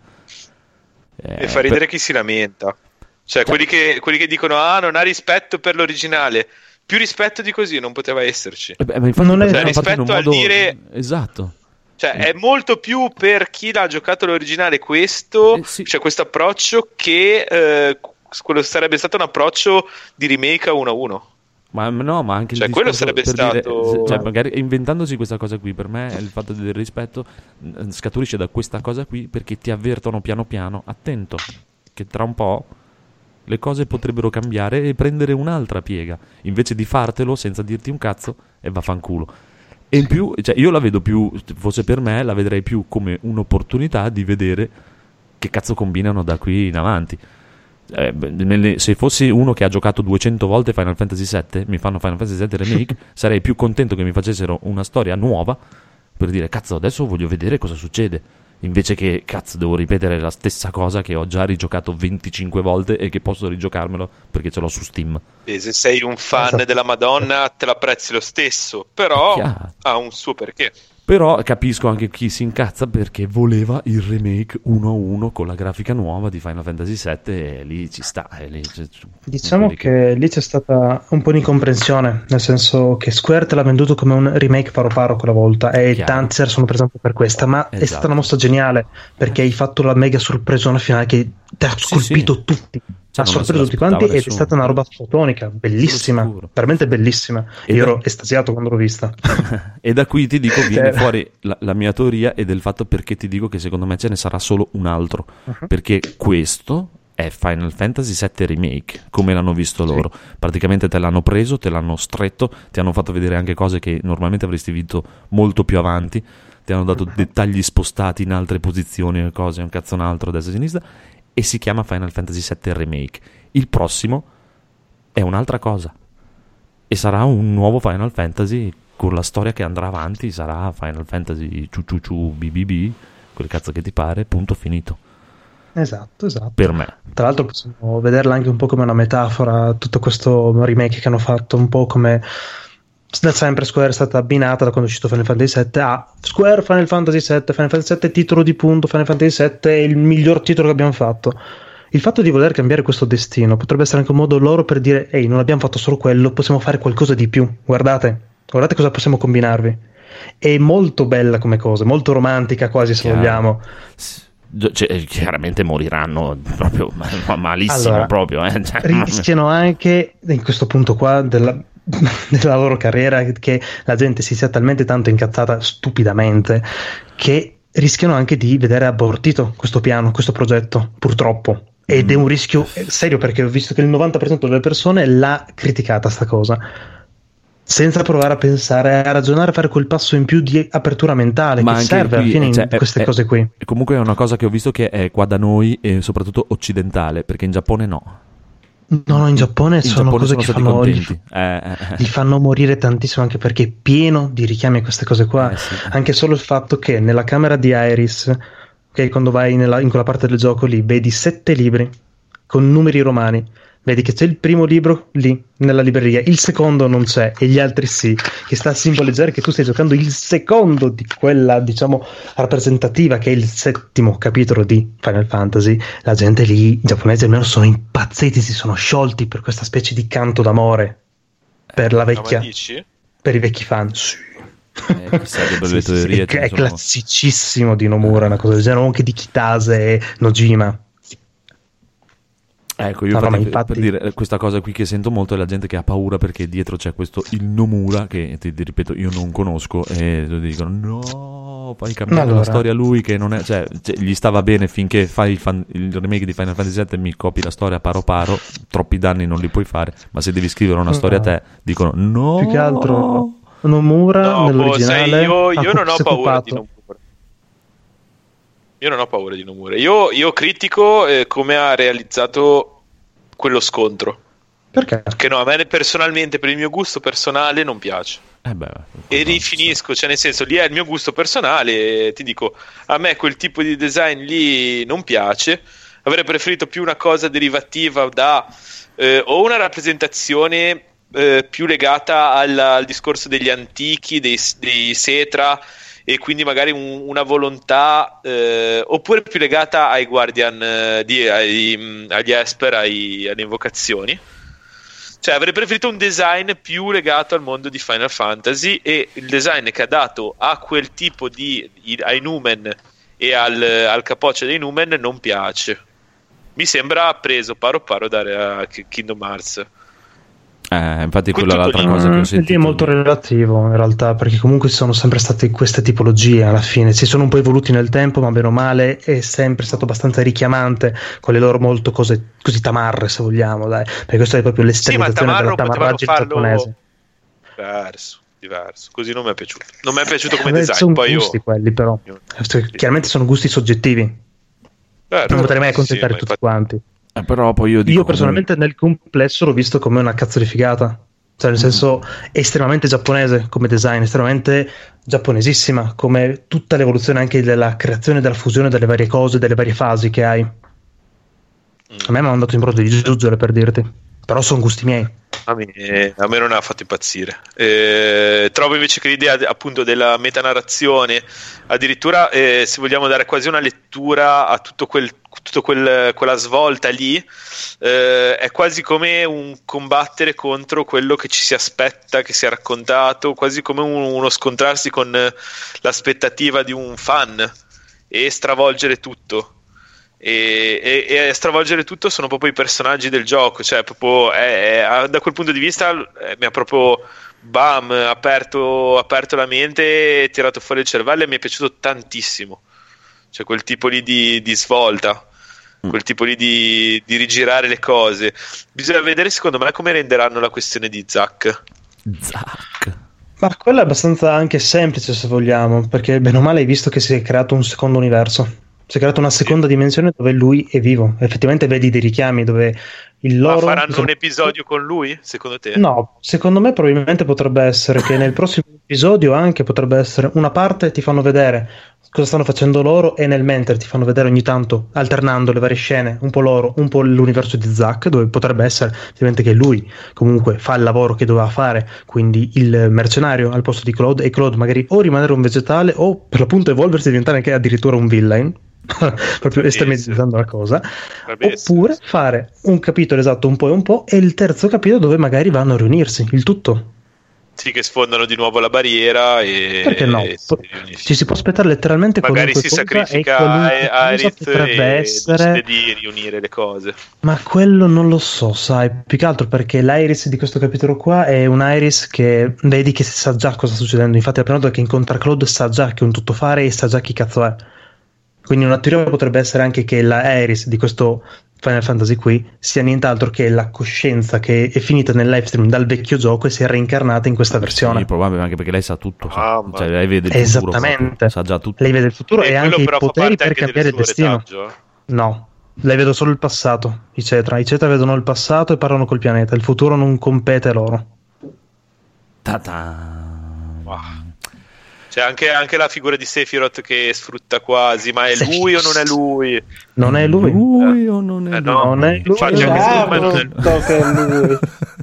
E fa ridere chi si lamenta. Cioè, quelli che dicono non ha rispetto per l'originale. Più rispetto di così non poteva esserci. Ma infatti non è rispetto al dire esatto. Cioè, è molto più per chi l'ha giocato l'originale questo, cioè questo approccio, che quello sarebbe stato un approccio di remake a 1-1. Ma no, ma anche cioè, quello sarebbe stato cioè, magari inventandosi questa cosa qui, per me il fatto del rispetto scaturisce da questa cosa qui, perché ti avvertono piano piano, attento, che tra un po' le cose potrebbero cambiare e prendere un'altra piega, invece di fartelo senza dirti un cazzo e vaffanculo. E in più, cioè, io la vedo più, forse per me la vedrei più come un'opportunità di vedere che cazzo combinano da qui in avanti. Se fossi uno che ha giocato 200 volte Final Fantasy VII, mi fanno Final Fantasy VII Remake, sarei più contento che mi facessero una storia nuova per dire cazzo adesso voglio vedere cosa succede, invece che cazzo devo ripetere la stessa cosa che ho già rigiocato 25 volte e che posso rigiocarmelo perché ce l'ho su Steam. E se sei un fan della Madonna te l'apprezzi lo stesso, però ha un suo perché. Però capisco anche chi si incazza perché voleva il remake 1-1 con la grafica nuova di Final Fantasy VII e lì ci sta. Diciamo che lì c'è stata un po' di incomprensione, nel senso che Square te l'ha venduto come un remake paro paro quella volta e Chiaro. tanti se ne sono presi per questa, ma è Esatto. stata una mossa geniale perché hai fatto la mega sorpresona finale che ti ha colpito tutti. Ha non se sorpreso tutti quanti l'aspettava ed è nessuno. stata una roba fotonica, bellissima, veramente bellissima. Ed Io è- ero estasiato quando l'ho vista. E da qui ti dico viene Cioè- fuori la mia teoria e del fatto perché ti dico che secondo me ce ne sarà solo un altro. Uh-huh. Perché questo è Final Fantasy VII Remake, come l'hanno visto loro. Praticamente te l'hanno preso, te l'hanno stretto, ti hanno fatto vedere anche cose che normalmente avresti visto molto più avanti, ti hanno dato dettagli spostati in altre posizioni e cose, un cazzo un altro, destra e sinistra, e si chiama Final Fantasy VII Remake. Il prossimo è un'altra cosa e sarà un nuovo Final Fantasy con la storia che andrà avanti, sarà Final Fantasy BBB, quel cazzo che ti pare, punto finito. Esatto. Per me. Tra l'altro possiamo vederla anche un po' come una metafora, tutto questo remake che hanno fatto, un po' come da sempre Square è stata abbinata da quando è uscito Final Fantasy VII a Square Final Fantasy VII titolo di punto, Final Fantasy VII è il miglior titolo che abbiamo fatto. Il fatto di voler cambiare questo destino potrebbe essere anche un modo loro per dire ehi, non abbiamo fatto solo quello, possiamo fare qualcosa di più, guardate cosa possiamo combinarvi. È molto bella come cosa, molto romantica quasi se Chiaro. vogliamo. Cioè, chiaramente moriranno proprio malissimo, Allora, proprio. Cioè, rischiano anche in questo punto qua della loro carriera che la gente si sia talmente tanto incazzata stupidamente che rischiano anche di vedere abortito questo piano, questo progetto, purtroppo. Ed è un rischio serio perché ho visto che il 90% delle persone l'ha criticata sta cosa, senza provare a pensare, a ragionare, a fare quel passo in più di apertura mentale ma che anche serve alla qui, fine cioè, in queste cose qui. E comunque è una cosa che ho visto che è qua da noi e soprattutto occidentale, perché in Giappone no. No, in Giappone sono cose che stati fanno contenti. li fanno morire tantissimo, anche perché è pieno di richiami a queste cose qua. Sì. Anche solo il fatto che nella camera di Iris, ok, quando vai in quella parte del gioco lì, vedi 7 libri con numeri romani. Vedi che c'è il primo libro lì nella libreria, il secondo non c'è e gli altri sì, che sta a simboleggiare che tu stai giocando il secondo di quella, diciamo, rappresentativa che è il 7° capitolo di Final Fantasy. La gente lì, i giapponesi almeno, sono impazziti, si sono sciolti per questa specie di canto d'amore per la vecchia, ma dici? per i vecchi fan. Sì. Chissà che belle teorie. È classicissimo di Nomura, una cosa del genere, anche di Kitase e Nojima. Ecco, io per dire questa cosa qui che sento molto è la gente che ha paura perché dietro c'è questo il Nomura che ti ripeto io non conosco e ti dicono no, fai cambiare la storia a lui che non è, cioè gli stava bene finché fai il remake di Final Fantasy VII e mi copi la storia paro paro, troppi danni non li puoi fare, ma se devi scrivere una storia a te dicono no. Più che altro Nomura nell'originale io non ho paura di Nomura. Io non ho paura di Nomura. Io critico come ha realizzato quello scontro. Perché? Che no, a me personalmente, per il mio gusto personale, non piace. E rifinisco, cioè nel senso, lì è il mio gusto personale. Ti dico, a me quel tipo di design lì non piace. Avrei preferito più una cosa derivativa da o una rappresentazione più legata al discorso degli antichi, dei Cetra, e quindi magari una volontà oppure più legata ai Guardian agli Esper, alle invocazioni. Cioè avrei preferito un design più legato al mondo di Final Fantasy, e il design che ha dato a quel tipo ai Numen e al capoccia dei Numen non piace. Mi sembra preso paro paro da Kingdom Hearts. Infatti quella è l'altra cosa che ho sentito. È molto relativo in realtà, perché comunque sono sempre state queste tipologie alla fine, si sono un po' evoluti nel tempo, ma bene o male è sempre stato abbastanza richiamante con le loro molto cose così tamarre, se vogliamo, dai, perché questa è proprio l'estremizzazione della tamarraggine giapponese. Diverso, così non mi è piaciuto. Non mi è piaciuto come design. Sono Poi gusti quelli, però chiaramente sono gusti soggettivi, non potrei mai accontentare tutti quanti. Però poi io personalmente nel complesso l'ho visto come una cazzo di figata, cioè nel senso è estremamente giapponese come design, estremamente giapponesissima come tutta l'evoluzione anche della creazione, della fusione delle varie cose, delle varie fasi che hai. A me mi hanno mandato in brodo di giuggiole, per dirti, però sono gusti miei. A me non ha fatto impazzire. Trovo invece che l'idea appunto della metanarrazione, addirittura se vogliamo dare quasi una lettura a quella svolta lì, è quasi come un combattere contro quello che ci si aspetta che sia raccontato, quasi come uno scontrarsi con l'aspettativa di un fan e stravolgere tutto. E a stravolgere tutto sono proprio i personaggi del gioco, cioè proprio da quel punto di vista mi ha proprio aperto la mente, tirato fuori il cervello, e mi è piaciuto tantissimo, cioè quel tipo lì di svolta, quel tipo lì di rigirare le cose. Bisogna vedere secondo me come renderanno la questione di Zack. Ma quello è abbastanza anche semplice, se vogliamo, perché bene o male hai visto che si è creato un secondo universo. Si è creata una seconda dimensione dove lui è vivo. Effettivamente vedi dei richiami dove il loro... Ma faranno un episodio con lui, secondo te? No, secondo me probabilmente potrebbe essere che nel prossimo episodio anche potrebbe essere una parte ti fanno vedere cosa stanno facendo loro, e nel mentre ti fanno vedere ogni tanto, alternando le varie scene, un po' loro, un po' l'universo di Zack, dove potrebbe essere effettivamente che lui comunque fa il lavoro che doveva fare, quindi il mercenario al posto di Claude, e Claude magari o rimanere un vegetale o per l'appunto evolversi e diventare anche addirittura un villain. Proprio estremizzando la cosa, oppure fare un capitolo esatto un po' e un po', e il terzo capitolo dove magari vanno a riunirsi, il tutto. Sì, che sfondano di nuovo la barriera e... Perché no? Ci si può aspettare letteralmente magari si cosa, sacrifica Aerith e decide di riunire le cose. Ma quello non lo so, sai, più che altro perché l'Iris di questo capitolo qua è un Iris che vedi che sa già cosa sta succedendo. Infatti la prima volta che incontra Claude sa già che è un tuttofare e sa già chi cazzo è. Quindi una teoria potrebbe essere anche che la Aerith di questo Final Fantasy qui sia nient'altro che la coscienza che è finita nel live stream dal vecchio gioco e si è reincarnata in questa versione. Sì, probabile, anche perché lei sa tutto, cioè lei vede il futuro. Esattamente, sa già tutto. Lei vede il futuro e anche i poteri per cambiare il destino. Retaggio. No, lei vede solo il passato. I Cetra vedono il passato e parlano col pianeta. Il futuro non compete loro. Wow. C'è anche la figura di Sephiroth che sfrutta quasi, ma è lui o non è lui? Non è lui? Lui o non è lui? Non è lui. Che è lui.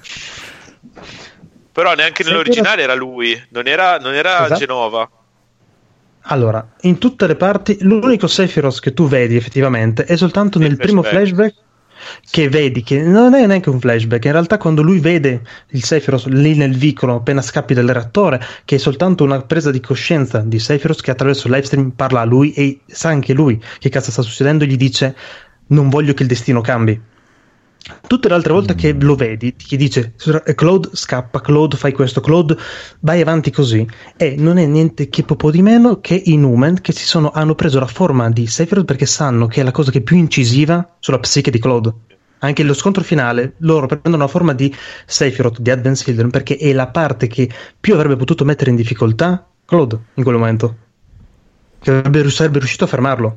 Però neanche nell'originale era lui, non era esatto. Genova. Allora, in tutte le parti l'unico Sephiroth che tu vedi effettivamente è soltanto nel primo flashback, che vedi che non è neanche un flashback, in realtà quando lui vede il Sephiroth lì nel vicolo appena scappi dal reattore, che è soltanto una presa di coscienza di Sephiroth che attraverso il live stream parla a lui e sa anche lui che cazzo sta succedendo, e gli dice non voglio che il destino cambi. Tutte le altre volte che lo vedi ti dice Claude scappa, Claude fai questo, Claude vai avanti così, e non è niente che poco di meno che i Numen che hanno preso la forma di Sephiroth perché sanno che è la cosa che è più incisiva sulla psiche di Claude. Anche lo scontro finale loro prendono la forma di Sephiroth di Advance Children perché è la parte che più avrebbe potuto mettere in difficoltà Claude in quel momento, che sarebbe riuscito a fermarlo.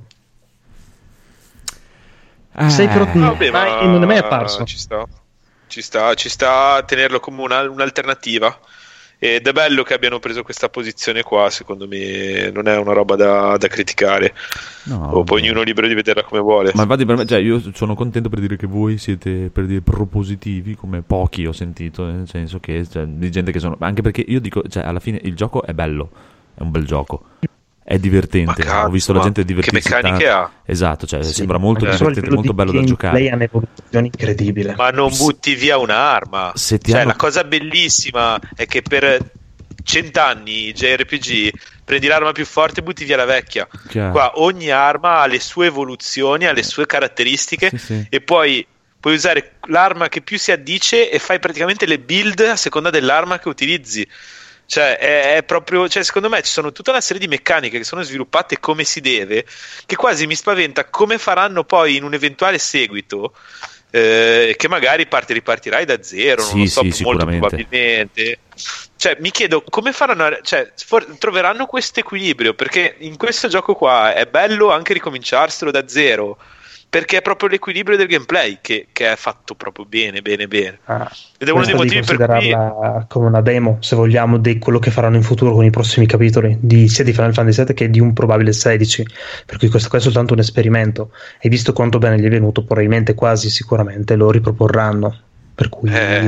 Sephiroth non è mai apparso. Ci sta a tenerlo come un'alternativa, ed è bello che abbiano preso questa posizione qua. Secondo me non è una roba da criticare, poi ognuno è libero di vederla come vuole. Ma infatti per me, cioè, io sono contento per dire che voi siete, per dire, propositivi, come pochi ho sentito, nel senso che di gente che sono, anche perché io dico, cioè, alla fine il gioco è bello, è un bel gioco, è divertente, ho visto la gente divertirsi. Che meccaniche ha? Esatto, cioè sembra molto divertente, molto bello da giocare. Lei ha un'evoluzione incredibile. Ma non butti via un'arma. La cosa bellissima è che per 100 anni JRPG prendi l'arma più forte e butti via la vecchia. Chiaro. Qua ogni arma ha le sue evoluzioni, ha le sue caratteristiche, e poi puoi usare l'arma che più si addice e fai praticamente le build a seconda dell'arma che utilizzi. Cioè è proprio, cioè, secondo me ci sono tutta una serie di meccaniche che sono sviluppate come si deve, che quasi mi spaventa come faranno poi in un eventuale seguito, che magari ripartirai da zero, non lo so, molto probabilmente. Cioè mi chiedo come faranno, cioè troveranno questo equilibrio, perché in questo gioco qua è bello anche ricominciarselo da zero, perché è proprio l'equilibrio del gameplay che è fatto proprio bene. Ed è uno dei motivi per cui come una demo, se vogliamo, di quello che faranno in futuro con i prossimi capitoli sia di Final Fantasy VII che di un probabile 16, per cui questo qua è soltanto un esperimento, e visto quanto bene gli è venuto probabilmente quasi sicuramente lo riproporranno, per cui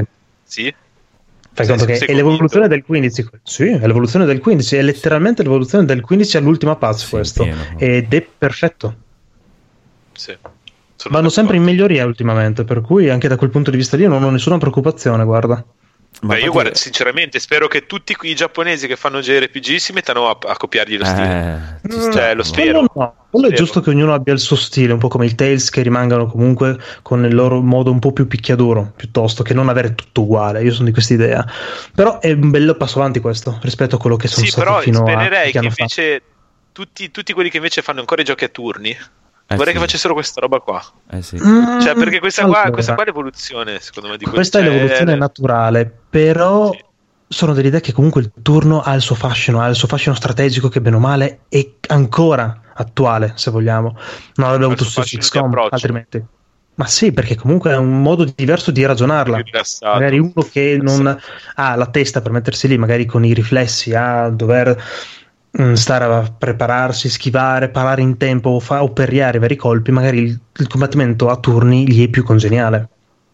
Sì. Fai conto che è l'evoluzione del 15. Sì, è l'evoluzione del 15, è letteralmente l'evoluzione del 15 all'ultima patch questo. pieno. Ed è perfetto. Sì. Vanno sempre in miglioria ultimamente, per cui anche da quel punto di vista lì non ho nessuna preoccupazione, guarda. Beh, io guarda, sinceramente spero che tutti i giapponesi che fanno JRPG si mettano a copiargli lo stile. Cioè, lo spero. Quello è giusto che ognuno abbia il suo stile, un po' come il Tales, che rimangano comunque con il loro modo un po' più picchiaduro, piuttosto che non avere tutto uguale. Io sono di questa idea. Però è un bel passo avanti questo, rispetto a quello che sono stato fino a... Sì, però spererei che invece tutti quelli che invece fanno ancora i giochi a turni, vorrei che facessero questa roba qua. Sì. Cioè, perché questa qua è Allora, l'evoluzione, secondo me, di questa è l'evoluzione naturale, però sono dell'idea che comunque il turno ha il suo fascino strategico che bene o male è ancora attuale, se vogliamo. Non avrebbe avuto successo XCOM altrimenti. Ma sì, perché comunque è un modo diverso di ragionarla. Magari uno che non ha la testa per mettersi lì, magari con i riflessi, a dover stare a prepararsi, schivare, parare in tempo o perriare vari colpi, magari il combattimento a turni gli è più congeniale.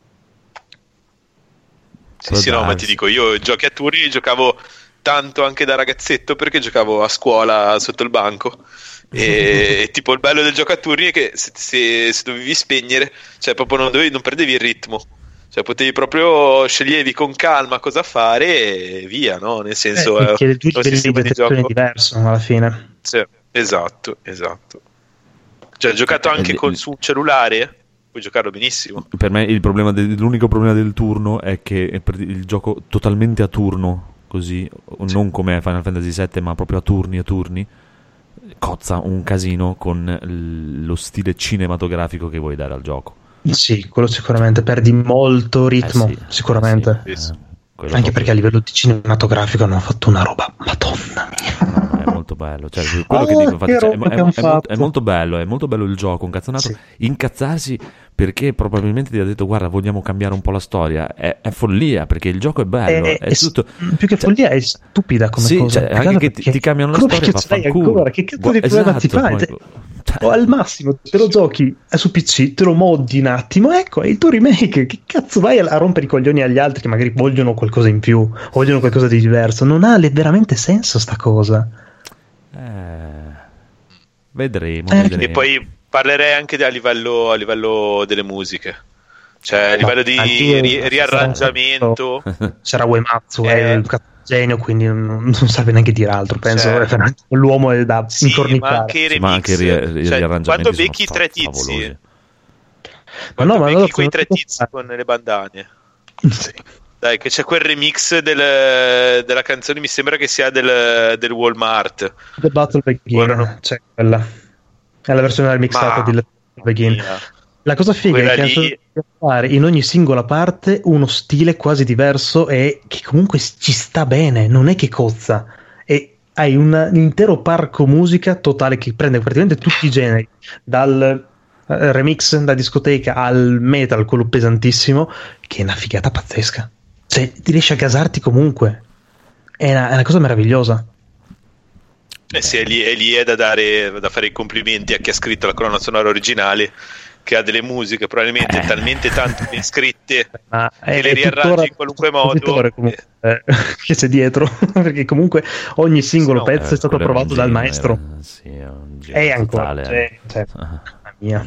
Sì, no, ma ti dico, io giochi a turni giocavo tanto anche da ragazzetto, perché giocavo a scuola sotto il banco. E tipo il bello del gioco a turni è che se dovevi spegnere, cioè proprio non perdevi il ritmo. Cioè potevi proprio sceglievi con calma cosa fare e via, no? Nel senso che il sistema di gioco è diverso alla fine. Sì, esatto. Cioè ho giocato anche su un cellulare, puoi giocarlo benissimo. Per me l'unico problema del turno è che è il gioco totalmente a turno, così, non come Final Fantasy VII, ma proprio a turni, cozza un casino con lo stile cinematografico che vuoi dare al gioco. Sì, quello sicuramente, perdi molto ritmo, sicuramente. Anche perché a livello di cinematografico hanno fatto una roba, madonna mia. È molto bello, cioè, quello che dico, infatti, è molto bello il gioco, un cazzonato. Sì. Incazzarsi perché probabilmente ti ha detto guarda, vogliamo cambiare un po' la storia, è follia, perché il gioco è bello, è tutto... più che follia è stupida come cosa, cioè, anche che ti cambiano la storia, ancora, che cazzo di problema ti fai? O al massimo te lo giochi su PC, te lo moddi un attimo, ecco, è il tuo remake. Che cazzo vai a rompere i coglioni agli altri che magari vogliono qualcosa in più, vogliono qualcosa di diverso? Non ha veramente senso sta cosa. Vedremo. E poi parlerei anche a livello delle musiche, cioè a livello di riarrangiamento. C'era Uematsu, è un genio, quindi non serve neanche dire altro, penso. L'uomo è da incorniciare. Ma anche i remix, quando becchi tre tizi, quei tre tizi con le bandane, dai, che c'è quel remix della canzone, mi sembra che sia del Walmart, The Battle Begin, c'è quella è la versione remixata di Begin. La cosa figa è che hanno fare in ogni singola parte uno stile quasi diverso e che comunque ci sta bene, non è che cozza, e hai un intero parco musica totale che prende praticamente tutti i generi, dal remix da discoteca al metal, quello pesantissimo, che è una figata pazzesca, cioè ti riesci a gasarti comunque, è una cosa meravigliosa. Sì, è lì è da fare i complimenti a chi ha scritto la colonna sonora originale, che ha delle musiche probabilmente talmente tanto ben scritte che le riarrangi in qualunque modo, che c'è dietro, perché comunque ogni singolo pezzo è stato approvato dal maestro. È ancora mia.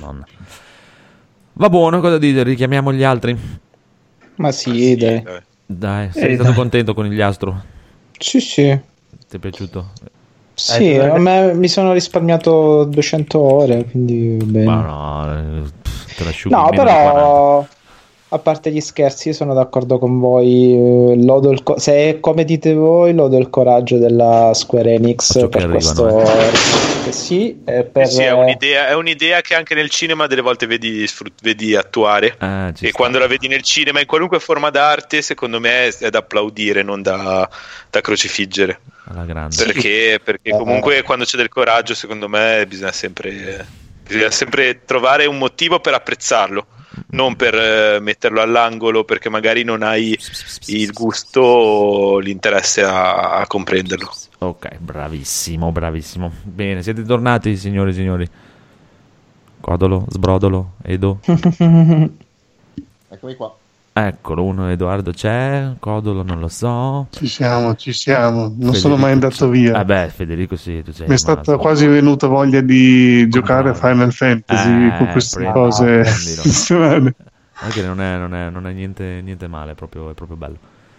Va buono, cosa dite? Richiamiamo gli altri? Ma sì, dai, sei stato contento con il Astro? Sì. Ti è piaciuto? Sì, a me mi sono risparmiato 200 ore, quindi bene. Ma no, te la asciughi no, però a parte gli scherzi, io sono d'accordo con voi. Se è come dite voi, lodo il coraggio della Square Enix per questo. Sì, è un'idea che anche nel cinema delle volte vedi attuare, e quando la vedi nel cinema in qualunque forma d'arte, secondo me è da applaudire, non da crocifiggere. Alla grande. Perché comunque quando c'è del coraggio, secondo me bisogna sempre trovare un motivo per apprezzarlo, non per metterlo all'angolo perché magari non hai il gusto o l'interesse a comprenderlo. Ok, bravissimo. Bene, siete tornati, signori e signori. Codolo, Sbrodolo, Edo. Eccomi qua. Eccolo, uno Edoardo c'è, Codolo non lo so. Ci siamo, non Federico sono mai andato via. Vabbè, Federico sì, tu sei Mi è stata quasi venuta voglia di giocare a Final Fantasy con queste cose strane. Anche non è niente male, è proprio bello.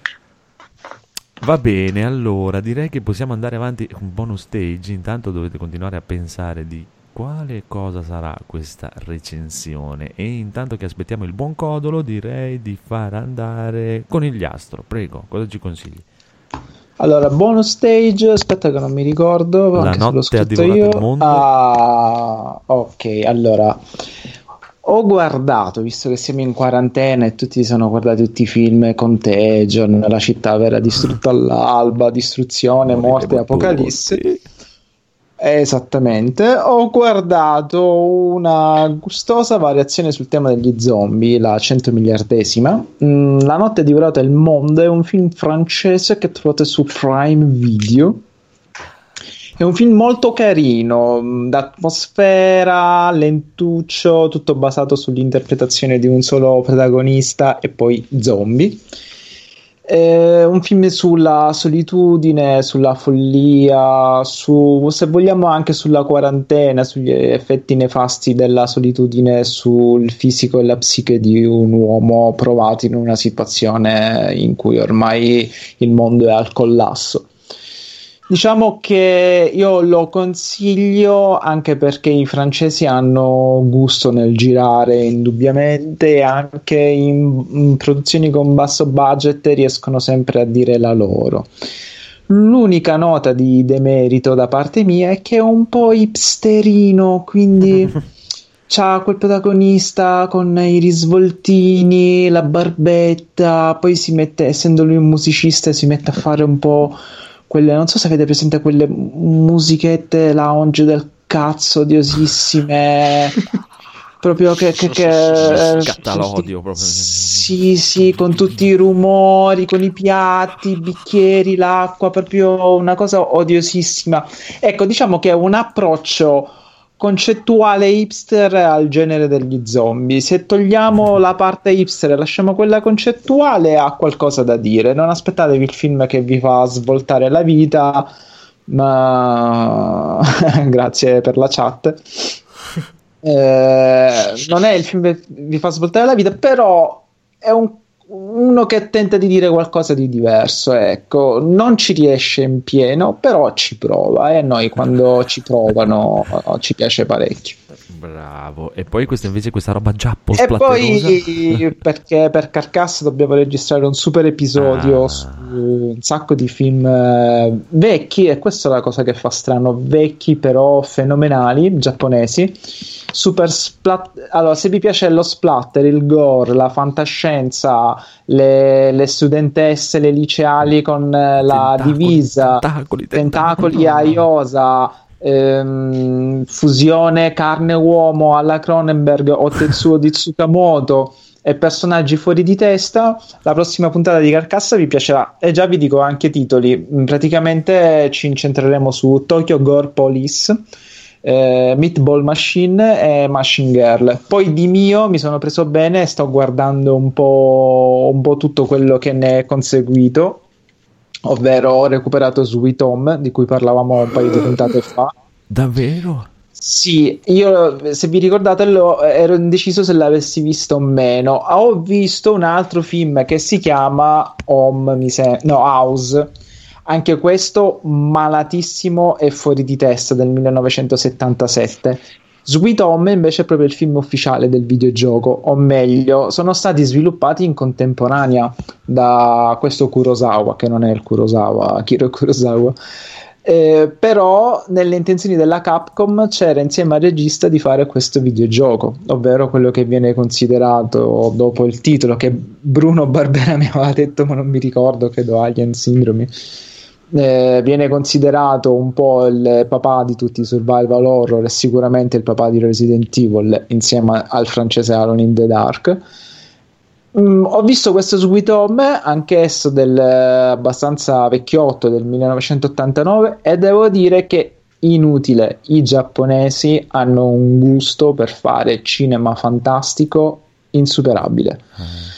Va bene, allora direi che possiamo andare avanti un bonus stage. Intanto dovete continuare a pensare di quale cosa sarà questa recensione, e intanto che aspettiamo il buon Codolo direi di far andare Conigliastro. Prego, cosa ci consigli? Allora, bonus stage, aspetta che non mi ricordo. La notte ha divorato il mondo. Ok, allora ho guardato, visto che siamo in quarantena e tutti si sono guardati tutti i film, Contagion, La città verrà distrutta all'alba, Distruzione, Morte e Apocalisse. Esattamente, ho guardato una gustosa variazione sul tema degli zombie, la 100 miliardesima. La notte ha divorato il mondo è un film francese che trovate su Prime Video. È un film molto carino, d'atmosfera, lentuccio, tutto basato sull'interpretazione di un solo protagonista e poi zombie. Un film sulla solitudine, sulla follia, se vogliamo anche sulla quarantena, sugli effetti nefasti della solitudine sul fisico e la psiche di un uomo provato in una situazione in cui ormai il mondo è al collasso. Diciamo che io lo consiglio anche perché i francesi hanno gusto nel girare, indubbiamente, e anche in produzioni con basso budget riescono sempre a dire la loro. L'unica nota di demerito da parte mia è che è un po' hipsterino, quindi c'ha quel protagonista con i risvoltini, la barbetta, poi si mette, essendo lui un musicista, si mette a fare un po' quelle, non so se avete presente quelle musichette lounge del cazzo odiosissime, proprio che scatta l'odio proprio. Sì, con tutti i rumori, con i piatti, i bicchieri, l'acqua, proprio una cosa odiosissima. Ecco, diciamo che è un approccio concettuale hipster al genere degli zombie. Se togliamo la parte hipster e lasciamo quella concettuale, ha qualcosa da dire. Non aspettatevi il film che vi fa svoltare la vita, ma grazie per la chat. Non è il film che vi fa svoltare la vita, però è uno che tenta di dire qualcosa di diverso, ecco. Non ci riesce in pieno, però ci prova, e a noi quando ci provano ci piace parecchio. Bravo. E poi questa roba giappo e poi perché per Carcass dobbiamo registrare un super episodio su un sacco di film vecchi, e questa è la cosa che fa strano, vecchi però fenomenali, giapponesi, super allora, se vi piace lo splatter, il gore, la fantascienza, le studentesse, le liceali con la divisa, tentacoli a iosa, fusione carne-uomo alla Cronenberg o Tetsuo di Tsukamoto e personaggi fuori di testa, la prossima puntata di Carcassa vi piacerà. E già vi dico anche titoli, praticamente ci incentreremo su Tokyo Gore Police, Meatball Machine e Machine Girl. Poi di mio mi sono preso bene e sto guardando un po' tutto quello che ne è conseguito, ovvero ho recuperato Sweet Home, di cui parlavamo un paio di puntate fa. Davvero? Sì, io, se vi ricordate, ero indeciso se l'avessi visto o meno. Ho visto un altro film che si chiama House. Anche questo malatissimo e fuori di testa, del 1977. Sweet Home invece è proprio il film ufficiale del videogioco, o meglio, sono stati sviluppati in contemporanea da questo Kurosawa, che non è il Kurosawa, Akira Kurosawa. Però nelle intenzioni della Capcom c'era insieme al regista di fare questo videogioco, ovvero quello che viene considerato, dopo il titolo che Bruno Barbera mi aveva detto, ma non mi ricordo, credo Alien Syndrome, viene considerato un po' il papà di tutti i survival horror e sicuramente il papà di Resident Evil insieme al francese Alone in the Dark. Ho visto questo Sweet Home, anch'esso abbastanza vecchiotto, del 1989, e devo dire che inutile, i giapponesi hanno un gusto per fare cinema fantastico insuperabile.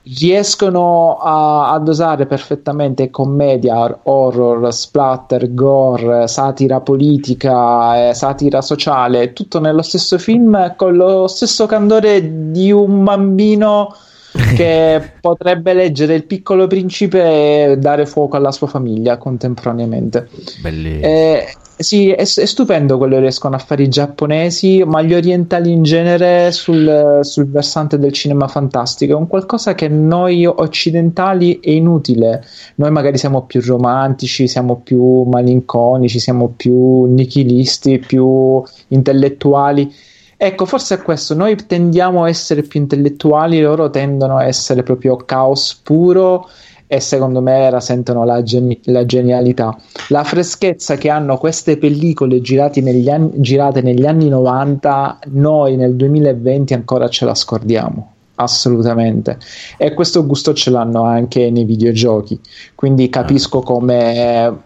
riescono a dosare perfettamente commedia, horror, splatter, gore, satira politica, satira sociale, tutto nello stesso film, con lo stesso candore di un bambino che potrebbe leggere Il Piccolo Principe e dare fuoco alla sua famiglia contemporaneamente. Bellissimo. Sì, è stupendo quello che riescono a fare i giapponesi, ma gli orientali in genere sul versante del cinema fantastico. È un qualcosa che noi occidentali è inutile. Noi magari siamo più romantici, siamo più malinconici, siamo più nichilisti, più intellettuali. Ecco, forse è questo, noi tendiamo a essere più intellettuali, loro tendono a essere proprio caos puro, e secondo me rasentono la genialità, la freschezza che hanno queste pellicole girate negli anni 90. Noi nel 2020 ancora ce la scordiamo, assolutamente, e questo gusto ce l'hanno anche nei videogiochi, quindi capisco come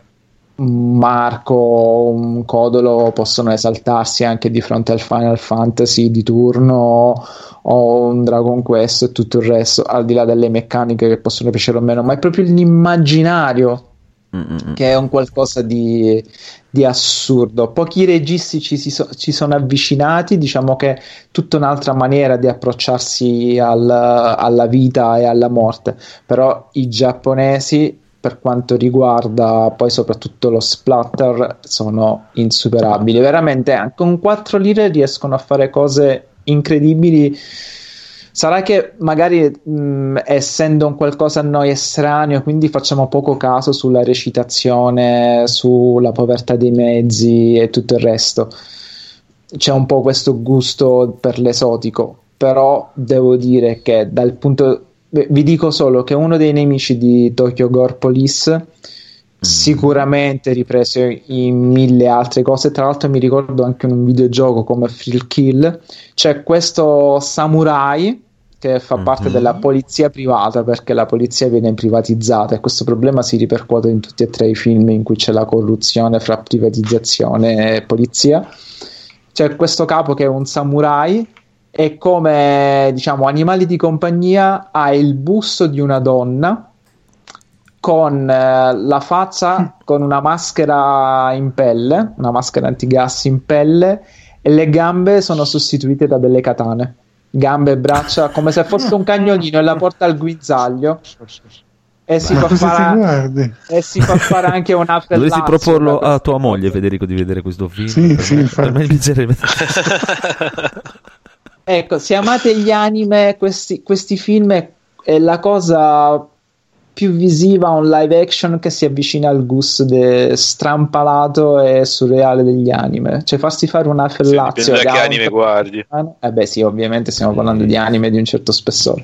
Marco, Codolo possono esaltarsi anche di fronte al Final Fantasy di turno o un Dragon Quest e tutto il resto, al di là delle meccaniche che possono piacere o meno, ma è proprio l'immaginario che è un qualcosa di assurdo. Pochi registi ci sono avvicinati, diciamo che è tutta un'altra maniera di approcciarsi alla vita e alla morte, però i giapponesi, per quanto riguarda poi soprattutto lo splatter, sono insuperabili, veramente. Con 4 lire riescono a fare cose incredibili. Sarà che magari essendo un qualcosa a noi estraneo, quindi facciamo poco caso sulla recitazione, sulla povertà dei mezzi e tutto il resto, c'è un po' questo gusto per l'esotico, però devo dire che dal punto, vi dico solo che uno dei nemici di Tokyo Gore Police, sicuramente ripreso in 1000 altre cose, tra l'altro mi ricordo anche in un videogioco come Thrill Kill, c'è questo samurai che fa parte della polizia privata, perché la polizia viene privatizzata e questo problema si ripercuote in tutti e 3 i film in cui c'è la corruzione fra privatizzazione e polizia. C'è questo capo che è un samurai e come, diciamo, animali di compagnia ha il busto di una donna con la faccia con una maschera in pelle, una maschera antigas in pelle, e le gambe sono sostituite da delle katane, gambe e braccia come se fosse un cagnolino, e la porta al guinzaglio e si fa fare anche un appellazio. Dovresti proporlo a tua moglie, Federico, di vedere questo film. Per me piacerebbe. Ecco, se amate gli anime, questi film è la cosa più visiva, un live action che si avvicina al gusto strampalato e surreale degli anime, cioè farsi fare una fellazio. Sì, dipende da che anime guardi. Beh sì, ovviamente stiamo parlando di anime di un certo spessore.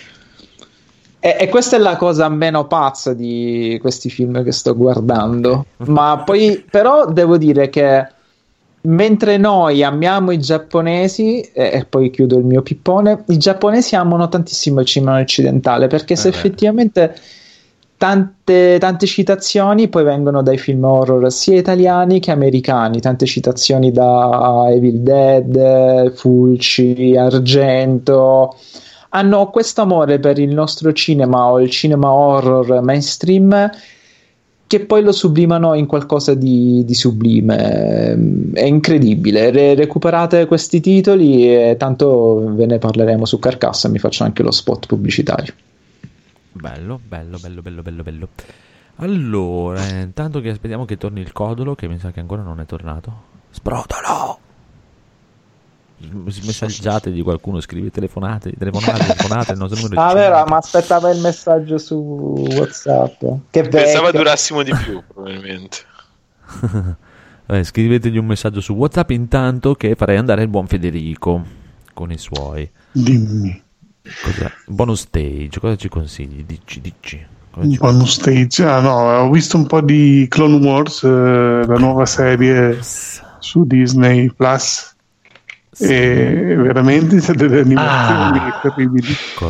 E questa è la cosa meno pazza di questi film che sto guardando. Ma poi però devo dire che mentre noi amiamo i giapponesi, e poi chiudo il mio pippone, i giapponesi amano tantissimo il cinema occidentale, perché se effettivamente tante citazioni poi vengono dai film horror sia italiani che americani, tante citazioni da Evil Dead, Fulci, Argento, hanno questo amore per il nostro cinema o il cinema horror mainstream che poi lo sublimano in qualcosa di sublime. È incredibile. Recuperate questi titoli e tanto ve ne parleremo su Carcassa, mi faccio anche lo spot pubblicitario. Bello. Allora, intanto che aspettiamo che torni il Codolo, che mi sa che ancora non è tornato. Sbrodolo! Messaggiate di qualcuno, scrivi telefonate, il nostro numero è vero, ma aspettava il messaggio su WhatsApp. Che pensava durassimo di più, probabilmente. Scrivetegli un messaggio su WhatsApp intanto che farei andare il buon Federico con i suoi. Dimmi. Bonus stage, cosa ci consigli? Dici. Bonus stage? Ho visto un po' di Clone Wars, la nuova serie su Disney Plus. Sì. E veramente c'è delle animazioni terribili.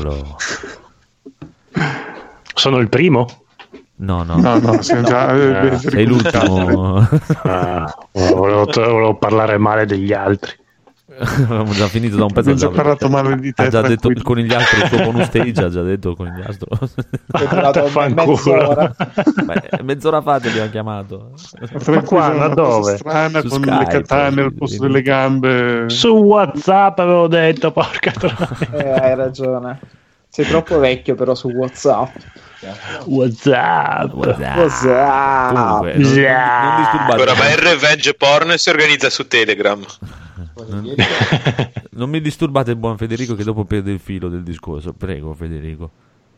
Sono il primo? No, siamo già sei l'ultimo. Volevo parlare male degli altri. Avevamo già finito da un pezzo. Abbiamo già parlato male di te. Ha già detto il conigliastro, il suo bonus stage, ha già detto il conigliastro. È durato mezz'ora. Mezz'ora fa ti abbiamo chiamato. Ma qua, dove? Strana, Su con Skype, le katane al posto delle gambe. Su WhatsApp avevo detto, porca troia. Hai ragione. Sei troppo vecchio però su WhatsApp. WhatsApp. Comunque, non disturbate. Ora va il revenge porn e si organizza su Telegram. Non mi disturbate il buon Federico che dopo perde il filo del discorso. Prego, Federico.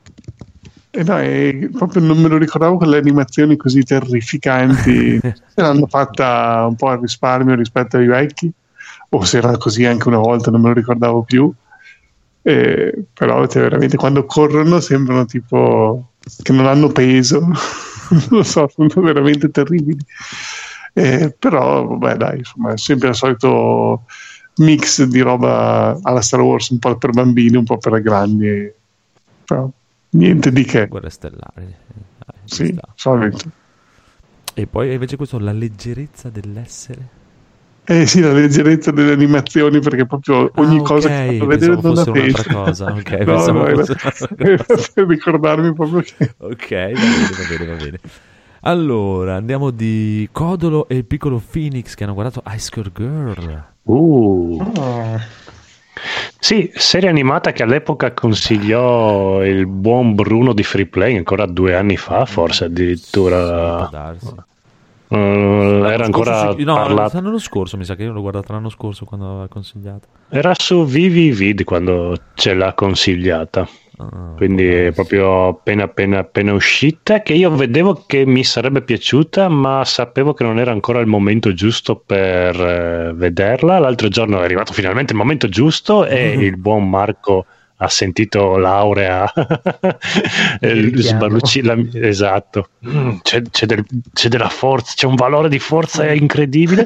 No, proprio non me lo ricordavo con le animazioni così terrificanti. L'hanno fatta un po' a risparmio rispetto ai vecchi, o se era così anche una volta, non me lo ricordavo più. Però veramente quando corrono sembrano tipo che non hanno peso. Non lo so, sono veramente terribili. Però vabbè, dai, insomma, è sempre il solito mix di roba alla Star Wars, un po' per bambini, un po' per grandi, però niente di che. Guerre stellari. Sì, solito. E poi invece questo, la leggerezza dell'essere. Sì, la leggerezza delle animazioni, perché proprio ogni cosa che fanno vedere non la penso. Cosa. Ok, per ricordarmi proprio che... Ok, va bene. Allora, andiamo di Codolo e il piccolo Phoenix che hanno guardato High School Girl. Sì, serie animata che all'epoca consigliò il buon Bruno di Free Play ancora 2 anni fa, forse addirittura. Era ancora l'anno scorso, mi sa che io l'ho guardato l'anno scorso quando aveva consigliato. Era su VVVid quando ce l'ha consigliata. Quindi è proprio appena uscita, che io vedevo che mi sarebbe piaciuta, ma sapevo che non era ancora il momento giusto per vederla. L'altro giorno è arrivato finalmente il momento giusto e il buon Marco ha sentito l'aurea esatto. C'è della forza, c'è un valore di forza incredibile.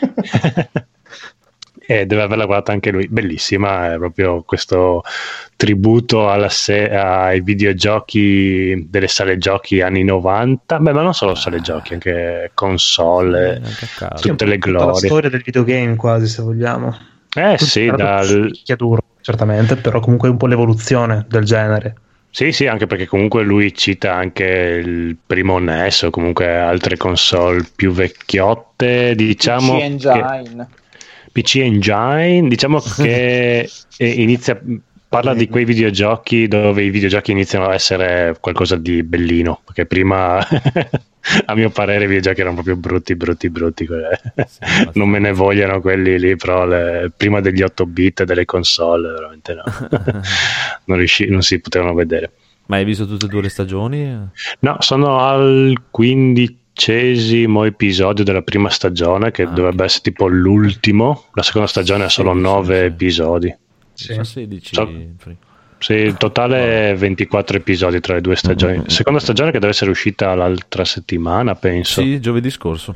E deve averla guardata anche lui, bellissima, è proprio questo tributo ai videogiochi delle sale giochi anni 90, ma non solo sale giochi, anche console, tutte le glorie. La storia del videogame quasi, se vogliamo. Sì, duro, certamente, però comunque un po' l'evoluzione del genere. Sì, anche perché comunque lui cita anche il primo NES o comunque altre console più vecchiotte, diciamo. PC Engine, diciamo che parla di quei videogiochi dove i videogiochi iniziano a essere qualcosa di bellino, perché prima a mio parere i videogiochi erano proprio brutti. Non me ne vogliano quelli lì, però prima degli 8 bit delle console veramente no. non si potevano vedere. Ma hai visto tutte e 2 le stagioni? No, sono al 15° episodio della prima stagione, che dovrebbe essere tipo l'ultimo. La seconda stagione ha solo 9 episodi. Sì. 16. Sì, in totale 24 episodi tra le 2 stagioni. Seconda stagione che deve essere uscita l'altra settimana, penso. Sì, giovedì scorso.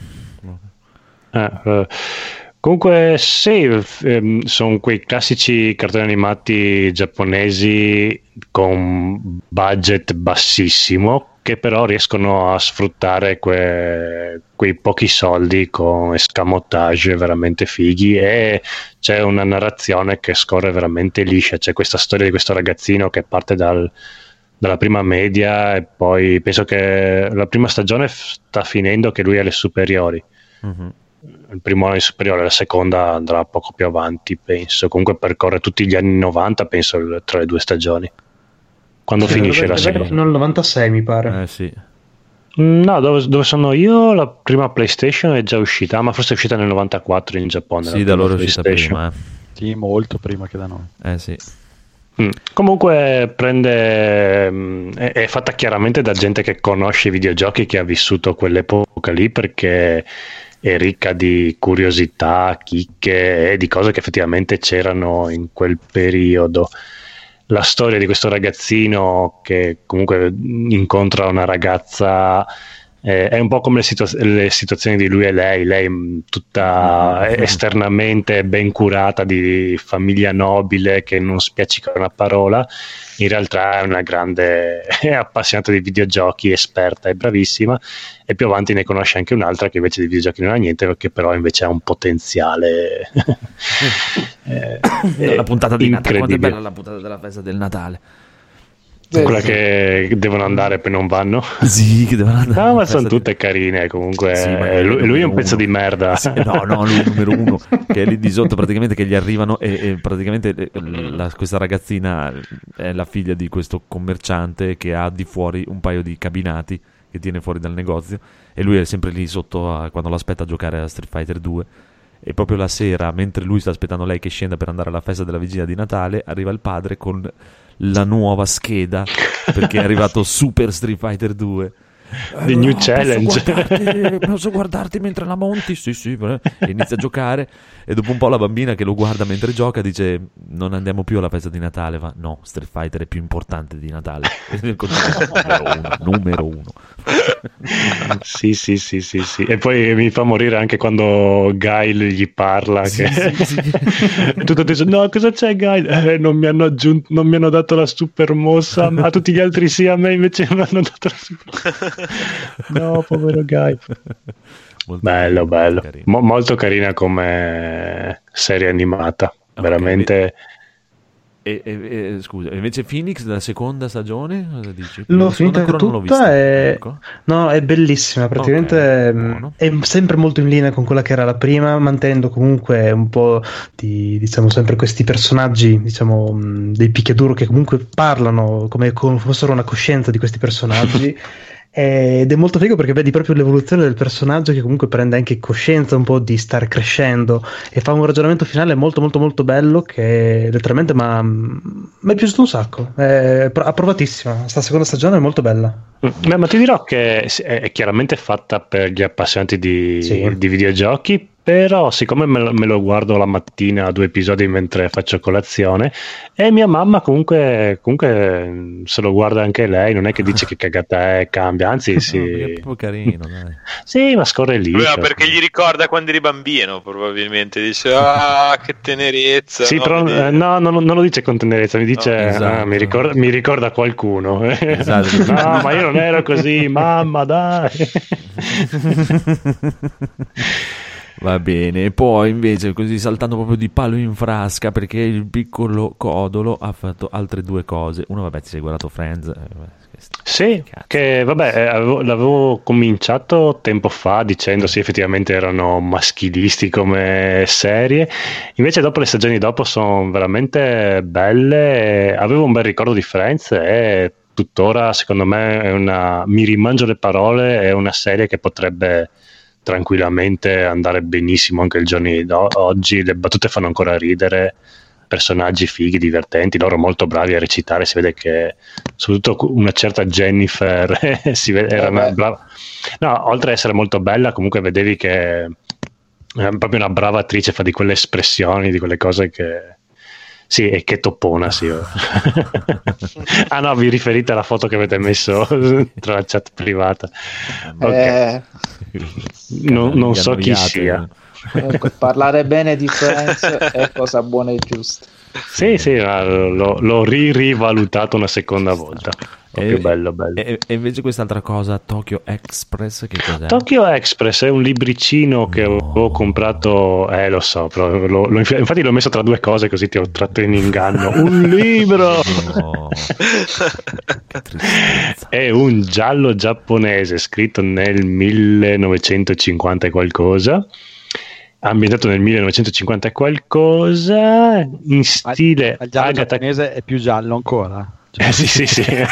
Comunque sì, sono quei classici cartoni animati giapponesi con budget bassissimo, che però riescono a sfruttare quei pochi soldi con escamotage veramente fighi, e c'è una narrazione che scorre veramente liscia. C'è questa storia di questo ragazzino che parte dalla prima media, e poi penso che la prima stagione sta finendo che lui è alle superiori. Il primo anno superiore, la seconda andrà poco più avanti, penso. Comunque percorre tutti gli anni 90, penso, tra le 2 stagioni. Quando finisce la seconda? Nel 96 mi pare. Sì. No, dove sono io la prima PlayStation è già uscita, ma forse è uscita nel 94 in Giappone. Sì, da loro è uscita prima. Sì, molto prima che da noi. Sì. Comunque è fatta chiaramente da gente che conosce i videogiochi, che ha vissuto quell'epoca lì, perché è ricca di curiosità, chicche e di cose che effettivamente c'erano in quel periodo. La storia di questo ragazzino che comunque incontra una ragazza È un po' come le situazioni di lui e lei tutta esternamente ben curata, di famiglia nobile che non spiaccica una parola, in realtà è una grande appassionata di videogiochi, esperta e bravissima, e più avanti ne conosce anche un'altra che invece di videogiochi non ha niente, che però invece ha un potenziale la puntata di Natale, quanto è incredibile. bella la puntata della festa del Natale. Quella che devono andare e poi non vanno. Sì, che devono andare. No, ma sono tutte carine comunque. Sì, ma lui è un pezzo di merda. Sì, no, lui è il numero uno, che è lì di sotto praticamente, che gli arrivano e praticamente questa ragazzina è la figlia di questo commerciante che ha di fuori un paio di cabinati che tiene fuori dal negozio, e lui è sempre lì sotto quando l'aspetta a giocare a Street Fighter 2. E proprio la sera, mentre lui sta aspettando lei che scenda per andare alla festa della vigilia di Natale, arriva il padre con la nuova scheda, perché è arrivato Super Street Fighter 2. The New Challenge. Posso guardarti mentre la monti? Sì. E inizia a giocare, e dopo un po' la bambina che lo guarda mentre gioca dice: non andiamo più alla festa di Natale. Va, no, Street Fighter è più importante di Natale. Numero uno. Sì. E poi mi fa morire anche quando Guile gli parla, che tutto dice: no, cosa c'è Guile? Non mi hanno dato la super mossa, a tutti gli altri sì, a me invece non hanno dato la super mossa. No, povero Guile. Bello. Molto carina come serie animata, veramente. Scusa, invece Phoenix della seconda stagione cosa dici? L'ho finita tutta, no, è bellissima, praticamente è sempre molto in linea con quella che era la prima, mantenendo comunque un po' di, diciamo, sempre questi personaggi, diciamo, dei picchiaduro che comunque parlano come fossero una coscienza di questi personaggi. Ed è molto figo perché vedi proprio l'evoluzione del personaggio, che comunque prende anche coscienza un po' di star crescendo, e fa un ragionamento finale molto molto molto bello, che letteralmente mi è piaciuto un sacco. È approvatissima, sta seconda stagione è molto bella. Ma ti dirò che è chiaramente fatta per gli appassionati di videogiochi, però siccome me lo guardo la mattina 2 episodi mentre faccio colazione, e mia mamma comunque se lo guarda anche lei, non è che dice che cagata è, cambia, anzi sì. È proprio carino, dai. Sì, ma scorre lì. Perché gli ricorda quando eri bambino, probabilmente dice: che tenerezza. Sì, no, però non lo dice con tenerezza, mi dice: esatto. mi ricorda qualcuno. Esatto. No, ma io non ero così, mamma, dai. Va bene, e poi invece, così saltando proprio di palo in frasca, perché il piccolo Codolo ha fatto altre 2 cose. Uno, vabbè, ti sei guardato Friends? Sì, che vabbè, l'avevo cominciato tempo fa dicendo sì, effettivamente erano maschilisti come serie, invece dopo le stagioni dopo sono veramente belle, avevo un bel ricordo di Friends, e tuttora secondo me mi rimangio le parole, è una serie che potrebbe tranquillamente andare benissimo anche il giorno d'oggi, le battute fanno ancora ridere, personaggi fighi, divertenti, loro molto bravi a recitare, si vede che soprattutto una certa Jennifer si vede, era una brava, no, oltre ad essere molto bella comunque vedevi che è proprio una brava attrice, fa di quelle espressioni, di quelle cose che sì, e che toppona, sì. Ah no, vi riferite alla foto che avete messo tra la chat privata? Ok. Non so chi sia. Parlare bene di Friends è cosa buona e giusta. Sì, l'ho rivalutato una seconda volta. Che bello. E invece quest'altra cosa, Tokyo Express, che cos'è? Tokyo Express è un libricino che avevo comprato, lo so, però infatti l'ho messo tra 2 cose così ti ho tratto in inganno. Un libro! No. È un giallo giapponese scritto nel 1950 e qualcosa, ambientato nel 1950 e qualcosa, in stile il giallo giapponese è più giallo ancora. Sì.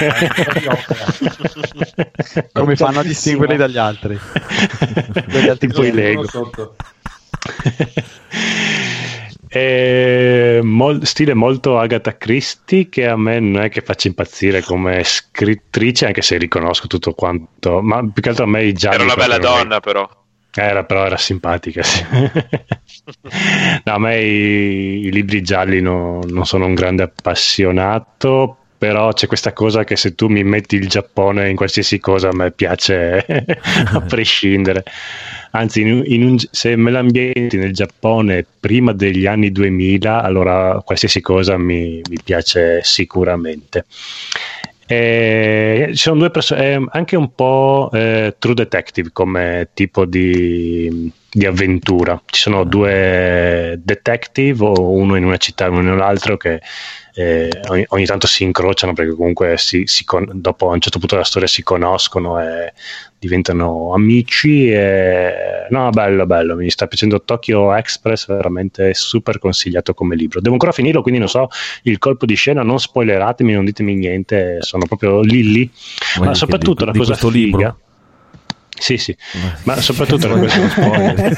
Come fanno a distinguerli dagli altri? Tipo i Lego. Stile molto Agatha Christie, che a me non è che faccia impazzire come scrittrice, anche se riconosco tutto quanto, ma più che altro a me i gialli era una bella donna, però era simpatica, sì. No, a me i libri gialli non sono un grande appassionato, però c'è questa cosa che se tu mi metti il Giappone in qualsiasi cosa a me piace a prescindere. Anzi, se me l'ambienti nel Giappone prima degli anni 2000, allora qualsiasi cosa mi piace sicuramente. Ci sono due persone, anche un po' True Detective come tipo di avventura. Ci sono due detective, o uno in una città e uno in un'altra, che ogni tanto si incrociano, perché comunque dopo a un certo punto della storia si conoscono e diventano amici. No, bello, mi sta piacendo Tokyo Express, veramente super consigliato come libro. Devo ancora finirlo, quindi non so il colpo di scena, non spoileratemi, non ditemi niente, sono proprio lì. Ma soprattutto la cosa figa libro? Sì, ma soprattutto la cosa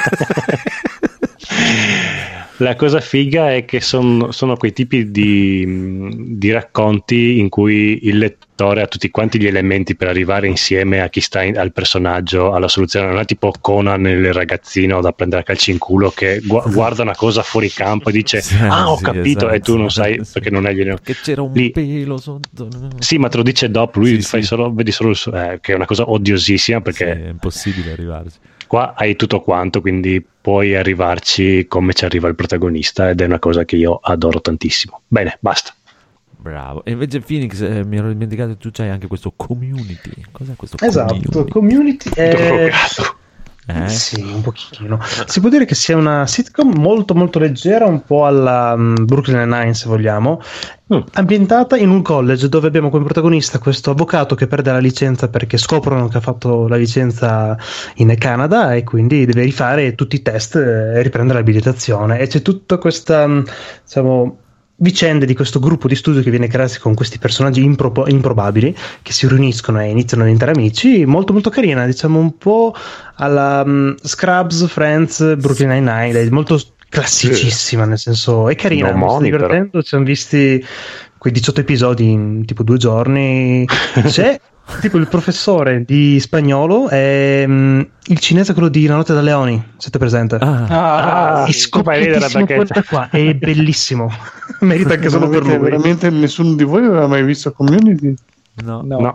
la cosa figa è che sono quei tipi di racconti in cui il lettore ha tutti quanti gli elementi per arrivare insieme a chi sta al personaggio, alla soluzione. Non è tipo Conan, il ragazzino da prendere a calci in culo, che guarda una cosa fuori campo e dice ho capito, esatto, e tu non sai perché non hai gli elementi. Che c'era un pelo sotto. Sì, ma te lo dice dopo, lui vedi solo che è una cosa odiosissima, perché è impossibile arrivarci. Qua hai tutto quanto, quindi puoi arrivarci come ci arriva il protagonista, ed è una cosa che io adoro tantissimo. Bene, basta. Bravo. E invece Phoenix, mi ero dimenticato che tu c'hai anche questo Community. Cos'è questo Esatto, Community è... Sì, un pochino. Si può dire che sia una sitcom molto molto leggera, un po' alla Brooklyn Nine-Nine, se vogliamo, ambientata in un college dove abbiamo come protagonista questo avvocato che perde la licenza perché scoprono che ha fatto la licenza in Canada e quindi deve rifare tutti i test e riprendere l'abilitazione, e c'è tutta questa, diciamo, vicende di questo gruppo di studio che viene creato con questi personaggi improbabili che si riuniscono e iniziano a diventare amici. Molto molto carina, diciamo un po' alla Scrubs, Friends, Brooklyn Nine-Nine, molto classicissima, nel senso è carina, mi sto divertendo. Ci siamo visti quei 18 episodi in tipo 2 giorni. C'è tipo il professore di spagnolo e il cinese, quello di La notte da leoni, siete presente? È scoppiettissimo quella qua, è bellissimo. Merita anche solo per lui. Veramente nessuno di voi aveva mai visto Community? No. No.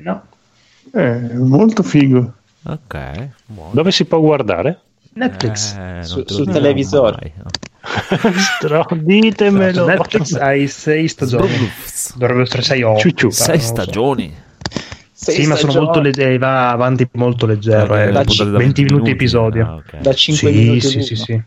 È molto figo. Ok, buono. Dove si può guardare? Netflix, sul televisore. Ditemelo. Netflix hai 6 stagioni, dovrebbero essere 6 o 6 stagioni. Sì, ma sono molto va avanti molto leggero, da 20 minuti episodio. Okay. Da 5 minuti. Sì.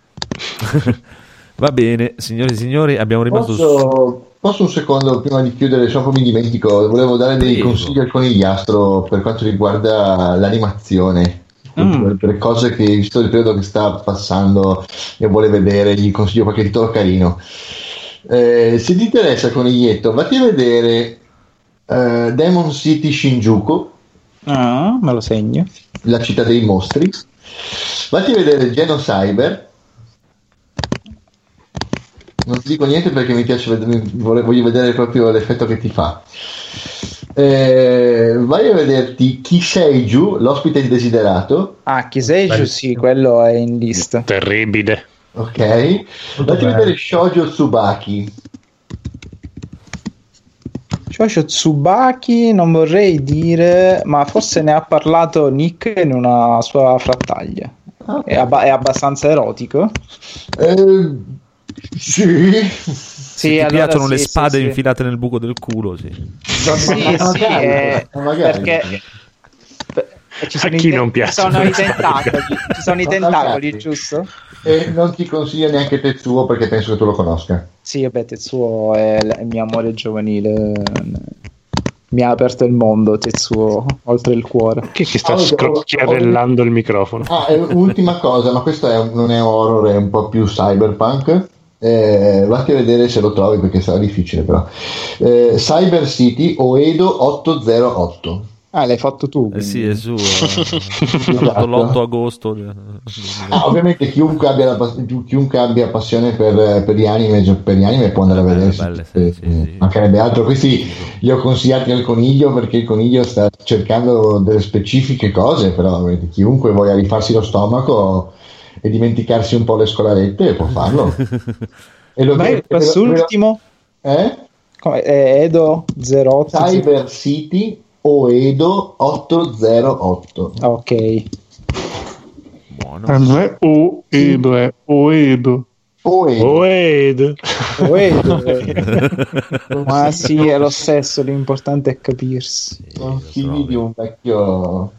Va bene, signori e signori, abbiamo rimasto... Posso un secondo prima di chiudere? Solo mi dimentico, volevo dare dei consigli al conigliastro per quanto riguarda l'animazione. Per cose che, visto il periodo che sta passando e vuole vedere, gli consiglio qualche titolo carino. Se ti interessa, coniglietto, vatti a vedere Demon City Shinjuku, me lo segno, la città dei mostri. Vatti a vedere Genocyber. Non ti dico niente perché mi piace, voglio vedere proprio l'effetto che ti fa. Vai a vederti Kiseiju, l'ospite indesiderato. Kiseiju, sì, quello è in lista. Terribile. Ok. Vatti a vedere Shoujo Tsubaki. Shoujo Tsubaki non vorrei dire, ma forse ne ha parlato Nick in una sua frattaglia. Okay. È abbastanza erotico. Sì. Se ti allora piacciono le spade infilate nel buco del culo, sì. Perché ci sono chi non piace. Ci sono i tentacoli, giusto? E non ti consiglio neanche Tetsuo perché penso che tu lo conosca. Sì, vabbè, Tetsuo è il mio amore giovanile. Mi ha aperto il mondo, Tetsuo, oltre il cuore. Chi sta scrocchiarellando il microfono? Ultima cosa, ma questo non è horror, è un po' più cyberpunk. Vatti a vedere se lo trovi perché sarà difficile, però. Cyber City Oedo 808. L'hai fatto tu? Sì, è su. L'8 agosto. Ovviamente chiunque abbia passione per gli anime può andare a vedere. Sì. Mancherebbe altro. Questi li ho consigliati al coniglio perché il coniglio sta cercando delle specifiche cose, però chiunque voglia rifarsi lo stomaco e dimenticarsi un po' le scolarette può farlo. E questo ultimo? Come, Edo 08 Cyber City o Edo 808. Ok. Buono. Non è Oedo, è Oedo. Oedo. Ma sì, è lo stesso, l'importante è capirsi. Sono figli di un vecchio.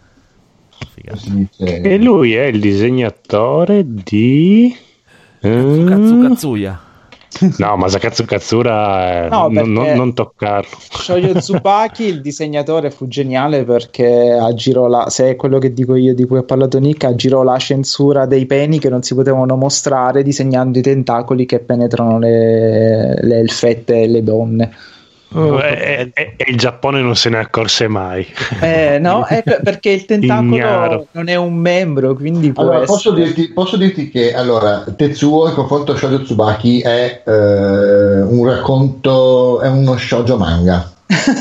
E lui è il disegnatore di Katsuya. No, Masakatsu Katsura No, non toccarlo. Shoyo Tsubaki, il disegnatore, fu geniale perché aggirò se è quello che dico io di cui ha parlato Nick, aggirò la censura dei peni che non si potevano mostrare disegnando i tentacoli che penetrano le elfette e le donne. E il Giappone non se ne accorse mai. No, è perché il tentacolo Ignaro. non è un membro, quindi può Allora, essere... posso dirti che Tetsuo in confronto a Shoujo Tsubaki è un racconto, è uno shoujo manga.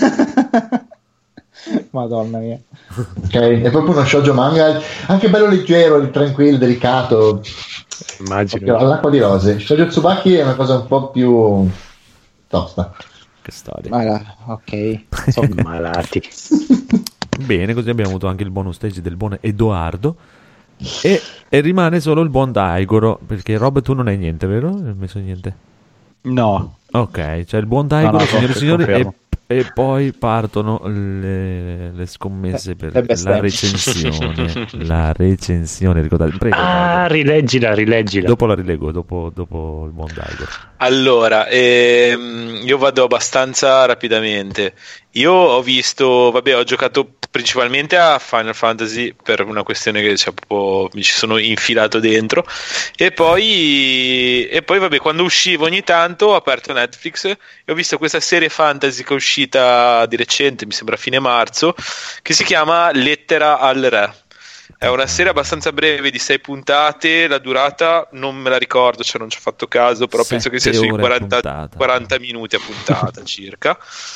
Madonna mia. Okay? È proprio uno shoujo manga, anche bello leggero, tranquillo, delicato. Immagino. All'acqua di rose. Shoujo Tsubaki è una cosa un po' più tosta. Che storia. Ok. Sono malati. Bene, così abbiamo avuto anche il bonus stage del buon Edoardo. E rimane solo il buon Daigoro. Perché Rob, tu non hai niente, vero? Non hai messo niente? No. Ok, c'è il buon Daigoro, No, signore e signori. confermo. E poi partono le scommesse per la recensione. La recensione, ricordate. Prego, rileggila. dopo la rilego, dopo il buon Daigoro. Allora, io vado abbastanza rapidamente. Io ho giocato principalmente a Final Fantasy per una questione che mi ci sono infilato dentro, e poi vabbè, quando uscivo ogni tanto ho aperto Netflix e ho visto questa serie fantasy che è uscita di recente, mi sembra a fine marzo, che si chiama Lettera al Re. È una serie abbastanza breve di 6 puntate, la durata non me la ricordo, non ci ho fatto caso, però penso che sia sui 40 minuti a puntata circa.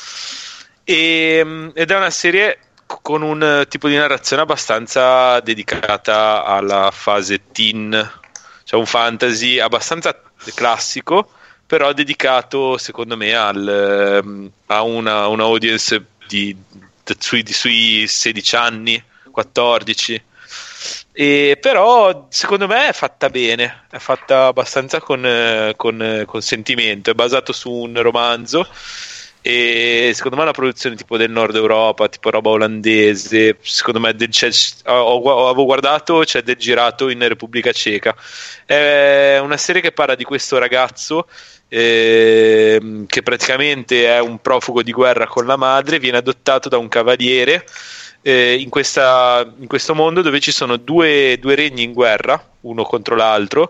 Ed è una serie con un tipo di narrazione abbastanza dedicata alla fase teen, cioè un fantasy abbastanza classico, però dedicato secondo me a una audience sui 16 anni, 14. Però secondo me è fatta bene, è fatta abbastanza con sentimento, è basato su un romanzo e secondo me è una produzione tipo del nord Europa, tipo roba olandese. Secondo me avevo guardato, c'è del girato in Repubblica Ceca. È una serie che parla di questo ragazzo che praticamente è un profugo di guerra con la madre, viene adottato da un cavaliere in questo mondo dove ci sono due regni in guerra, uno contro l'altro.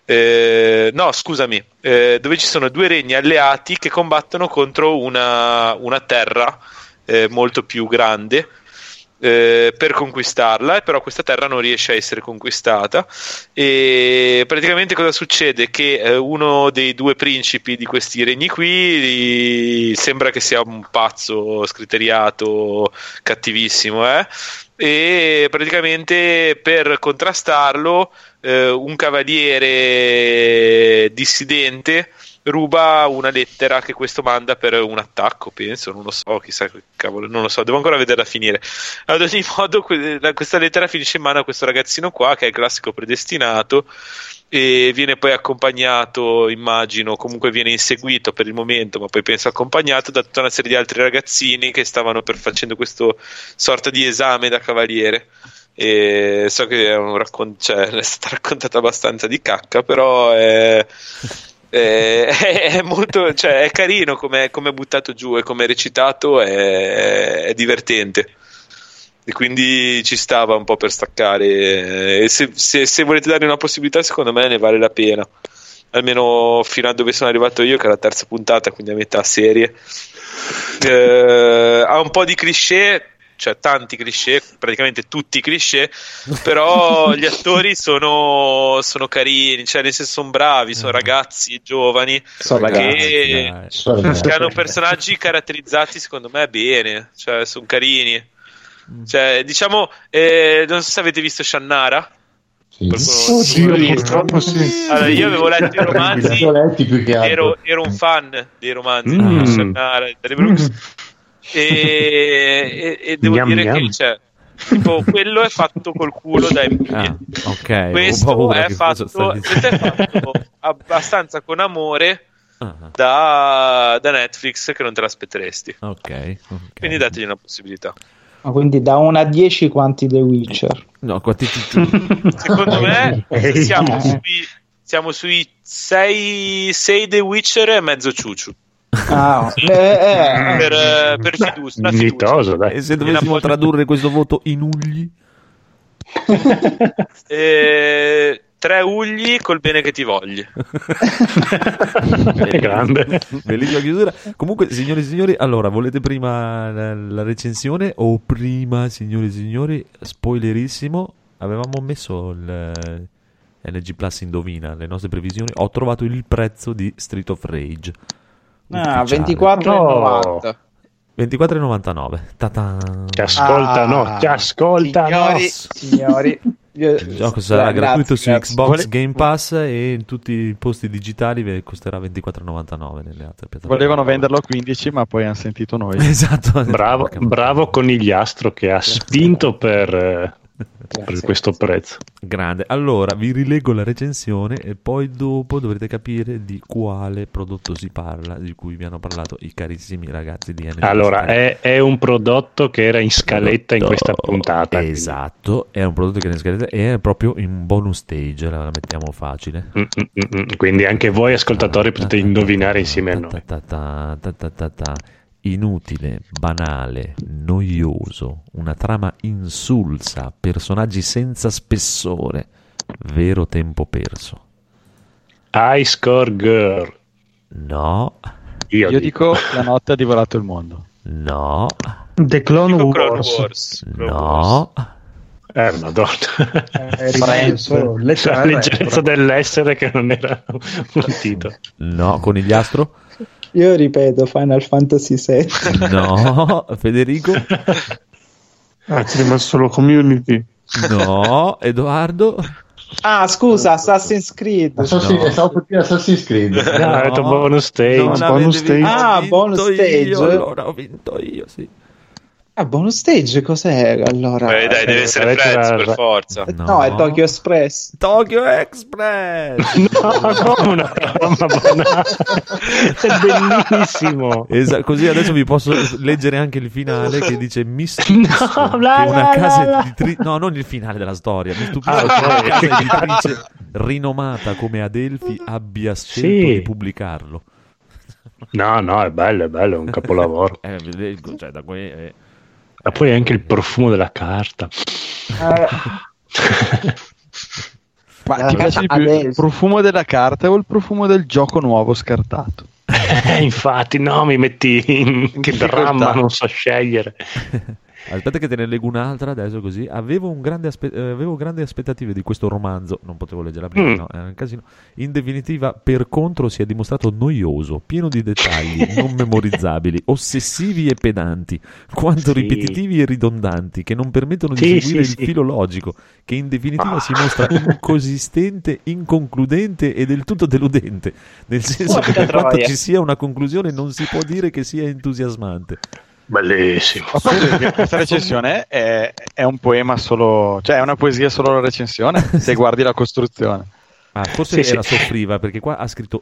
Dove ci sono due regni alleati che combattono contro una terra molto più grande per conquistarla, però questa terra non riesce a essere conquistata, e praticamente cosa succede? Che uno dei due principi di questi regni qui sembra che sia un pazzo scriteriato, cattivissimo, e praticamente per contrastarlo un cavaliere dissidente ruba una lettera che questo manda per un attacco, penso, non lo so, chissà che cavolo, non lo so, devo ancora vederla finire. Ad ogni modo questa lettera finisce in mano a questo ragazzino qua, che è il classico predestinato, e viene poi accompagnato, immagino, comunque viene inseguito per il momento, ma poi penso accompagnato da tutta una serie di altri ragazzini che stavano facendo questo sorta di esame da cavaliere. E so che è è stata raccontata abbastanza di cacca, però è molto, è carino come è buttato giù e come è recitato, è divertente, e quindi ci stava un po' per staccare, e se volete dargli una possibilità, secondo me ne vale la pena, almeno fino a dove sono arrivato io, che è la terza puntata, quindi a metà serie. Ha un po' di cliché, cioè tanti cliché, praticamente tutti i cliché, però gli attori sono carini, cioè nel senso sono bravi, sono ragazzi giovani che hanno personaggi caratterizzati secondo me bene, cioè sono carini, cioè diciamo non so se avete visto Shannara. Oddio, purtroppo sì. Allora, io avevo letto i romanzi, ero un fan dei romanzi di Shannara, e devo dire che tipo, quello è fatto col culo dai moglie. Questo è fatto abbastanza con amore da Netflix, che non te l'aspetteresti. Quindi dategli una possibilità. Quindi da 1 a 10 quanti The Witcher? No, quanti secondo me siamo sui 6 The Witcher e mezzo ciuciu. Per fiducia. Dai. E se dovessimo tradurre questo voto in ugli? 3 ugli col bene che ti voglio. Grande. Bellissima chiusura. Comunque, signori e signori, allora, volete prima la recensione o prima, signori e signori, spoilerissimo, avevamo messo il LG Plus indovina le nostre previsioni, ho trovato il prezzo di Street of Rage. 24,90. 24,99. Ti ascoltano. Signori. Il gioco sarà gratuito su Xbox Game Pass e in tutti i posti digitali costerà 24,99 nelle altre piattaforme. Volevano venderlo a 15, ma poi hanno sentito noi. Esatto. Bravo Conigliastro che ha spinto per questo prezzo. Grande. Allora vi rilego la recensione e poi dopo dovrete capire di quale prodotto si parla, di cui vi hanno parlato i carissimi ragazzi di NG. Allora è un prodotto che era in scaletta in questa puntata. Esatto, è un prodotto che era in scaletta e è proprio in bonus stage, la mettiamo facile. Quindi anche voi ascoltatori potete indovinare insieme a noi. Inutile, banale, noioso, una trama insulsa, personaggi senza spessore, vero tempo perso. High Score Girl. No. Io dico La notte ha divorato il mondo. No. The Clone Wars. No. Madonna. La leggerezza dell'essere che non era un titolo. No, Conigliastro? Io ripeto, Final Fantasy VII. No, Federico? C'è rimasto solo Community. No, Edoardo? Scusa, Assassin's Creed. Stavo per dire Assassin's Creed. No, ho detto bonus stage. Bonus stage. Allora ho vinto io, sì. Bonus stage cos'è allora? Dai, deve essere Friends per forza. No, è Tokyo Express. Tokyo Express. No, come una roba buona. È bellissimo. Così adesso vi posso leggere anche il finale che dice mi stupisco che una casa editrice, no, non il finale della storia, mi stupisco che una casa editrice rinomata come Adelphi abbia scelto di pubblicarlo. No, è bello, è un capolavoro. Cioè, da qui ma poi anche il profumo della carta. Ma ti piace di più il profumo della carta o il profumo del gioco nuovo scartato? Infatti, no, mi metti in che dramma, non so scegliere. Aspetta che te ne leggo un'altra adesso così. Avevo grandi aspettative di questo romanzo, non potevo leggerla prima, no, era un casino. In definitiva, per contro si è dimostrato noioso, pieno di dettagli non memorizzabili, ossessivi e pedanti, quanto ripetitivi e ridondanti, che non permettono di seguire il filo logico, che in definitiva si mostra inconsistente, inconcludente e del tutto deludente, nel senso che per quanto ci sia una conclusione non si può dire che sia entusiasmante. Bellissimo. Questa recensione è un poema solo, cioè è una poesia solo la recensione, se guardi la costruzione. Forse era soffriva, perché qua ha scritto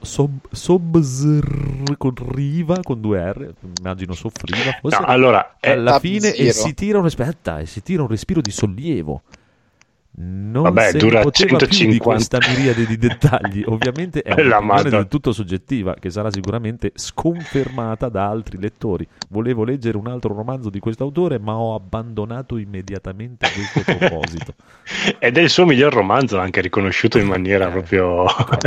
con riva con 2 R, immagino soffriva. Forse allora alla fine e si tira un respiro di sollievo. Non se dura ne poteva 150 più di questa miriade di dettagli. Ovviamente è un'opinione del tutto soggettiva, che sarà sicuramente sconfermata da altri lettori. Volevo leggere un altro romanzo di questo autore, ma ho abbandonato immediatamente questo proposito. Ed è il suo miglior romanzo, anche riconosciuto in maniera proprio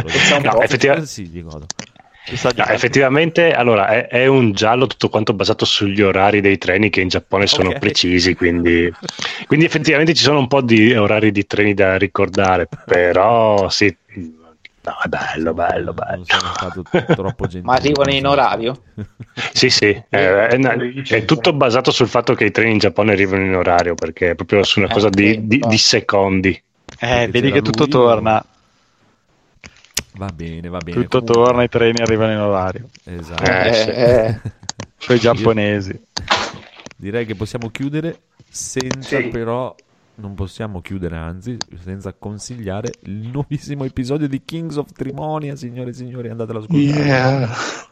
effettivamente allora è un giallo tutto quanto basato sugli orari dei treni che in Giappone sono precisi, quindi effettivamente ci sono un po' di orari di treni da ricordare, però sì, è bello. Non sono stato troppo gentile. Ma arrivano in orario? Sì, è tutto basato sul fatto che i treni in Giappone arrivano in orario, perché è proprio su una cosa di secondi. Vedi c'era che tutto lui, torna. Va bene. Tutto torna, i treni arrivano in orario. Esatto. Quei giapponesi. Direi che possiamo chiudere senza però... Non possiamo chiudere, anzi, senza consigliare il nuovissimo episodio di Kings of Trimonia, signore e signori, andatelo ad ascoltare.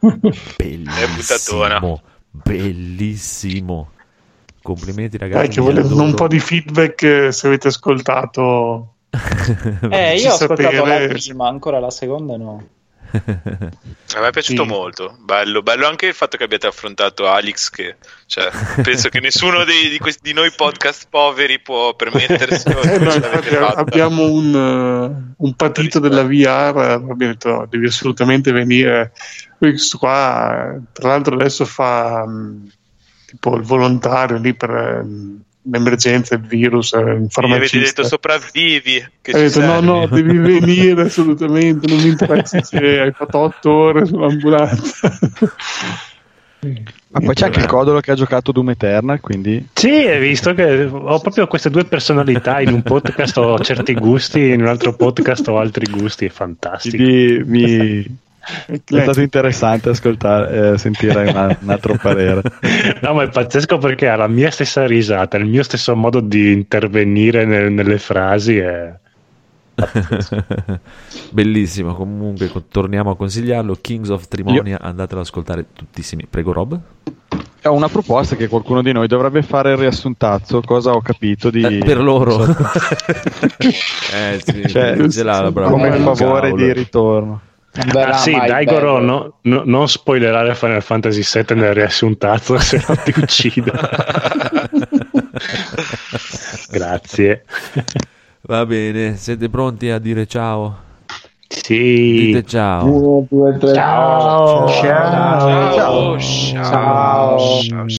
Bellissimo. Complimenti ragazzi. Che volevo un po' di feedback se avete ascoltato. Io ho ascoltato la prima, ancora la seconda no. A me è piaciuto molto, bello anche il fatto che abbiate affrontato Alex, che penso che nessuno di noi podcast poveri può permettersi. Abbiamo un patito della VR, abbiamo detto devi assolutamente venire. Questo qua tra l'altro adesso fa tipo il volontario lì per l'emergenza, il virus, il farmacista. Avete detto sopravvivi, che hai detto no, devi venire assolutamente, non mi interessa se hai fatto 8 ore sull'ambulanza. Ma poi c'è anche il Codolo che ha giocato Doom Eternal, quindi sì, hai visto che ho proprio queste due personalità, in un podcast ho certi gusti, in un altro podcast ho altri gusti, è fantastico. È stato interessante ascoltare, sentire un altro parere. No, ma è pazzesco perché ha la mia stessa risata, il mio stesso modo di intervenire nelle frasi. È bellissimo. Comunque torniamo a consigliarlo. Kings of Trimonia, andatelo ad ascoltare tuttissimi. Prego Rob. Ho una proposta che qualcuno di noi dovrebbe fare il riassuntazzo. Cosa ho capito di per loro? Come favore di ritorno. Sì, Daigoro, non spoilerare Final Fantasy VII nel riassuntazzo, se no ti uccido. Grazie. Va bene, siete pronti a dire ciao? Sì. Dite ciao. 1, 2, 3. Ciao. Ciao. Ciao.